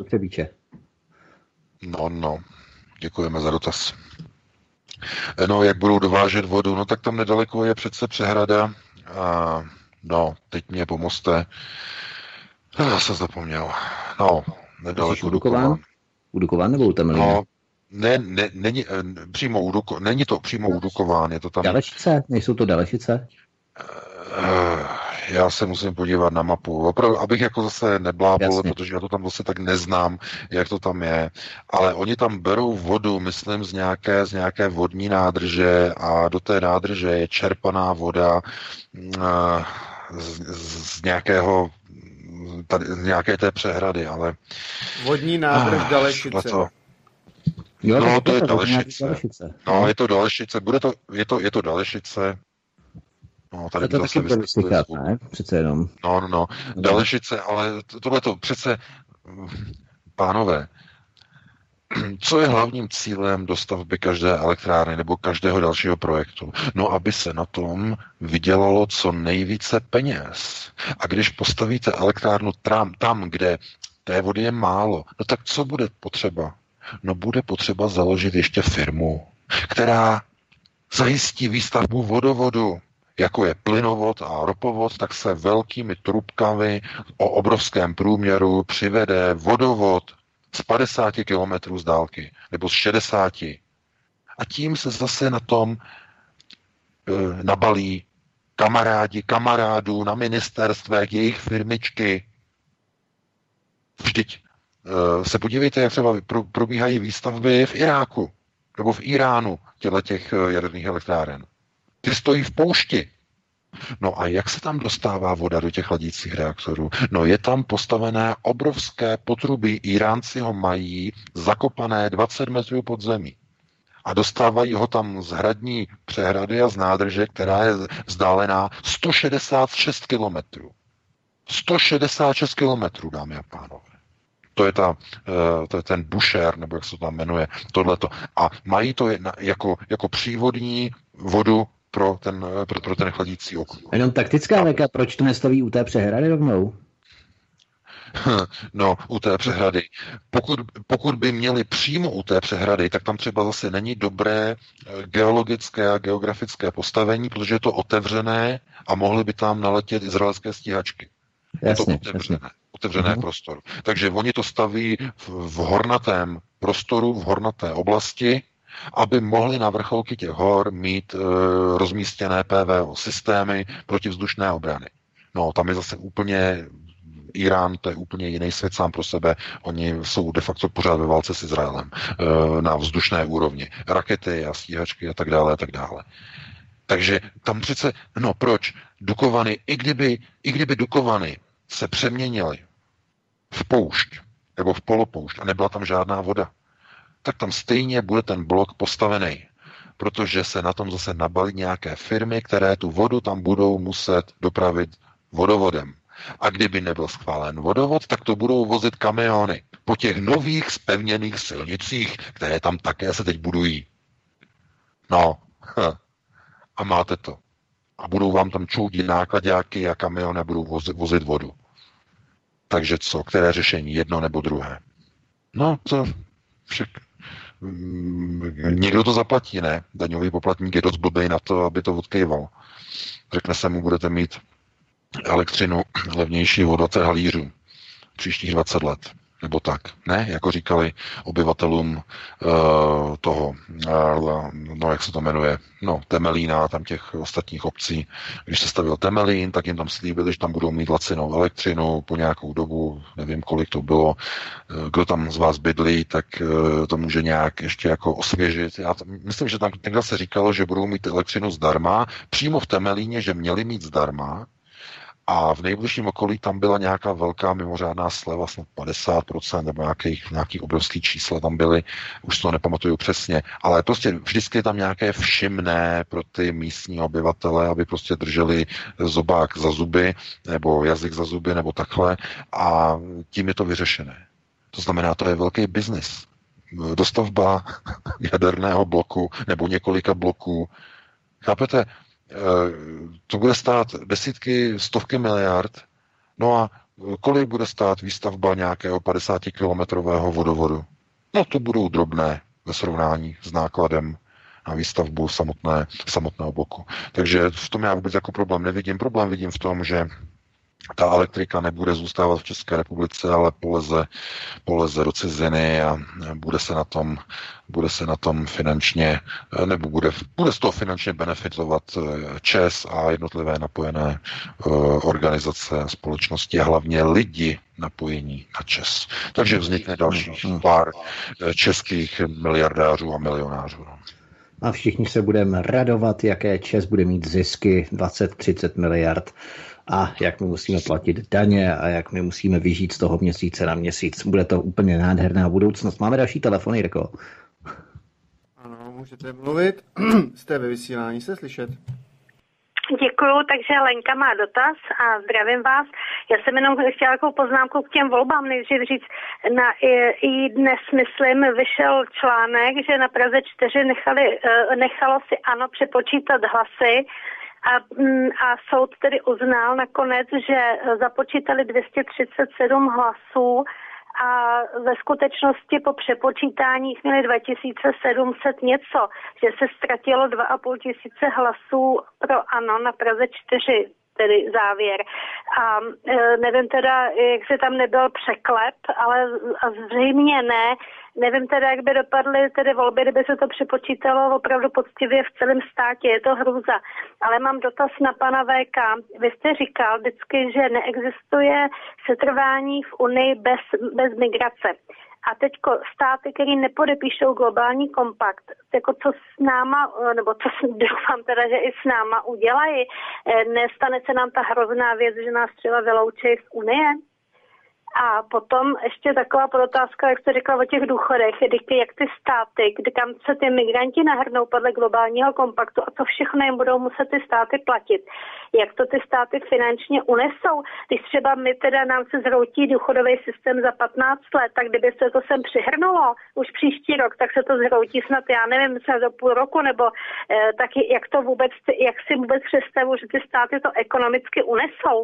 No, no. Děkujeme za dotaz. No, jak budou dovážet vodu? No, tak tam nedaleko je přece přehrada. A, no, teď mě pomozte. Já jsem zapomněl. No, nedaleko Dukovan. U Dukovan nebo u Temelína? No, ne, ne, není, přímo u Duko, není to přímo u Dukovan, je to tam... Dalešice? Nejsou to Dalešice? Uh, já se musím podívat na mapu, opravdu, abych jako zase neblábil, Jasně. protože já to tam zase tak neznám, jak to tam je, ale oni tam berou vodu, myslím, z nějaké, z nějaké vodní nádrže a do té nádrže je čerpaná voda uh, z, z nějakého tady, z nějaké té přehrady, ale... Vodní nádrž uh, Dalešice. To, jo, no, to je to Dalešice. Dalešice. No, je to Dalešice, bude to, je to, je to Dalešice. No, tady to taky bude vyslychat, ne? Přece jenom. No, no, no. Dalešice, ale tohle to přece, pánové, co je hlavním cílem dostavby každé elektrárny nebo každého dalšího projektu? No, aby se na tom vydělalo co nejvíce peněz. A když postavíte elektrárnu tam, tam, kde té vody je málo, no tak co bude potřeba? No, bude potřeba založit ještě firmu, která zajistí výstavbu vodovodu, jako je plynovod a ropovod, tak se velkými trubkami o obrovském průměru přivede vodovod z padesáti kilometrů z dálky, nebo z šedesáti. A tím se zase na tom e, nabalí kamarádi kamarádů na ministerstvech, jejich firmičky. Vždyť e, se podívejte, jak třeba pro, probíhají výstavby v Iráku, nebo v Iránu těch jaderných elektráren. Ty stojí v poušti. No a jak se tam dostává voda do těch chladících reaktorů? No je tam postavené obrovské potrubí, Iránci ho mají zakopané dvacet metrů pod zemí. A dostávají ho tam z hradní přehrady a z nádrže, která je vzdálená sto šedesát šest kilometrů. sto šedesát šest kilometrů, dámy a pánové. To je, ta, to je ten Busher, nebo jak se to tam jmenuje, tohleto. A mají to jako, jako přívodní vodu pro ten, pro, pro ten chladící okruh. Jenom taktická veka, proč to nestaví u té přehrady rovnou? No, u té přehrady. Pokud, pokud by měli přímo u té přehrady, tak tam třeba zase není dobré geologické a geografické postavení, protože je to otevřené a mohly by tam naletět izraelské stíhačky. Jasně, je to otevřené, jasně. otevřené uh-huh. prostoru. Takže oni to staví v, v hornatém prostoru, v hornaté oblasti aby mohli na vrcholky těch hor mít e, rozmístěné P V O systémy protivzdušné obrany. No, tam je zase úplně Irán, to je úplně jiný svět sám pro sebe. Oni jsou de facto pořád ve válce s Izraelem e, na vzdušné úrovni. Rakety a stíhačky a tak dále, a tak dále. Takže tam přece, no proč? Dukovany, i kdyby, i kdyby Dukovany se přeměnily v poušť, nebo v polopoušť a nebyla tam žádná voda, tak tam stejně bude ten blok postavený, protože se na tom zase nabalí nějaké firmy, které tu vodu tam budou muset dopravit vodovodem. A kdyby nebyl schválen vodovod, tak to budou vozit kamiony po těch nových zpevněných silnicích, které tam také se teď budují. No, a máte to. A budou vám tam čoudit nákladáky a kamiony a budou vozit, vozit vodu. Takže co? Které řešení? Jedno nebo druhé? No, to však někdo to zaplatí, ne? Daňový poplatník je dost blbej na to, aby to odkejval. Řekne se mu, budete mít elektřinu levnější o dvacet halířů příštích dvacet let. Nebo tak. Ne, jako říkali obyvatelům uh, toho, uh, no jak se to jmenuje, no Temelína a tam těch ostatních obcí. Když se stavil Temelín, tak jim tam slíbili, že tam budou mít lacinou elektřinu po nějakou dobu, nevím kolik to bylo. Uh, kdo tam z vás bydlí, tak uh, to může nějak ještě jako osvěžit. Já to, myslím, že tam někde se říkalo, že budou mít elektřinu zdarma, přímo v Temelíně, že měli mít zdarma. A v nejbližším okolí tam byla nějaká velká mimořádná sleva, snad padesát procent nebo nějaký, nějaký obrovský čísla tam byly, už to nepamatuju přesně, ale prostě vždycky je tam nějaké všimné pro ty místní obyvatele, aby prostě drželi zobák za zuby, nebo jazyk za zuby, nebo takhle, a tím je to vyřešené. To znamená, to je velký biznis. Dostavba jaderného bloku nebo několika bloků. Chápete? To bude stát desítky, stovky miliard. No a kolik bude stát výstavba nějakého padesátikilometrového vodovodu? No to budou drobné ve srovnání s nákladem na výstavbu samotné, samotného bloku. Takže v tom já vůbec jako problém nevidím. Problém vidím v tom, že ta elektrika nebude zůstávat v České republice, ale poleze, poleze do ciziny a bude se na tom, bude se na tom finančně, nebo bude, bude z toho finančně benefitovat ČEZ a jednotlivé napojené organizace a společnosti a hlavně lidi napojení na ČEZ. Takže vznikne dalších pár českých miliardářů a milionářů. A všichni se budeme radovat, jaké ČEZ bude mít zisky dvacet třicet miliard. A jak my musíme platit daně a jak my musíme vyžít z toho měsíce na měsíc. Bude to úplně nádherná budoucnost. Máme další telefon, Jirko. Ano, můžete mluvit. Jste ve vysílání, se slyšet. Děkuju, takže Lenka má dotaz a zdravím vás. Já jsem jenom chtěla takovou poznámku k těm volbám. Nejdřív říct, na i, i dnes, myslím, vyšel článek, že na Praze čtyři nechali, nechalo si ANO přepočítat hlasy. A, a soud tedy uznal nakonec, že započítali dvě stě třicet sedm hlasů a ve skutečnosti po přepočítání měli dva tisíce sedm set něco, že se ztratilo dva a půl tisíce hlasů pro ANO na Praze čtyři, tedy závěr. A e, nevím teda, jak se tam nebyl překlep, ale a zřejmě ne. Nevím teda, jak by dopadly tedy volby, kdyby se to přepočítalo opravdu poctivě v celém státě. Je to hrůza. Ale mám dotaz na pana V K. Vy jste říkal vždycky, že neexistuje setrvání v Unii bez, bez migrace. A teďko státy, které nepodepíšou globální kompakt, jako co s náma, nebo co doufám teda, že i s náma udělají, nestane se nám ta hrozná věc, že nás třeba vyloučí z Unie? A potom ještě taková podotázka, jak jste řekla o těch důchodech, jak ty státy, kdy kam se ty migranti nahrnou podle globálního kompaktu a co všechno jim budou muset ty státy platit. Jak to ty státy finančně unesou? Když třeba my teda nám se zroutí důchodový systém za patnáct let, tak kdyby se to sem přihrnulo už příští rok, tak se to zroutí snad, já nevím, snad do půl roku, nebo eh, taky jak to vůbec, jak si vůbec představu, že ty státy to ekonomicky unesou.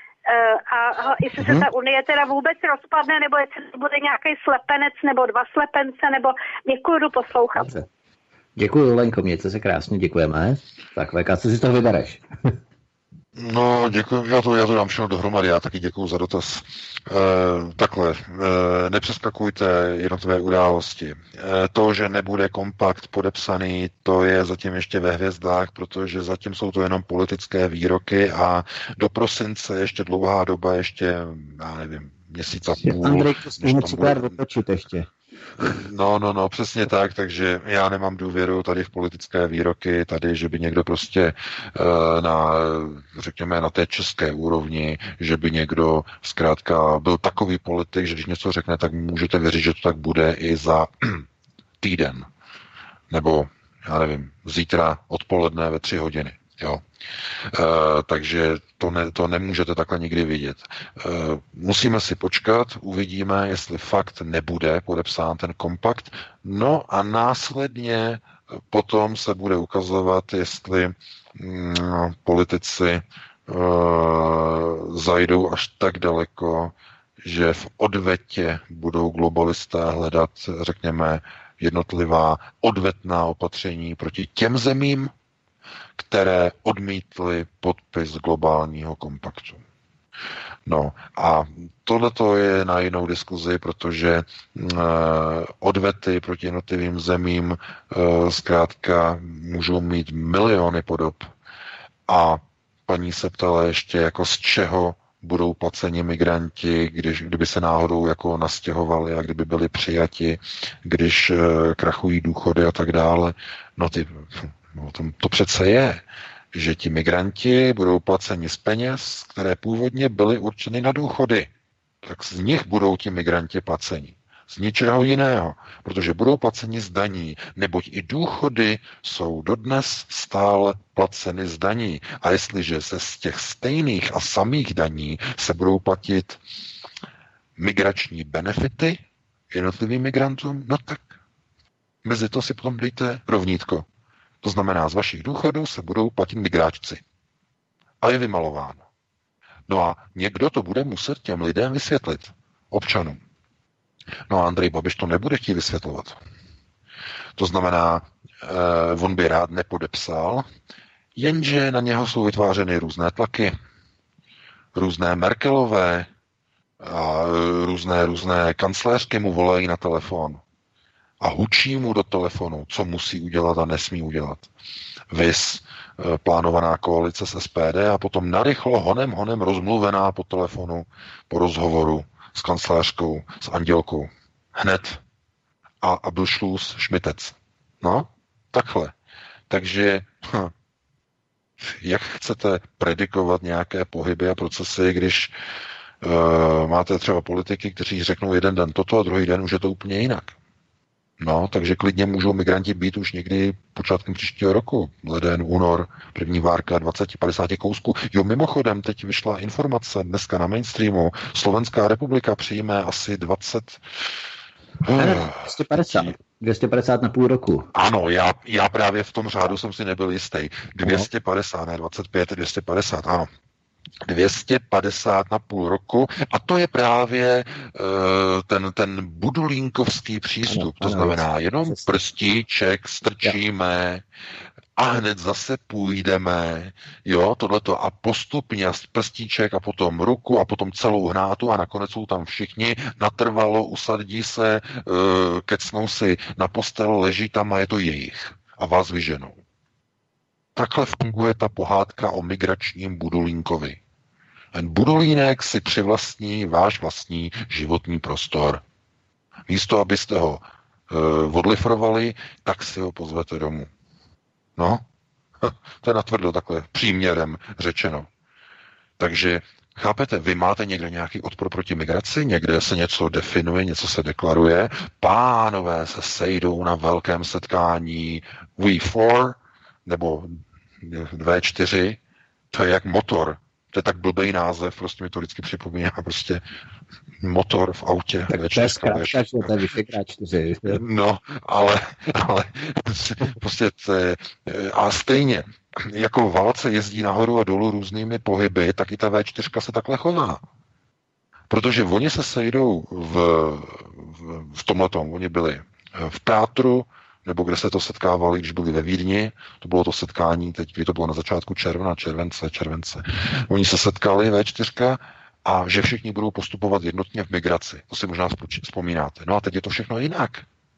A jestli se ta Unie teda vůbec rozpadne, nebo jestli to bude nějaký slepenec, nebo dva slepence, nebo děkuji, jdu poslouchat. Dobře. Děkuji, Lenko, mějte se krásně, děkujeme. Tak, V K, co si z toho vybereš? No, děkuji, já to, já to dám všechno dohromady, já taky děkuji za dotaz. E, takhle, e, nepřeskakujte jednotlivé události. E, to, že nebude kompakt podepsaný, to je zatím ještě ve hvězdách, protože zatím jsou to jenom politické výroky a do prosince ještě dlouhá doba, ještě, já nevím, měsíc a půl. Andrej, to stihne třikrát vytočit ještě. No, no, no, přesně tak, takže já nemám důvěru tady v politické výroky, tady, že by někdo prostě na, řekněme, na té české úrovni, že by někdo zkrátka byl takový politik, že když něco řekne, tak můžete věřit, že to tak bude i za týden. Nebo, já nevím, zítra odpoledne ve tři hodiny. Jo. E, takže to, ne, to nemůžete takhle nikdy vidět. E, musíme si počkat, uvidíme, jestli fakt nebude podepsán ten kompakt, no a následně potom se bude ukazovat, jestli mm, politici e, zajdou až tak daleko, že v odvetě budou globalisté hledat, řekněme, jednotlivá odvetná opatření proti těm zemím, které odmítly podpis globálního kompaktu. No a tohleto je na jinou diskuzi, protože e, odvety proti jednotlivým zemím e, zkrátka můžou mít miliony podob. A paní se ptala ještě, jako z čeho budou placeni migranti, když, kdyby se náhodou jako nastěhovali a kdyby byli přijati, když e, krachují důchody a tak dále. No ty... No, to, to přece je, že ti migranti budou placeni z peněz, které původně byly určeny na důchody. Tak z nich budou ti migranti placeni. Z ničeho jiného, protože budou placeni z daní, neboť i důchody jsou dodnes stále placeny z daní. A jestliže se z těch stejných a samých daní se budou platit migrační benefity jednotlivým migrantům, no tak mezi to si potom dejte rovnítko. To znamená, z vašich důchodů se budou platit migráčci. A je vymalováno. No a někdo to bude muset těm lidem vysvětlit. Občanům. No a Andrej Babiš to nebude chtít vysvětlovat. To znamená, eh, on by rád nepodepsal, jenže na něho jsou vytvářeny různé tlaky, různé Merkelové a různé, různé kancléřky mu volají na telefon. A hučí mu do telefonu, co musí udělat a nesmí udělat. Vys plánovaná koalice s S P D a potom narychlo honem honem rozmluvená po telefonu, po rozhovoru s kancléřkou, s Andělkou. Hned. A Abelschluss Schmittec. No, takhle. Takže hm, jak chcete predikovat nějaké pohyby a procesy, když uh, máte třeba politiky, kteří řeknou jeden den toto a druhý den už je to úplně jinak. No, takže klidně můžou migranti být už někdy počátkem příštího roku. Leden, únor, první várka, dvacet padesát kousků. Jo, mimochodem, teď vyšla informace dneska na mainstreamu. Slovenská republika přijme asi dvacet... Ne, dvě stě padesát. dvě stě padesát na půl roku. Ano, já, já právě v tom řádu jsem si nebyl jistý. dvě stě padesát, ne dvacet pět, dvě stě padesát, ano. dvě stě padesát na půl roku a to je právě uh, ten, ten budulínkovský přístup. Ano, to ano, znamená, jenom prstíček strčíme a hned zase půjdeme, jo, tohleto a postupně prstíček a potom ruku a potom celou hnátu a nakonec jsou tam všichni, natrvalo, usadí se, uh, kecnou si na postel, leží tam a je to jejich a vás vyženou. Takhle funguje ta pohádka o migračním budulínkovi. Ten budulínek si přivlastní váš vlastní životní prostor. Místo, abyste ho e, odlifrovali, tak si ho pozvete domů. No, to je natvrdo takhle příměrem řečeno. Takže, chápete, vy máte někde nějaký odpor proti migraci, někde se něco definuje, něco se deklaruje, pánové se sejdou na velkém setkání We Four, nebo V čtyři, to je jak motor. To je tak blbej název, prostě mi to vždycky připomíná prostě motor v autě. Tak to je zkrátka, že to je Visegrad čtyři. No, ale, ale prostě to je, a stejně, jako válce jezdí nahoru a dolů různými pohyby, tak i ta V čtyři se takhle chová. Protože oni se sejdou v, v, v tomhletom, oni byli v Tátru nebo kde se to setkávali, když byli ve Vídni, to bylo to setkání, teď, kdy to bylo na začátku června, července, července. Oni se setkali vé čtyři a že všichni budou postupovat jednotně v migraci. To si možná vzpomínáte. No a teď je to všechno jinak.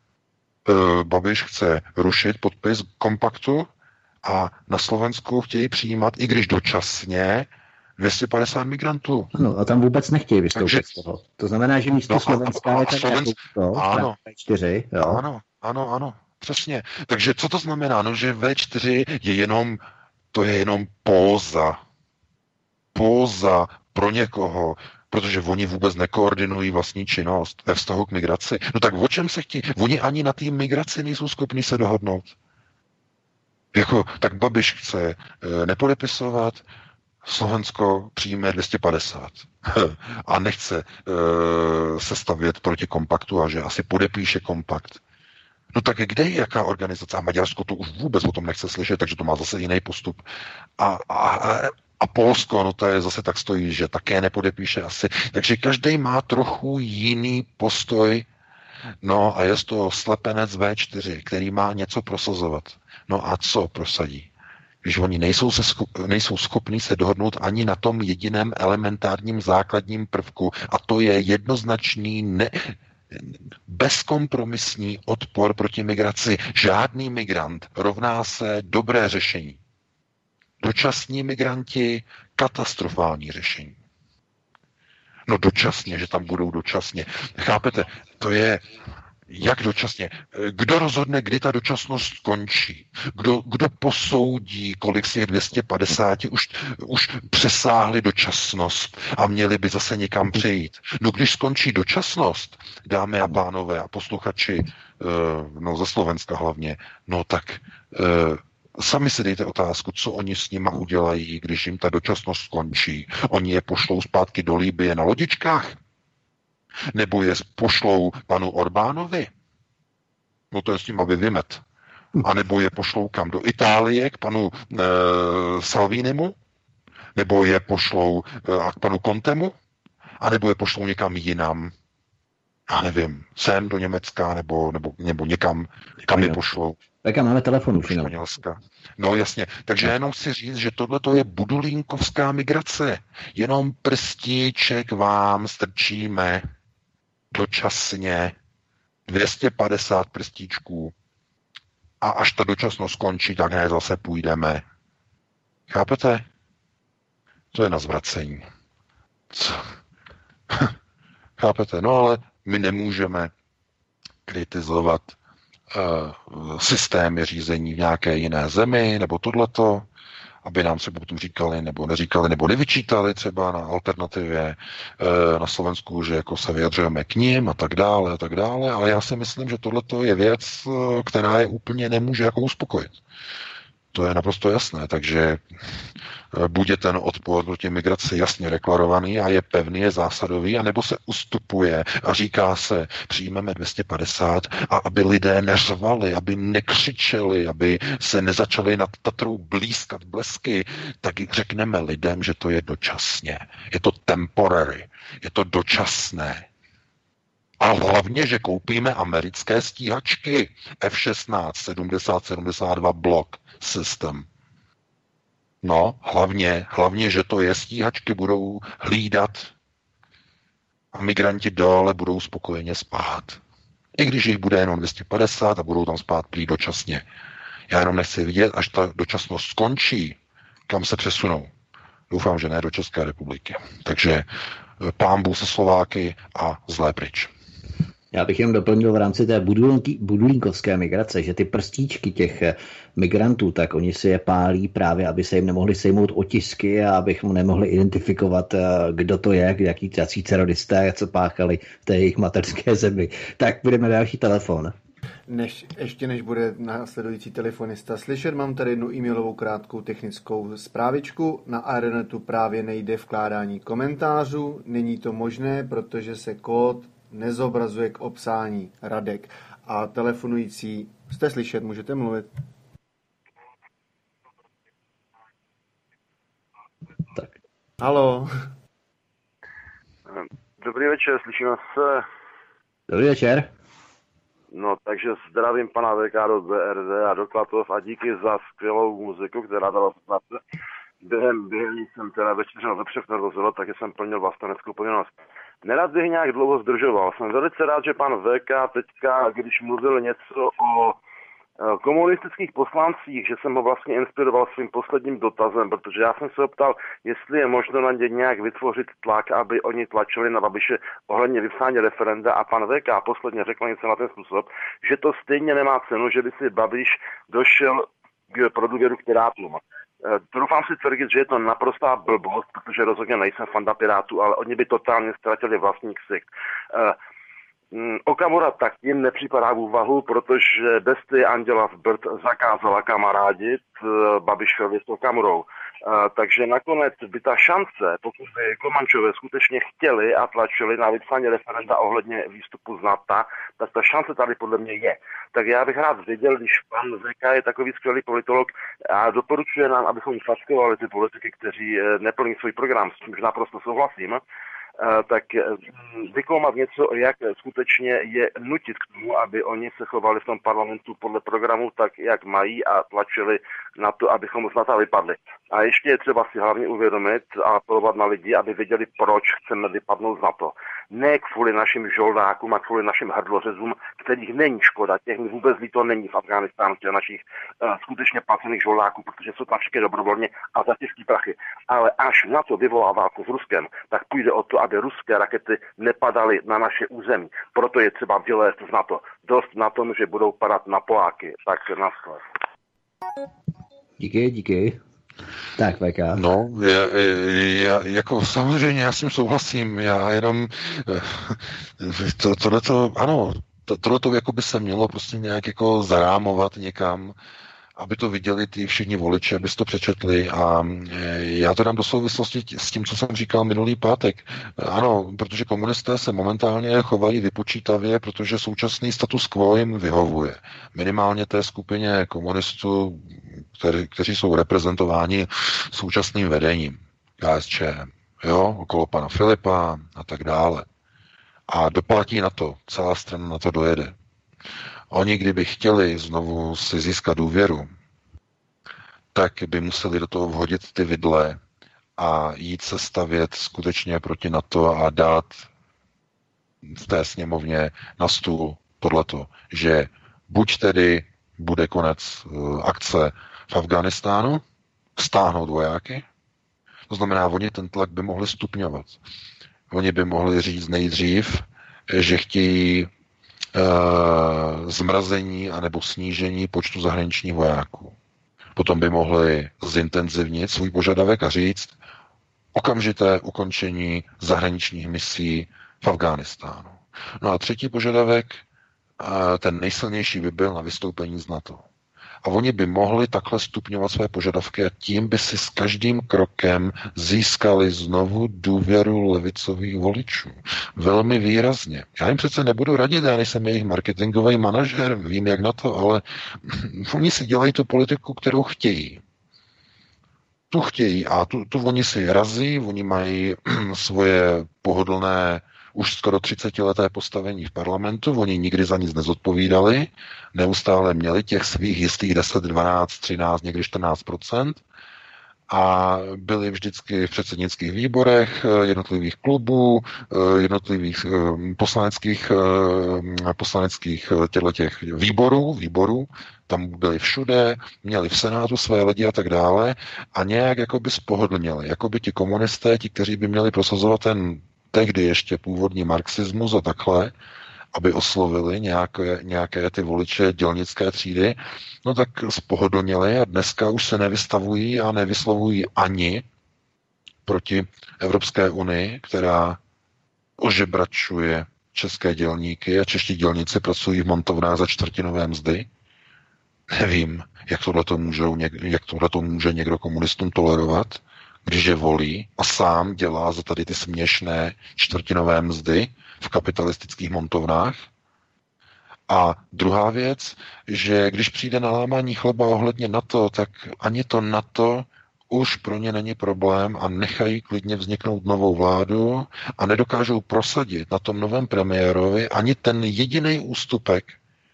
E, Babiš chce rušit podpis kompaktu a na Slovensku chtějí přijímat, i když dočasně, dvě stě padesát migrantů. No a tam vůbec nechtějí vystoupit Takže, z toho. To znamená, že místo no, Slovenska je tak Slovensk... to, ano, vé čtyři, jo? Ano, ano, ano, přesně. Takže co to znamená? No, že vé čtyři je jenom, to je jenom póza. Póza pro někoho, protože oni vůbec nekoordinují vlastní činnost ve vztahu k migraci. No tak o čem se chtějí? Oni ani na té migraci nejsou schopni se dohodnout. Jako, tak Babiš chce e, nepodepisovat, Slovensko přijme dvě stě padesát a nechce e, se stavět proti kompaktu a že asi podepíše kompakt. No tak kde je jaká organizace? A Maďarsko to už vůbec o tom nechce slyšet, takže to má zase jiný postup. A, a, a Polsko, no to je zase tak stojí, že také nepodepíše asi. Takže každý má trochu jiný postoj. No a je to slepenec vé čtyři, který má něco prosazovat. No a co prosadí? Když oni nejsou, se scho- nejsou schopní se dohodnout ani na tom jediném elementárním základním prvku, a to je jednoznačný, ne, bezkompromisní odpor proti migraci. Žádný migrant rovná se dobré řešení. Dočasní migranti katastrofální řešení. No dočasně, že tam budou dočasně. Chápete, to je jak dočasně? Kdo rozhodne, kdy ta dočasnost skončí? Kdo, kdo posoudí, kolik z těch dvě stě padesát už, už přesáhli dočasnost a měli by zase někam přejít? No když skončí dočasnost, dámy a pánové a posluchači, no ze Slovenska hlavně, no tak sami si dejte otázku, co oni s nima udělají, když jim ta dočasnost skončí. Oni je pošlou zpátky do Libye na lodičkách? Nebo je pošlou panu Orbánovi? No to je s nima vyvymet. A nebo je pošlou kam? Do Itálie k panu e, Salvinimu? Nebo je pošlou e, k panu Contemu? A nebo je pošlou někam jinam? Já nevím, sem do Německa, nebo, nebo, nebo někam, kam je pošlou. Tak máme telefon už. Španělska. No jasně, takže jenom si říct, že tohle je budulínkovská migrace. Jenom prstíček vám strčíme dočasně dvě stě padesát prstíčků a až ta dočasnost skončí, tak ne, zase půjdeme. Chápete? To je na zvracení. Co? Chápete? No ale my nemůžeme kritizovat uh, systémy řízení v nějaké jiné zemi, nebo tohleto, aby nám se potom říkali, nebo neříkali, nebo nevyčítali třeba na alternativě uh, na Slovensku, že jako se vyjadřujeme k ním a tak dále a tak dále, ale já si myslím, že tohleto je věc, uh, která je úplně nemůže jako uspokojit. To je naprosto jasné, takže buď je ten odpor proti migraci jasně deklarovaný a je pevný, je zásadový, anebo se ustupuje a říká se, přijmeme dvě stě padesát a aby lidé neřvali, aby nekřičeli, aby se nezačali nad Tatrou blízkat blesky, tak řekneme lidem, že to je dočasně. Je to temporary, je to dočasné. A hlavně, že koupíme americké stíhačky F šestnáct, sedmdesát sedmdesát dva Block System. No, hlavně, hlavně, že to je stíhačky budou hlídat a migranti dole budou spokojeně spát. I když jich bude jenom dvě stě padesát a budou tam spát prý dočasně. Já jenom nechci vidět, až ta dočasnost skončí, kam se přesunou. Doufám, že ne do České republiky. Takže pán Bůh se Slováky a zlé pryč. Já bych jen doplnil v rámci té budulínkovské migrace, že ty prstíčky těch migrantů, tak oni si je pálí právě, aby se jim nemohli sejmout otisky a abychom nemohli identifikovat, kdo to je, jaký tací teroristé, co páchali v té jejich mateřské zemi. Tak budeme další telefon. Než, ještě než bude následující telefonista slyšet, mám tady jednu e-mailovou krátkou technickou zprávičku. Na Aeronetu právě nejde vkládání komentářů. Není to možné, protože se kód nezobrazuje k obsání. Radek. A telefonující, jste slyšet, můžete mluvit. Tak. Haló. Dobrý večer, slyšíme se. Dobrý večer. No, takže zdravím pana V K do B R D a do Klatov a díky za skvělou muziku, která dala snad. Během, během jsem teda večeřel vepřek nerozhodl, takže jsem plnil vlasteneckou povinnost. Nerad bych nějak dlouho zdržoval. Jsem velice rád, že pan V K teďka, když mluvil něco o komunistických poslancích, že jsem ho vlastně inspiroval svým posledním dotazem, protože já jsem se optal, jestli je možno na ně nějak vytvořit tlak, aby oni tlačili na Babiše ohledně vypsání referenda a pan V K posledně řekl něco na ten způsob, že to stejně nemá cenu, že by si Babiš došel k produvěru k Pirátům. Doufám si tvrdit, že je to naprostá blbost, protože rozhodně nejsem fanda Pirátů, ale oni by totálně ztratili vlastní ksicht. Okamura tak jim nepřipadá v úvahu, protože bestie Anděla Zbrd zakázala kamarádit Babišovi s Okamurou. Takže nakonec by ta šance, pokud by Komančové skutečně chtěli a tlačili na vypsání referenda ohledně výstupu z NATO, tak ta šance tady podle mě je. Tak já bych rád věděl, když pan V K je takový skvělý politolog a doporučuje nám, abychom fackovali ty politiky, kteří neplní svůj program, s čímž naprosto souhlasím, tak vykoumat něco, jak skutečně je nutit k tomu, aby oni se chovali v tom parlamentu podle programu tak, jak mají a tlačili na to, abychom z NATO vypadli. A ještě je třeba si hlavně uvědomit a apelovat na lidi, aby věděli, proč chceme vypadnout z NATO. Ne kvůli našim žoldákům a kvůli našim hrdlořezům, kterých není škoda, těch mi vůbec líto není v Afghánistánu, těch našich uh, skutečně placených žoldáků, protože jsou tam všichni dobrovolně a za těžký prachy. Ale až NATO vyvolá válku s Ruskem, tak půjde o to, aby ruské rakety nepadaly na naše území. Proto je třeba vylézt z NATO. Dost na tom, že budou padat na Poláky. Tak naschle. Díky, díky. Tak, V K. No, já, já, jako samozřejmě já s tím souhlasím, já jenom to, tohleto, ano, to, tohleto jako by se mělo prostě nějak jako zarámovat někam, aby to viděli ty všichni voliči, aby to přečetli a já to dám do souvislosti s tím, co jsem říkal minulý pátek. Ano, protože komunisté se momentálně chovají vypočítavě, protože současný status quo jim vyhovuje. Minimálně té skupině komunistů, který, kteří jsou reprezentováni současným vedením K S Č M, jo, okolo pana Filipa a tak dále. A doplatí na to, celá strana na to dojede. Oni, kdyby chtěli znovu si získat důvěru, tak by museli do toho vhodit ty vidle a jít se stavět skutečně proti NATO a dát v té sněmovně na stůl tohleto, že buď tedy bude konec akce v Afghánistánu, stáhnout vojáky, to znamená, oni ten tlak by mohli stupňovat. Oni by mohli říct nejdřív, že chtějí Uh, zmrazení anebo snížení počtu zahraničních vojáků. Potom by mohli zintenzivnit svůj požadavek a říct okamžité ukončení zahraničních misí v Afghánistánu. No a třetí požadavek, uh, ten nejsilnější by byl na vystoupení z NATO. A oni by mohli takhle stupňovat své požadavky a tím by si s každým krokem získali znovu důvěru levicových voličů. Velmi výrazně. Já jim přece nebudu radit, já nejsem jejich marketingový manažer, vím jak na to, ale oni si dělají tu politiku, kterou chtějí. Tu chtějí a tu, tu oni si razí, oni mají svoje pohodlné už skoro třicetileté postavení v parlamentu, oni nikdy za nic nezodpovídali, neustále měli těch svých jistých deset, dvanáct, třináct, někdy čtrnáct procent a byli vždycky v předsednických výborech jednotlivých klubů, jednotlivých poslaneckých, poslaneckých těch výborů, výborů, tam byli všude, měli v Senátu své lidi a tak dále a nějak jakoby spohodlněli, jakoby ti komunisté, ti, kteří by měli prosazovat ten tehdy ještě původní marxismus a takhle, aby oslovili nějaké, nějaké ty voliče dělnické třídy, no tak spohodlněli a dneska už se nevystavují a nevyslovují ani proti Evropské unii, která ožebračuje české dělníky a čeští dělníci pracují v montovnách za čtvrtinové mzdy. Nevím, jak tohleto, můžou, jak tohleto může někdo komunistům tolerovat, když je volí a sám dělá za tady ty směšné čtvrtinové mzdy v kapitalistických montovnách. A druhá věc, že když přijde na lámání chleba ohledně NATO, tak ani to NATO už pro ně není problém a nechají klidně vzniknout novou vládu a nedokážou prosadit na tom novém premiérovi ani ten jediný ústupek,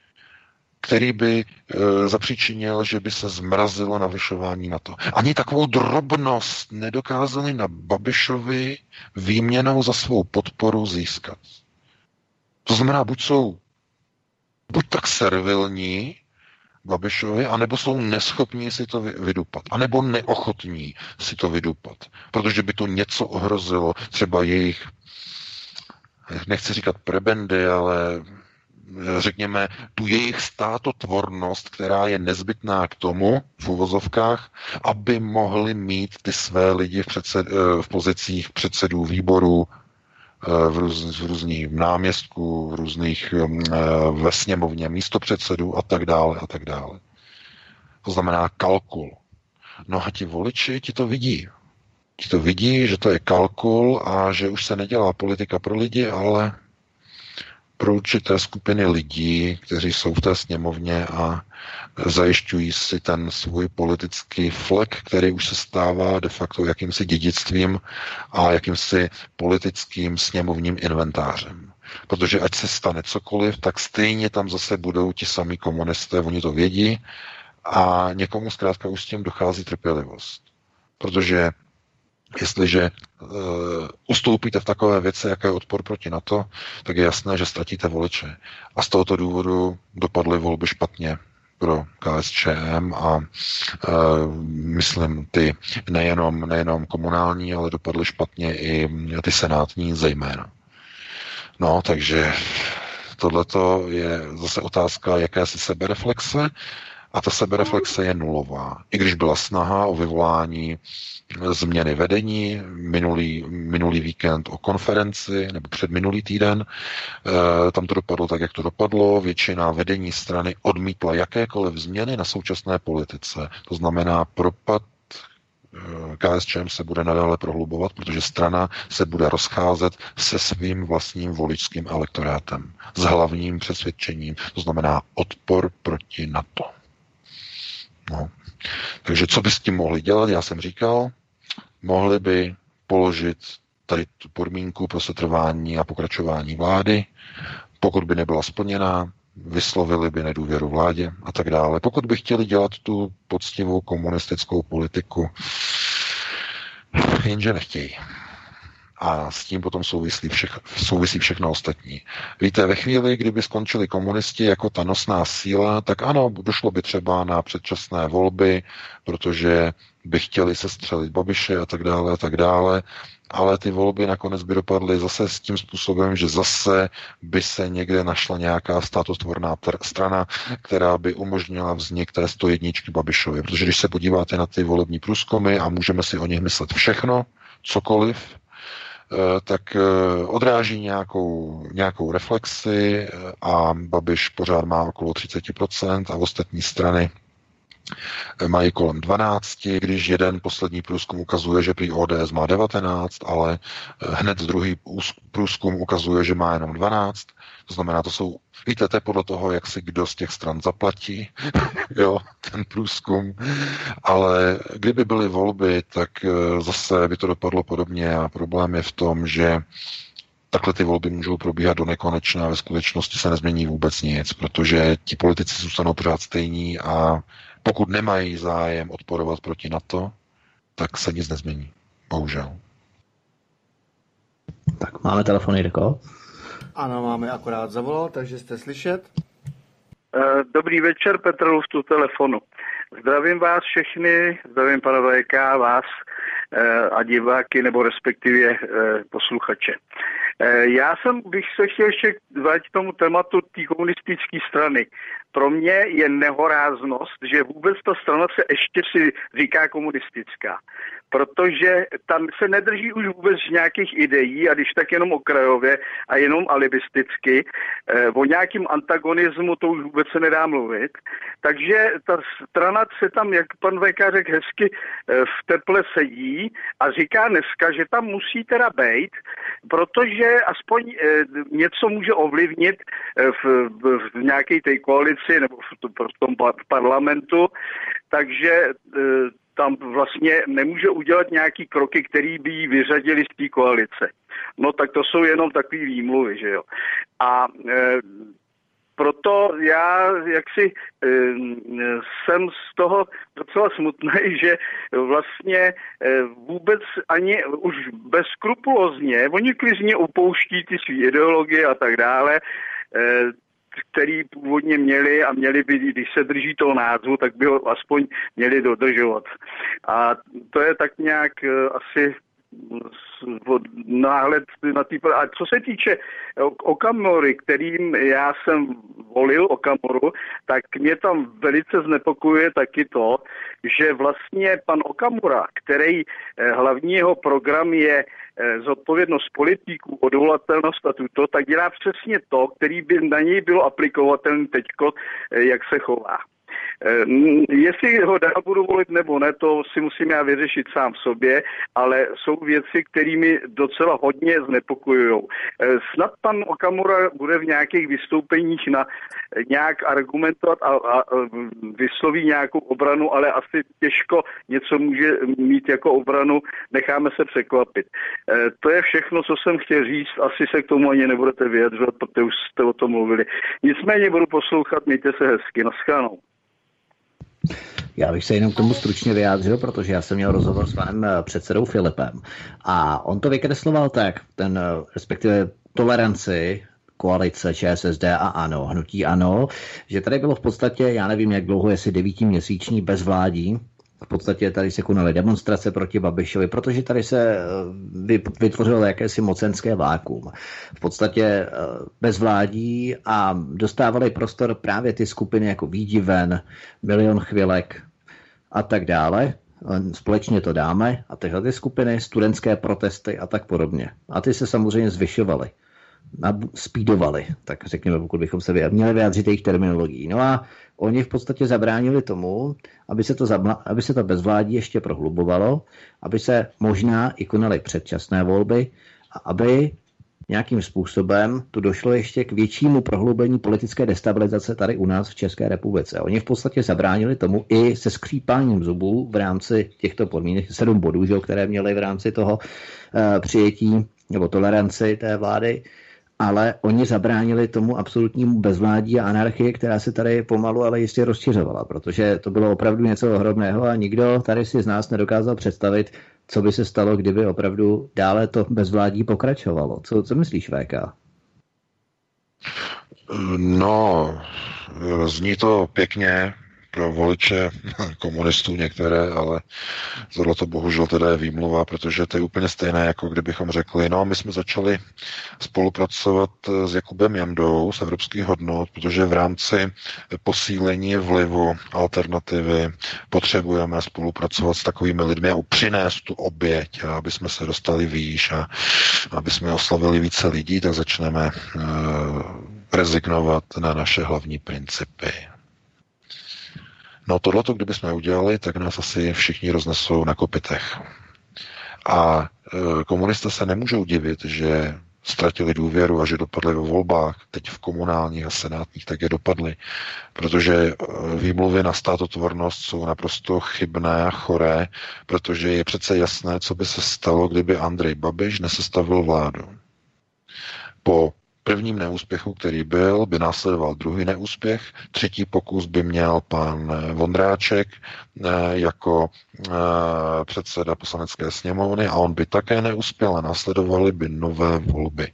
který by e, zapříčinil, že by se zmrazilo navyšování NATO. Ani takovou drobnost nedokázali na Babišovi výměnou za svou podporu získat. To znamená, buď jsou buď tak servilní Babišovi, anebo jsou neschopní si to vydupat, anebo neochotní si to vydupat, protože by to něco ohrozilo, třeba jejich, nechci říkat prebendy, ale řekněme, tu jejich státotvornost, která je nezbytná k tomu, v uvozovkách, aby mohli mít ty své lidi v, předsed, v pozicích předsedů výborů, v, růz, v různých náměstků, v různých ve sněmovně místopředsedů a tak dále a tak dále. To znamená kalkul. No a ti voliči ti to vidí. Ti to vidí, že to je kalkul a že už se nedělá politika pro lidi, ale pro určité skupiny lidí, kteří jsou v té sněmovně a zajišťují si ten svůj politický flek, který už se stává de facto jakýmsi dědictvím a jakýmsi politickým sněmovním inventářem. Protože ať se stane cokoliv, tak stejně tam zase budou ti samí komunisté, oni to vědí a někomu zkrátka už s tím dochází trpělivost. Protože jestliže uh, ustoupíte v takové věci, jaké je odpor proti NATO, tak je jasné, že ztratíte voliče. A z tohoto důvodu dopadly volby špatně pro K S Č M a uh, myslím ty nejenom, nejenom komunální, ale dopadly špatně i ty senátní zejména. No, takže tohleto je zase otázka jakési sebereflexe a ta sebereflexe je nulová. I když byla snaha o vyvolání změny vedení, minulý, minulý víkend o konferenci, nebo předminulý týden, e, tam to dopadlo tak, jak to dopadlo. Většina vedení strany odmítla jakékoliv změny na současné politice. To znamená, propad K S Č M se bude nadále prohlubovat, protože strana se bude rozcházet se svým vlastním voličským elektorátem. S hlavním přesvědčením, to znamená odpor proti NATO. No. Takže co by s tím mohli dělat? Já jsem říkal, mohli by položit tady tu podmínku pro setrvání a pokračování vlády, pokud by nebyla splněná, vyslovili by nedůvěru vládě a tak dále. Pokud by chtěli dělat tu poctivou komunistickou politiku, jenže nechtějí. A s tím potom souvisí, všech, souvisí všechno ostatní. Víte, ve chvíli, kdyby skončili komunisti jako ta nosná síla, tak ano, došlo by třeba na předčasné volby, protože by chtěli sestřelit Babiše a tak dále a tak dále, ale ty volby nakonec by dopadly zase s tím způsobem, že zase by se někde našla nějaká státotvorná strana, která by umožnila vznik té sto jedničky Babišově. Protože když se podíváte na ty volební průzkumy a můžeme si o nich myslet všechno, cokoliv, tak odráží nějakou, nějakou reflexi a Babiš pořád má okolo třicet procent a ostatní strany mají kolem dvanáct, když jeden poslední průzkum ukazuje, že prý O D S má devatenáct, ale hned druhý průzkum ukazuje, že má jenom dvanáct. To znamená, to jsou, víte, to je podle toho, jak si kdo z těch stran zaplatí, jo, ten průzkum. Ale kdyby byly volby, tak zase by to dopadlo podobně a problém je v tom, že takhle ty volby můžou probíhat do nekonečna a ve skutečnosti se nezmění vůbec nic, protože ti politici zůstanou pořád stejní a pokud nemají zájem odporovat proti NATO, tak se nic nezmění. Bohužel. Tak máme telefon, Jirko? Ano, máme, akorát zavolal, takže jste slyšet. Dobrý večer, Petr Luftu telefonu. Zdravím vás všechny, zdravím pana V K, vás a diváky, nebo respektive posluchače. Já jsem bych se chtěl ještě vrátit k tomu tématu té komunistické strany. Pro mě je nehoráznost, že vůbec ta strana se ještě si říká komunistická. Protože tam se nedrží už vůbec nějakých ideí, a když tak jenom okrajově a jenom alibisticky. O nějakým antagonismu to už vůbec se nedá mluvit. Takže ta strana se tam, jak pan V K řekl hezky, v teple sedí a říká dneska, že tam musí teda bejt, protože aspoň něco může ovlivnit v, v, v nějaké té koalici nebo v, v tom parlamentu. Takže tam vlastně nemůže udělat nějaký kroky, který by ji vyřadili z té koalice. No tak to jsou jenom takový výmluvy, že jo. A e, proto já jaksi jsem z toho docela smutný, že vlastně vůbec ani už bezskrupulózně, oni klidně upouští ty svý ideologie a tak dále, který původně měli a měli by, když se drží toho názvu, tak by ho aspoň měli dodržovat. A to je tak nějak asi náhled na tý... A co se týče Okamury, kterým já jsem volil Okamuru, tak mě tam velice znepokojuje taky to, že vlastně pan Okamura, který hlavní jeho program je zodpovědnost politiků, odvolatelnost a tuto, tak dělá přesně to, který by na něj bylo aplikovatelný teďko, jak se chová. Jestli ho dál budu volit nebo ne, to si musím já vyřešit sám sobě, ale jsou věci, které mi docela hodně znepokojují. Snad pan Okamura bude v nějakých vystoupeních na nějak argumentovat a, a vysloví nějakou obranu, ale asi těžko něco může mít jako obranu, necháme se překvapit. To je všechno, co jsem chtěl říct, asi se k tomu ani nebudete vyjadřovat, protože už jste o tom mluvili. Nicméně budu poslouchat, mějte se hezky, naschledanou. Já bych se jenom k tomu stručně vyjádřil, protože já jsem měl rozhovor s panem předsedou Filipem a on to vykresloval tak, ten respektive toleranci koalice ČSSD a ANO, hnutí ANO, že tady bylo v podstatě, já nevím jak dlouho, jestli devítiměsíční bezvládí. V podstatě tady se konaly demonstrace proti Babišovi, protože tady se vytvořilo jakési mocenské vákuum. V podstatě bezvládí a dostávali prostor právě ty skupiny jako Výjdi ven, Milion chvilek a tak dále. Společně to dáme a tyhle ty skupiny, studentské protesty a tak podobně. A ty se samozřejmě zvyšovaly. Speedovali, tak řekněme, pokud bychom se měli vyjádřit jejich terminologií. No a oni v podstatě zabránili tomu, aby se to, zabla, aby se to bezvládí ještě prohlubovalo, aby se možná i konaly předčasné volby a aby nějakým způsobem tu došlo ještě k většímu prohloubení politické destabilizace tady u nás v České republice. Oni v podstatě zabránili tomu i se skřípáním zubů v rámci těchto podmínek, sedm bodů, že, které měli v rámci toho uh, přijetí nebo toleranci té vlády, ale oni zabránili tomu absolutnímu bezvládí a anarchii, která se tady pomalu, ale jistě rozšiřovala, protože to bylo opravdu něco ohromného a nikdo tady si z nás nedokázal představit, co by se stalo, kdyby opravdu dále to bezvládí pokračovalo. Co, co myslíš, V K? No, zní to pěkně pro voliče komunistů některé, ale tohle to bohužel teda je výmluva, protože to je úplně stejné, jako kdybychom řekli, no my jsme začali spolupracovat s Jakubem Jandou z Evropských hodnot, protože v rámci posílení vlivu alternativy potřebujeme spolupracovat s takovými lidmi a přinést tu oběť, a aby jsme se dostali výš a aby jsme oslavili více lidí, tak začneme uh, rezignovat na naše hlavní principy. No tohleto, kdybychom udělali, tak nás asi všichni roznesou na kopytech. A e, komunisté se nemůžou divit, že ztratili důvěru a že dopadli ve volbách, teď v komunálních a senátních, tak je dopadly. Protože výmluvy na státotvornost jsou naprosto chybné a choré, protože je přece jasné, co by se stalo, kdyby Andrej Babiš nesestavil vládu. Po prvním neúspěchu, který byl, by následoval druhý neúspěch, třetí pokus by měl pan Vondráček jako předseda poslanecké sněmovny a on by také neuspěl a následovaly by nové volby.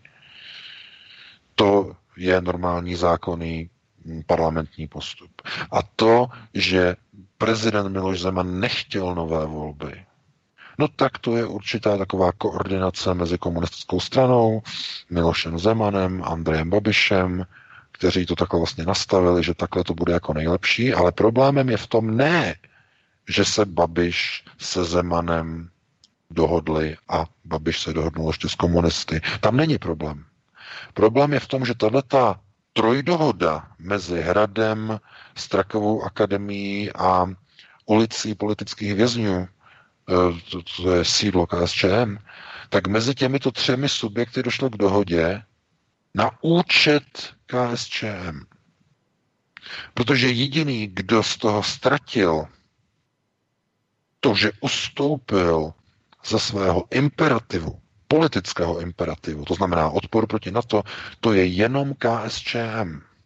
To je normální zákonný parlamentní postup. A to, že prezident Miloš Zeman nechtěl nové volby, no tak to je určitá taková koordinace mezi komunistickou stranou, Milošem Zemanem, Andrejem Babišem, kteří to takhle vlastně nastavili, že takhle to bude jako nejlepší, ale problémem je v tom ne, že se Babiš se Zemanem dohodli a Babiš se dohodnul ještě s komunisty. Tam není problém. Problém je v tom, že tato trojdohoda mezi Hradem, Strakovou akademií a ulicí politických vězňů, to, to je sídlo K S Č M, tak mezi těmito třemi subjekty došlo k dohodě na účet K S Č M. Protože jediný, kdo z toho ztratil to, že ustoupil ze svého imperativu, politického imperativu, to znamená odpor proti NATO, to je jenom K S Č M.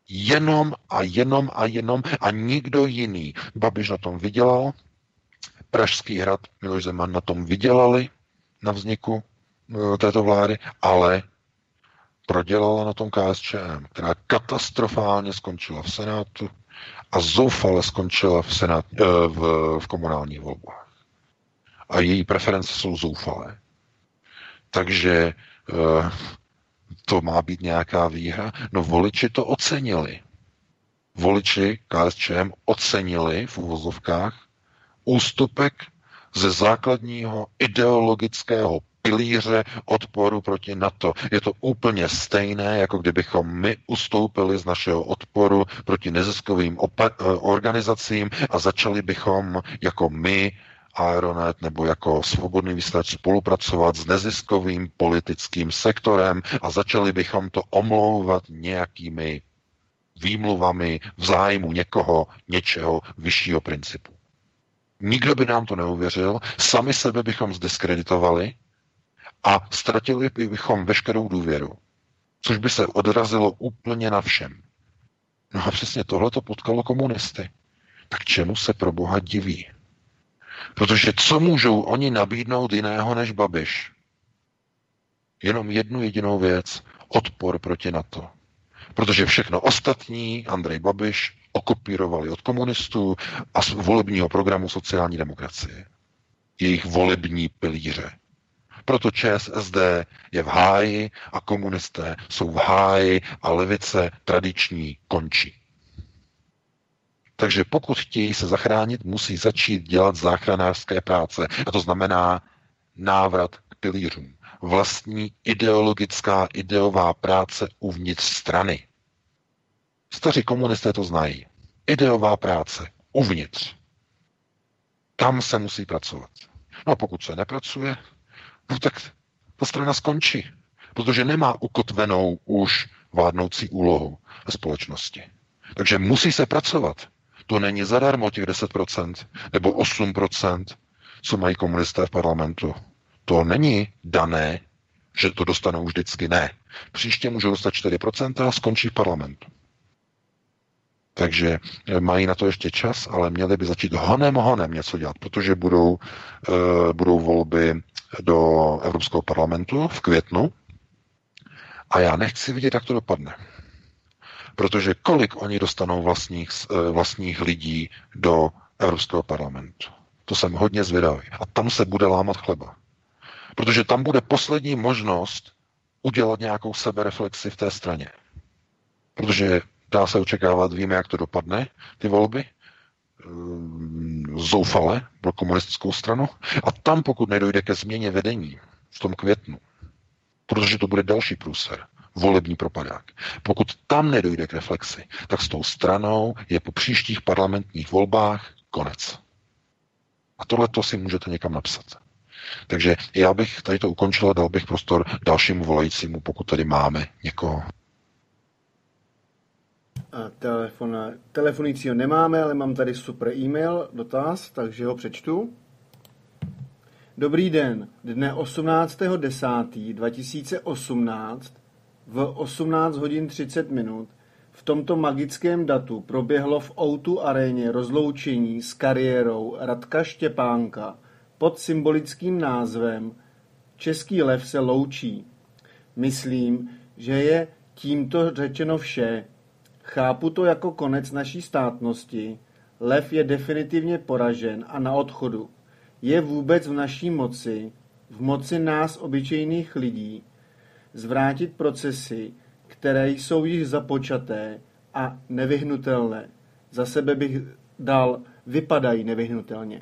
Jenom a jenom a jenom a nikdo jiný. Babiš na tom vydělal, Pražský hrad, Miloš Zeman na tom vydělali, na vzniku této vlády, ale prodělala na tom K S Č M, která katastrofálně skončila v Senátu a zoufale skončila v, senát, v, v komunálních volbách. A její preference jsou zoufalé. Takže to má být nějaká výhra. No voliči to ocenili. Voliči K S Č M ocenili v uvozovkách ústupek ze základního ideologického pilíře odporu proti NATO. Je to úplně stejné, jako kdybychom my ustoupili z našeho odporu proti neziskovým organizacím a začali bychom jako my, Aeronet, nebo jako svobodný vysílač spolupracovat s neziskovým politickým sektorem a začali bychom to omlouvat nějakými výmluvami v zájmu někoho, něčeho vyššího principu. Nikdo by nám to neuvěřil, sami sebe bychom zdiskreditovali a ztratili bychom veškerou důvěru, což by se odrazilo úplně na všem. No a přesně tohle to potkalo komunisty. Tak čemu se pro Boha diví? Protože co můžou oni nabídnout jiného než Babiš? Jenom jednu jedinou věc, odpor proti NATO. Protože všechno ostatní Andrej Babiš okopírovali od komunistů a z volebního programu sociální demokracie. Jejich volební pilíře. Proto ČSSD je v háji a komunisté jsou v háji a levice tradiční končí. Takže pokud chtějí se zachránit, musí začít dělat záchranářské práce. A to znamená návrat k pilířům. Vlastní ideologická, ideová práce uvnitř strany. Staří komunisté to znají. Ideová práce uvnitř. Tam se musí pracovat. No a pokud se nepracuje, no tak ta strana skončí. Protože nemá ukotvenou už vládnoucí úlohu ve společnosti. Takže musí se pracovat. To není zadarmo těch deset procent nebo osm procent, co mají komunisté v parlamentu. To není dané, že to dostanou vždycky. Ne. Příště můžou dostat čtyři procenta a skončí v parlamentu. Takže mají na to ještě čas, ale měli by začít honem honem něco dělat, protože budou, uh, budou volby do Evropského parlamentu v květnu a já nechci vidět, jak to dopadne. Protože kolik oni dostanou vlastních, vlastních lidí do Evropského parlamentu. To jsem hodně zvědavý. A tam se bude lámat chleba. Protože tam bude poslední možnost udělat nějakou sebereflexi v té straně. Protože dá se očekávat, víme, jak to dopadne, ty volby, zoufale pro komunistickou stranu. A tam, pokud nedojde ke změně vedení v tom květnu, protože to bude další průser, volební propadák. Pokud tam nedojde k reflexi, tak s tou stranou je po příštích parlamentních volbách konec. A tohle to si můžete někam napsat. Takže já bych tady to ukončil a dal bych prostor dalšímu volajícímu, pokud tady máme někoho. A telefon, telefonujícího nemáme, ale mám tady super e-mail, dotaz, takže ho přečtu. Dobrý den, dne osmnáctého desátého dva tisíce osmnáct v osmnáct hodin třicet minut v tomto magickém datu proběhlo v ó dva aréně rozloučení s kariérou Radka Štěpánka pod symbolickým názvem Český lev se loučí. Myslím, že je tímto řečeno vše. Chápu to jako konec naší státnosti. Lev je definitivně poražen a na odchodu. Je vůbec v naší moci, v moci nás obyčejných lidí, zvrátit procesy, které jsou již započaté a nevyhnutelné. Za sebe bych dal, vypadají nevyhnutelně.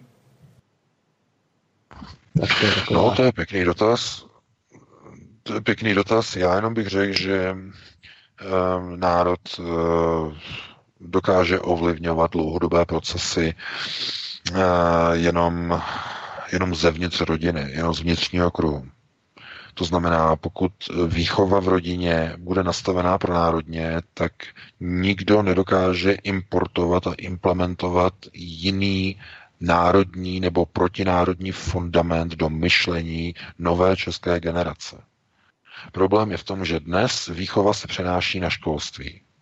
No, to je pěkný dotaz. To je pěkný dotaz. Já jenom bych řekl, že um, národ uh, dokáže ovlivňovat dlouhodobé procesy uh, jenom, jenom zevnitř rodiny, jenom z vnitřního kruhu. To znamená, pokud výchova v rodině bude nastavená pronárodně, tak nikdo nedokáže importovat a implementovat jiný národní nebo protinárodní fundament do myšlení nové české generace. Problém je v tom, že dnes výchova se přenáší na školství.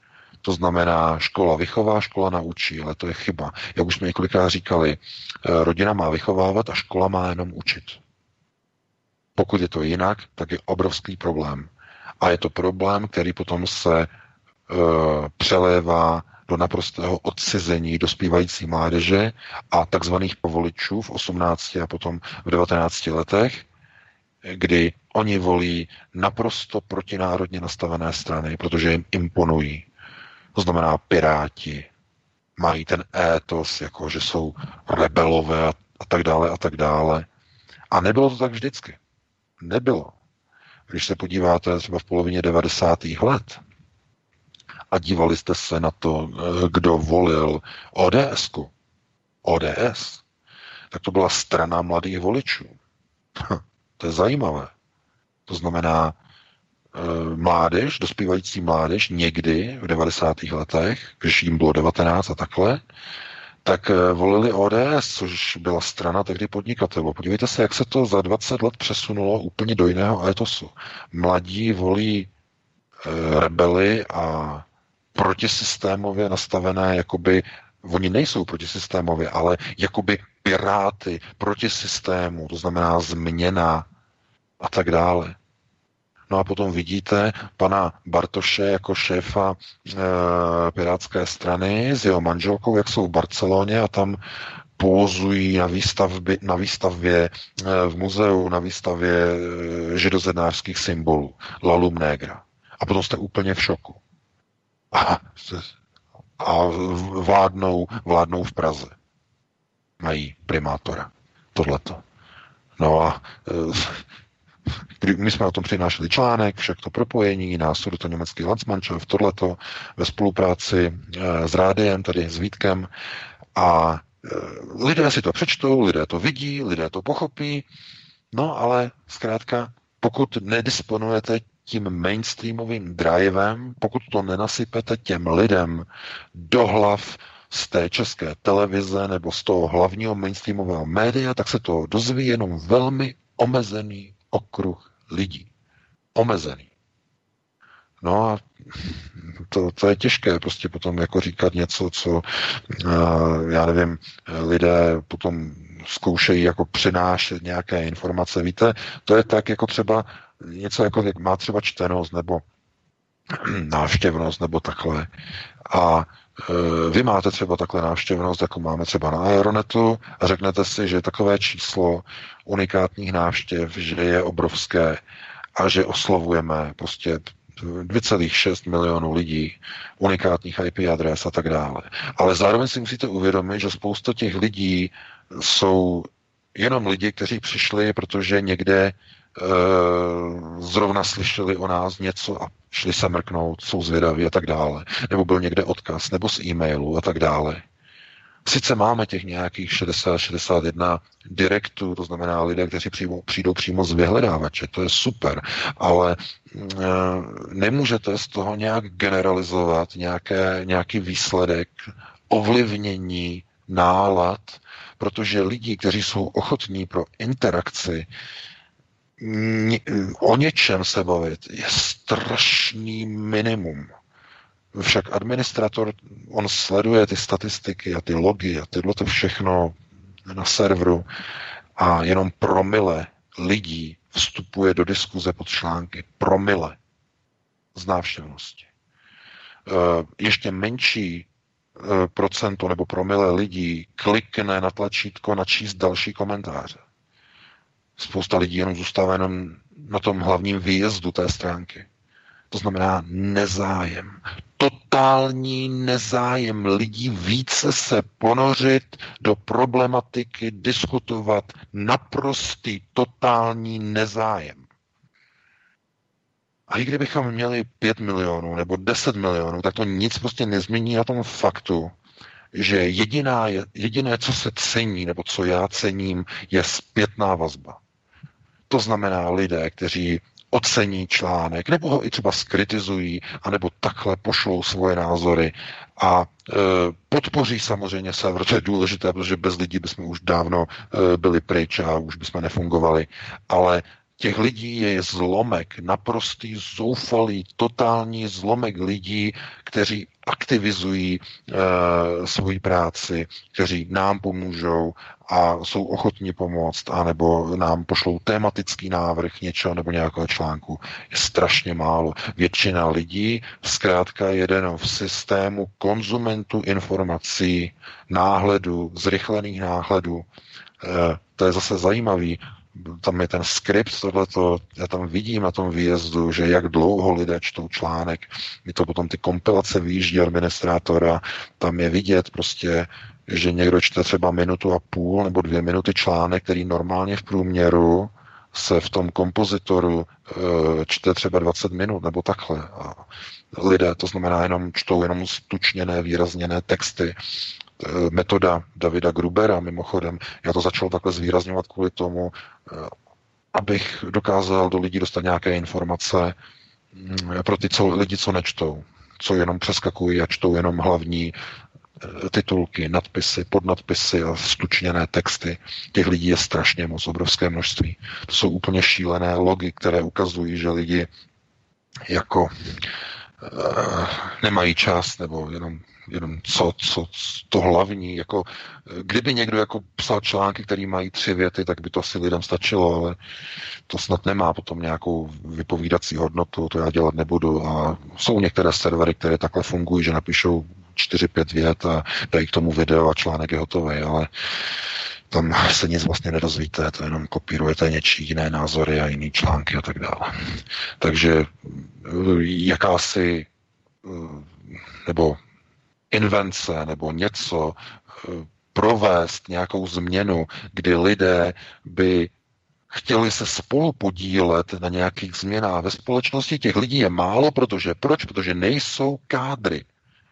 To znamená, škola vychová, škola naučí, ale to je chyba. Jak už jsme několikrát říkali, rodina má vychovávat a škola má jenom učit. Pokud je to jinak, tak je obrovský problém. A je to problém, který potom se e, přelévá do naprostého odcizení dospívající mládeže a takzvaných povoličů v osmnácti a potom v devatenácti letech, kdy oni volí naprosto protinárodně nastavené strany, protože jim imponují. To znamená Piráti, mají ten étos, jako že jsou rebelové a, a tak dále a tak dále. A nebylo to tak vždycky. Nebylo. Když se podíváte třeba v polovině devadesátých let a dívali jste se na to, kdo volil ODSku, O D S, tak to byla strana mladých voličů. To je zajímavé. To znamená, mládež, dospívající mládež někdy v devadesátých letech, když jim bylo devatenáct a takhle, tak volili O D S, což byla strana tehdy podnikatelů. Podívejte se, jak se to za dvacet let přesunulo úplně do jiného etosu. Mladí volí e, rebely a protisystémově nastavené, jakoby, oni nejsou protisystémově, ale jakoby piráty proti systému, to znamená změna a tak dále. No a potom vidíte pana Bartoše jako šéfa e, pirátské strany s jeho manželkou, jak jsou v Barceloně a tam pózují na výstavbě, na výstavě e, v muzeu, na výstavě e, židozednářských symbolů La Lum Negra. A potom jste úplně v šoku. A, a vládnou, vládnou v Praze. Mají primátora. Tohleto. No a e, my jsme o tom přinášeli článek, však to propojení, nástup to německý Landsmannschaft, tohleto ve spolupráci e, s rádiem, tady s Vítkem. A e, lidé si to přečtou, lidé to vidí, lidé to pochopí, no ale zkrátka, pokud nedisponujete tím mainstreamovým drivem, pokud to nenasypete těm lidem do hlav z té české televize nebo z toho hlavního mainstreamového média, tak se to dozví jenom velmi omezený okruh lidí. Omezený. No a to, to je těžké prostě potom jako říkat něco, co já nevím, lidé potom zkoušejí jako přinášet nějaké informace. Víte, to je tak jako třeba něco jako jak má třeba čtenost nebo návštěvnost nebo takhle. A e, vy máte třeba takhle návštěvnost, jako máme třeba na Aeronetu a řeknete si, že takové číslo unikátních návštěv, že je obrovské a že oslovujeme prostě dvě celá šest milionů lidí, unikátních I P adres a tak dále. Ale zároveň si musíte uvědomit, že spousta těch lidí jsou jenom lidi, kteří přišli, protože někde e, zrovna slyšeli o nás něco a šli se mrknout, jsou zvědaví a tak dále. Nebo byl někde odkaz, nebo z e-mailu a tak dále. Sice máme těch nějakých šedesát šedesát jedna direktů, to znamená lidé, kteří přijdou, přijdou přímo z vyhledávače, to je super, ale e, nemůžete z toho nějak generalizovat nějaké, nějaký výsledek ovlivnění nálad, protože lidi, kteří jsou ochotní pro interakci, o něčem se bavit, je strašný minimum. Však administrator, on sleduje ty statistiky a ty logy a tyhle to všechno na serveru a jenom promile lidí vstupuje do diskuze pod články. Promile z návštěvnosti. Ještě menší procento nebo promile lidí klikne na tlačítko načíst další komentáře. Spousta lidí jenom zůstává jenom na tom hlavním výjezdu té stránky. To znamená nezájem. Totální nezájem lidí více se ponořit do problematiky, diskutovat, naprostý totální nezájem. A i kdybychom měli pět milionů nebo deset milionů, tak to nic prostě nezmění na tom faktu, že jediná, jediné, co se cení, nebo co já cením, je zpětná vazba. To znamená lidé, kteří ocení článek, nebo ho i třeba skritizují, anebo takhle pošlou svoje názory a e, podpoří samozřejmě server. To je důležité, protože bez lidí bychom už dávno e, byli pryč a už bychom nefungovali. Ale těch lidí je zlomek, naprostý, zoufalý, totální zlomek lidí, kteří aktivizují e, svoji práci, kteří nám pomůžou a jsou ochotní pomoct, anebo nám pošlou tematický návrh něčeho nebo nějakého článku, je strašně málo. Většina lidí zkrátka jede v systému konzumentu informací, náhledu, zrychlených náhledů. E, to je zase zajímavý. Tam je ten skript, tohleto, já tam vidím na tom výjezdu, že jak dlouho lidé čtou článek, mi to potom ty kompilace vyjíždí administrátora, tam je vidět prostě, že někdo čte třeba minutu a půl nebo dvě minuty článek, který normálně v průměru se v tom kompozitoru e, čte třeba dvacet minut nebo takhle. A lidé, to znamená jenom čtou jenom stučněné, výrazněné texty. Metoda Davida Grubera, mimochodem, já to začal takhle zvýrazňovat kvůli tomu, abych dokázal do lidí dostat nějaké informace pro ty co, lidi, co nečtou, co jenom přeskakují a čtou jenom hlavní titulky, nadpisy, podnadpisy a stučněné texty. Těch lidí je strašně moc, obrovské množství. To jsou úplně šílené logy, které ukazují, že lidi jako uh, nemají čas, nebo jenom jenom co, co, to hlavní, jako kdyby někdo jako psal články, které mají tři věty, tak by to asi lidem stačilo, ale to snad nemá potom nějakou vypovídací hodnotu, to já dělat nebudu a jsou některé servery, které takhle fungují, že napíšou čtyři pět vět a dají k tomu video a článek je hotový, ale tam se nic vlastně nedozvíte, to jenom kopírujete něčí jiné názory a jiné články a tak dále. Takže jakási nebo invence nebo něco, provést nějakou změnu, kdy lidé by chtěli se spolu podílet na nějakých změnách ve společnosti. Těch lidí je málo, protože proč? Protože nejsou kádry.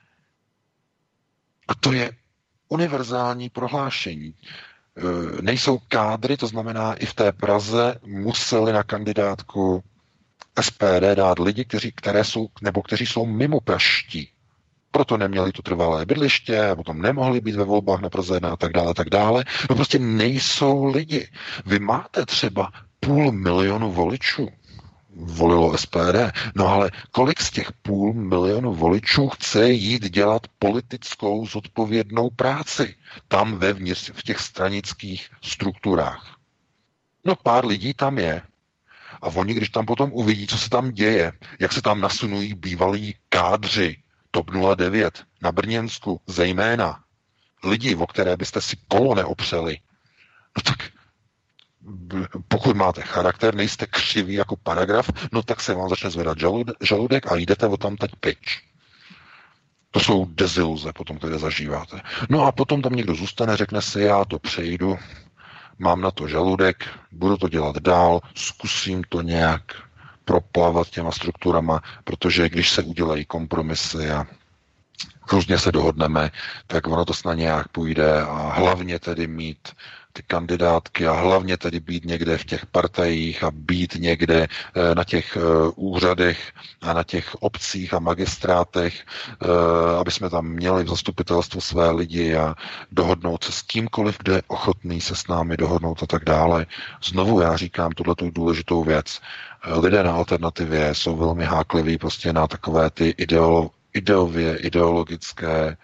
A to je univerzální prohlášení. Nejsou kádry, to znamená i v té Praze museli na kandidátku S P D dát lidi, kteří, které jsou, nebo kteří jsou mimo pražští. Proto neměli to trvalé bydliště, a potom nemohli být ve volbách na Praze a tak dále, tak dále. No prostě nejsou lidi. Vy máte třeba půl milionu voličů. Volilo S P D. No ale kolik z těch půl milionu voličů chce jít dělat politickou zodpovědnou práci tam vevnitř v těch stranických strukturách? No pár lidí tam je. A oni, když tam potom uvidí, co se tam děje, jak se tam nasunují bývalí kádři T O P nula devět na Brněnsku, zejména lidi, o které byste si kolo neopřeli, no tak pokud máte charakter, nejste křiví jako paragraf, no tak se vám začne zvedat žaludek a jdete o tam teď pryč. To jsou deziluze potom, které zažíváte. No a potom tam někdo zůstane, řekne si, já to přejdu, mám na to žaludek, budu to dělat dál, zkusím to nějak proplavat těma strukturama, protože když se udělají kompromisy a různě se dohodneme, tak ono to snad nějak půjde a hlavně tedy mít ty kandidátky a hlavně tedy být někde v těch partajích a být někde na těch úřadech a na těch obcích a magistrátech, aby jsme tam měli v zastupitelstvu své lidi a dohodnout se s kýmkoliv, kdo je ochotný se s námi dohodnout a tak dále. Znovu já říkám tuhletu důležitou věc. Lidé na alternativě jsou velmi hákliví prostě na takové ty ideolo, ideově, ideologické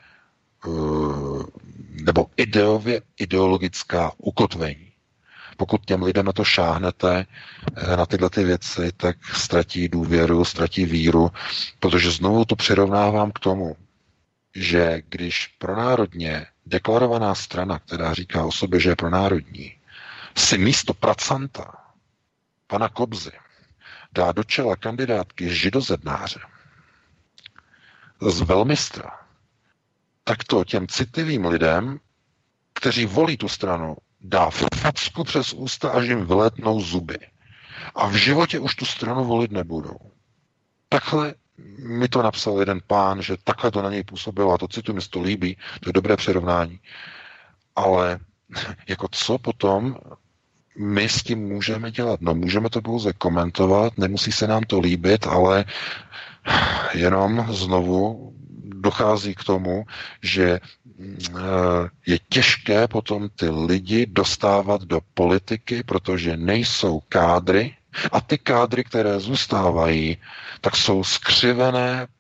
nebo ideově ideologická ukotvení. Pokud těm lidem na to šáhnete, na tyhle ty věci, tak ztratí důvěru, ztratí víru, protože znovu to přirovnávám k tomu, že když pronárodně deklarovaná strana, která říká o sobě, že je pronárodní, si místo pracanta pana Kobzy dá do čela kandidátky židozednáře z velmistra, tak to těm citlivým lidem, kteří volí tu stranu, dá facku přes ústa, až jim vyletnou zuby. A v životě už tu stranu volit nebudou. Takhle mi to napsal jeden pán, že takhle to na něj působilo, a to citu mi to líbí, to je dobré přirovnání. Ale jako co potom my s tím můžeme dělat? No můžeme to pouze komentovat, nemusí se nám to líbit, ale jenom znovu dochází k tomu, že je těžké potom ty lidi dostávat do politiky, protože nejsou kádry a ty kádry, které zůstávají, tak jsou skřivené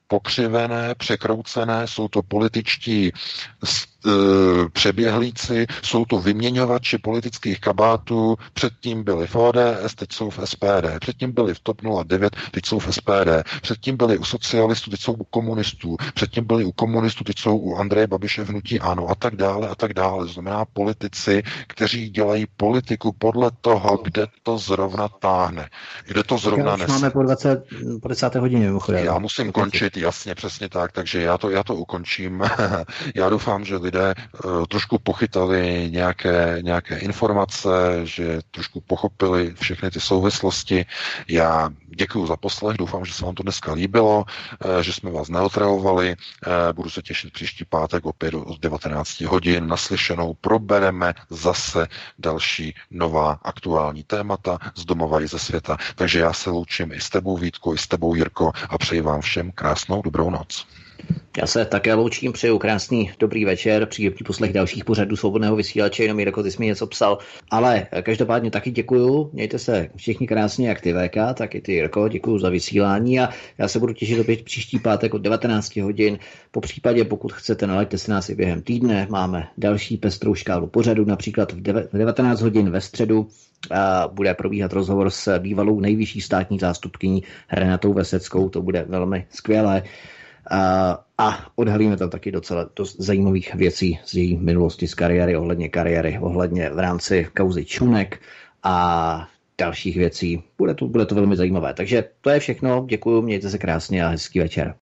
pokřivené, překroucené, jsou to političtí přeběhlíci, jsou to vyměňovači politických kabátů, předtím byli v O D S, teď jsou v S P D, předtím byli v TOP nula devět, teď jsou v S P D, předtím byli u socialistů, teď jsou u komunistů, předtím byli u komunistů, teď jsou u Andreje Babiše v hnutí ANO a tak dále a tak dále. To znamená politici, kteří dělají politiku podle toho, kde to zrovna táhne, kde to zrovna nese. Máme po, dvacet, po desáté hodině mimochodem. Já musím končit, jasně, přesně tak, takže já to, já to ukončím. Já doufám, že lidé uh, trošku pochytali nějaké, nějaké informace, že trošku pochopili všechny ty souvislosti. Já děkuji za poslech, doufám, že se vám to dneska líbilo, uh, že jsme vás neotravovali. Uh, budu se těšit příští pátek opět od devatenáct hodin. Naslyšenou probereme zase další nová aktuální témata z domova i ze světa. Takže já se loučím i s tebou, Vítko, i s tebou, Jirko, a přeji vám všem krásnou dobrou noc. Já se také loučím, přeju krásný dobrý večer, příjemný poslech dalších pořadů Svobodného vysílače, jenom Jirko, ty jsi mi něco psal, ale každopádně taky děkuju, mějte se všichni krásně, jak ty V K, tak i ty, Jirko, děkuju za vysílání a já se budu těšit opět příští pátek od devatenáct hodin, po případě, pokud chcete, nalaďte si nás i během týdne, máme další pestrou škálu pořadu, například v devatenáct hodin ve středu a bude probíhat rozhovor s bývalou nejvyšší státní zástupkyní Renatou Veseckou, to bude velmi skvělé. A, a odhalíme tam taky docela dost zajímavých věcí z její minulosti, z kariéry, ohledně kariéry, ohledně v rámci kauzy Čunek a dalších věcí. Bude to, bude to velmi zajímavé. Takže to je všechno. Děkuji, mějte se krásně a hezký večer.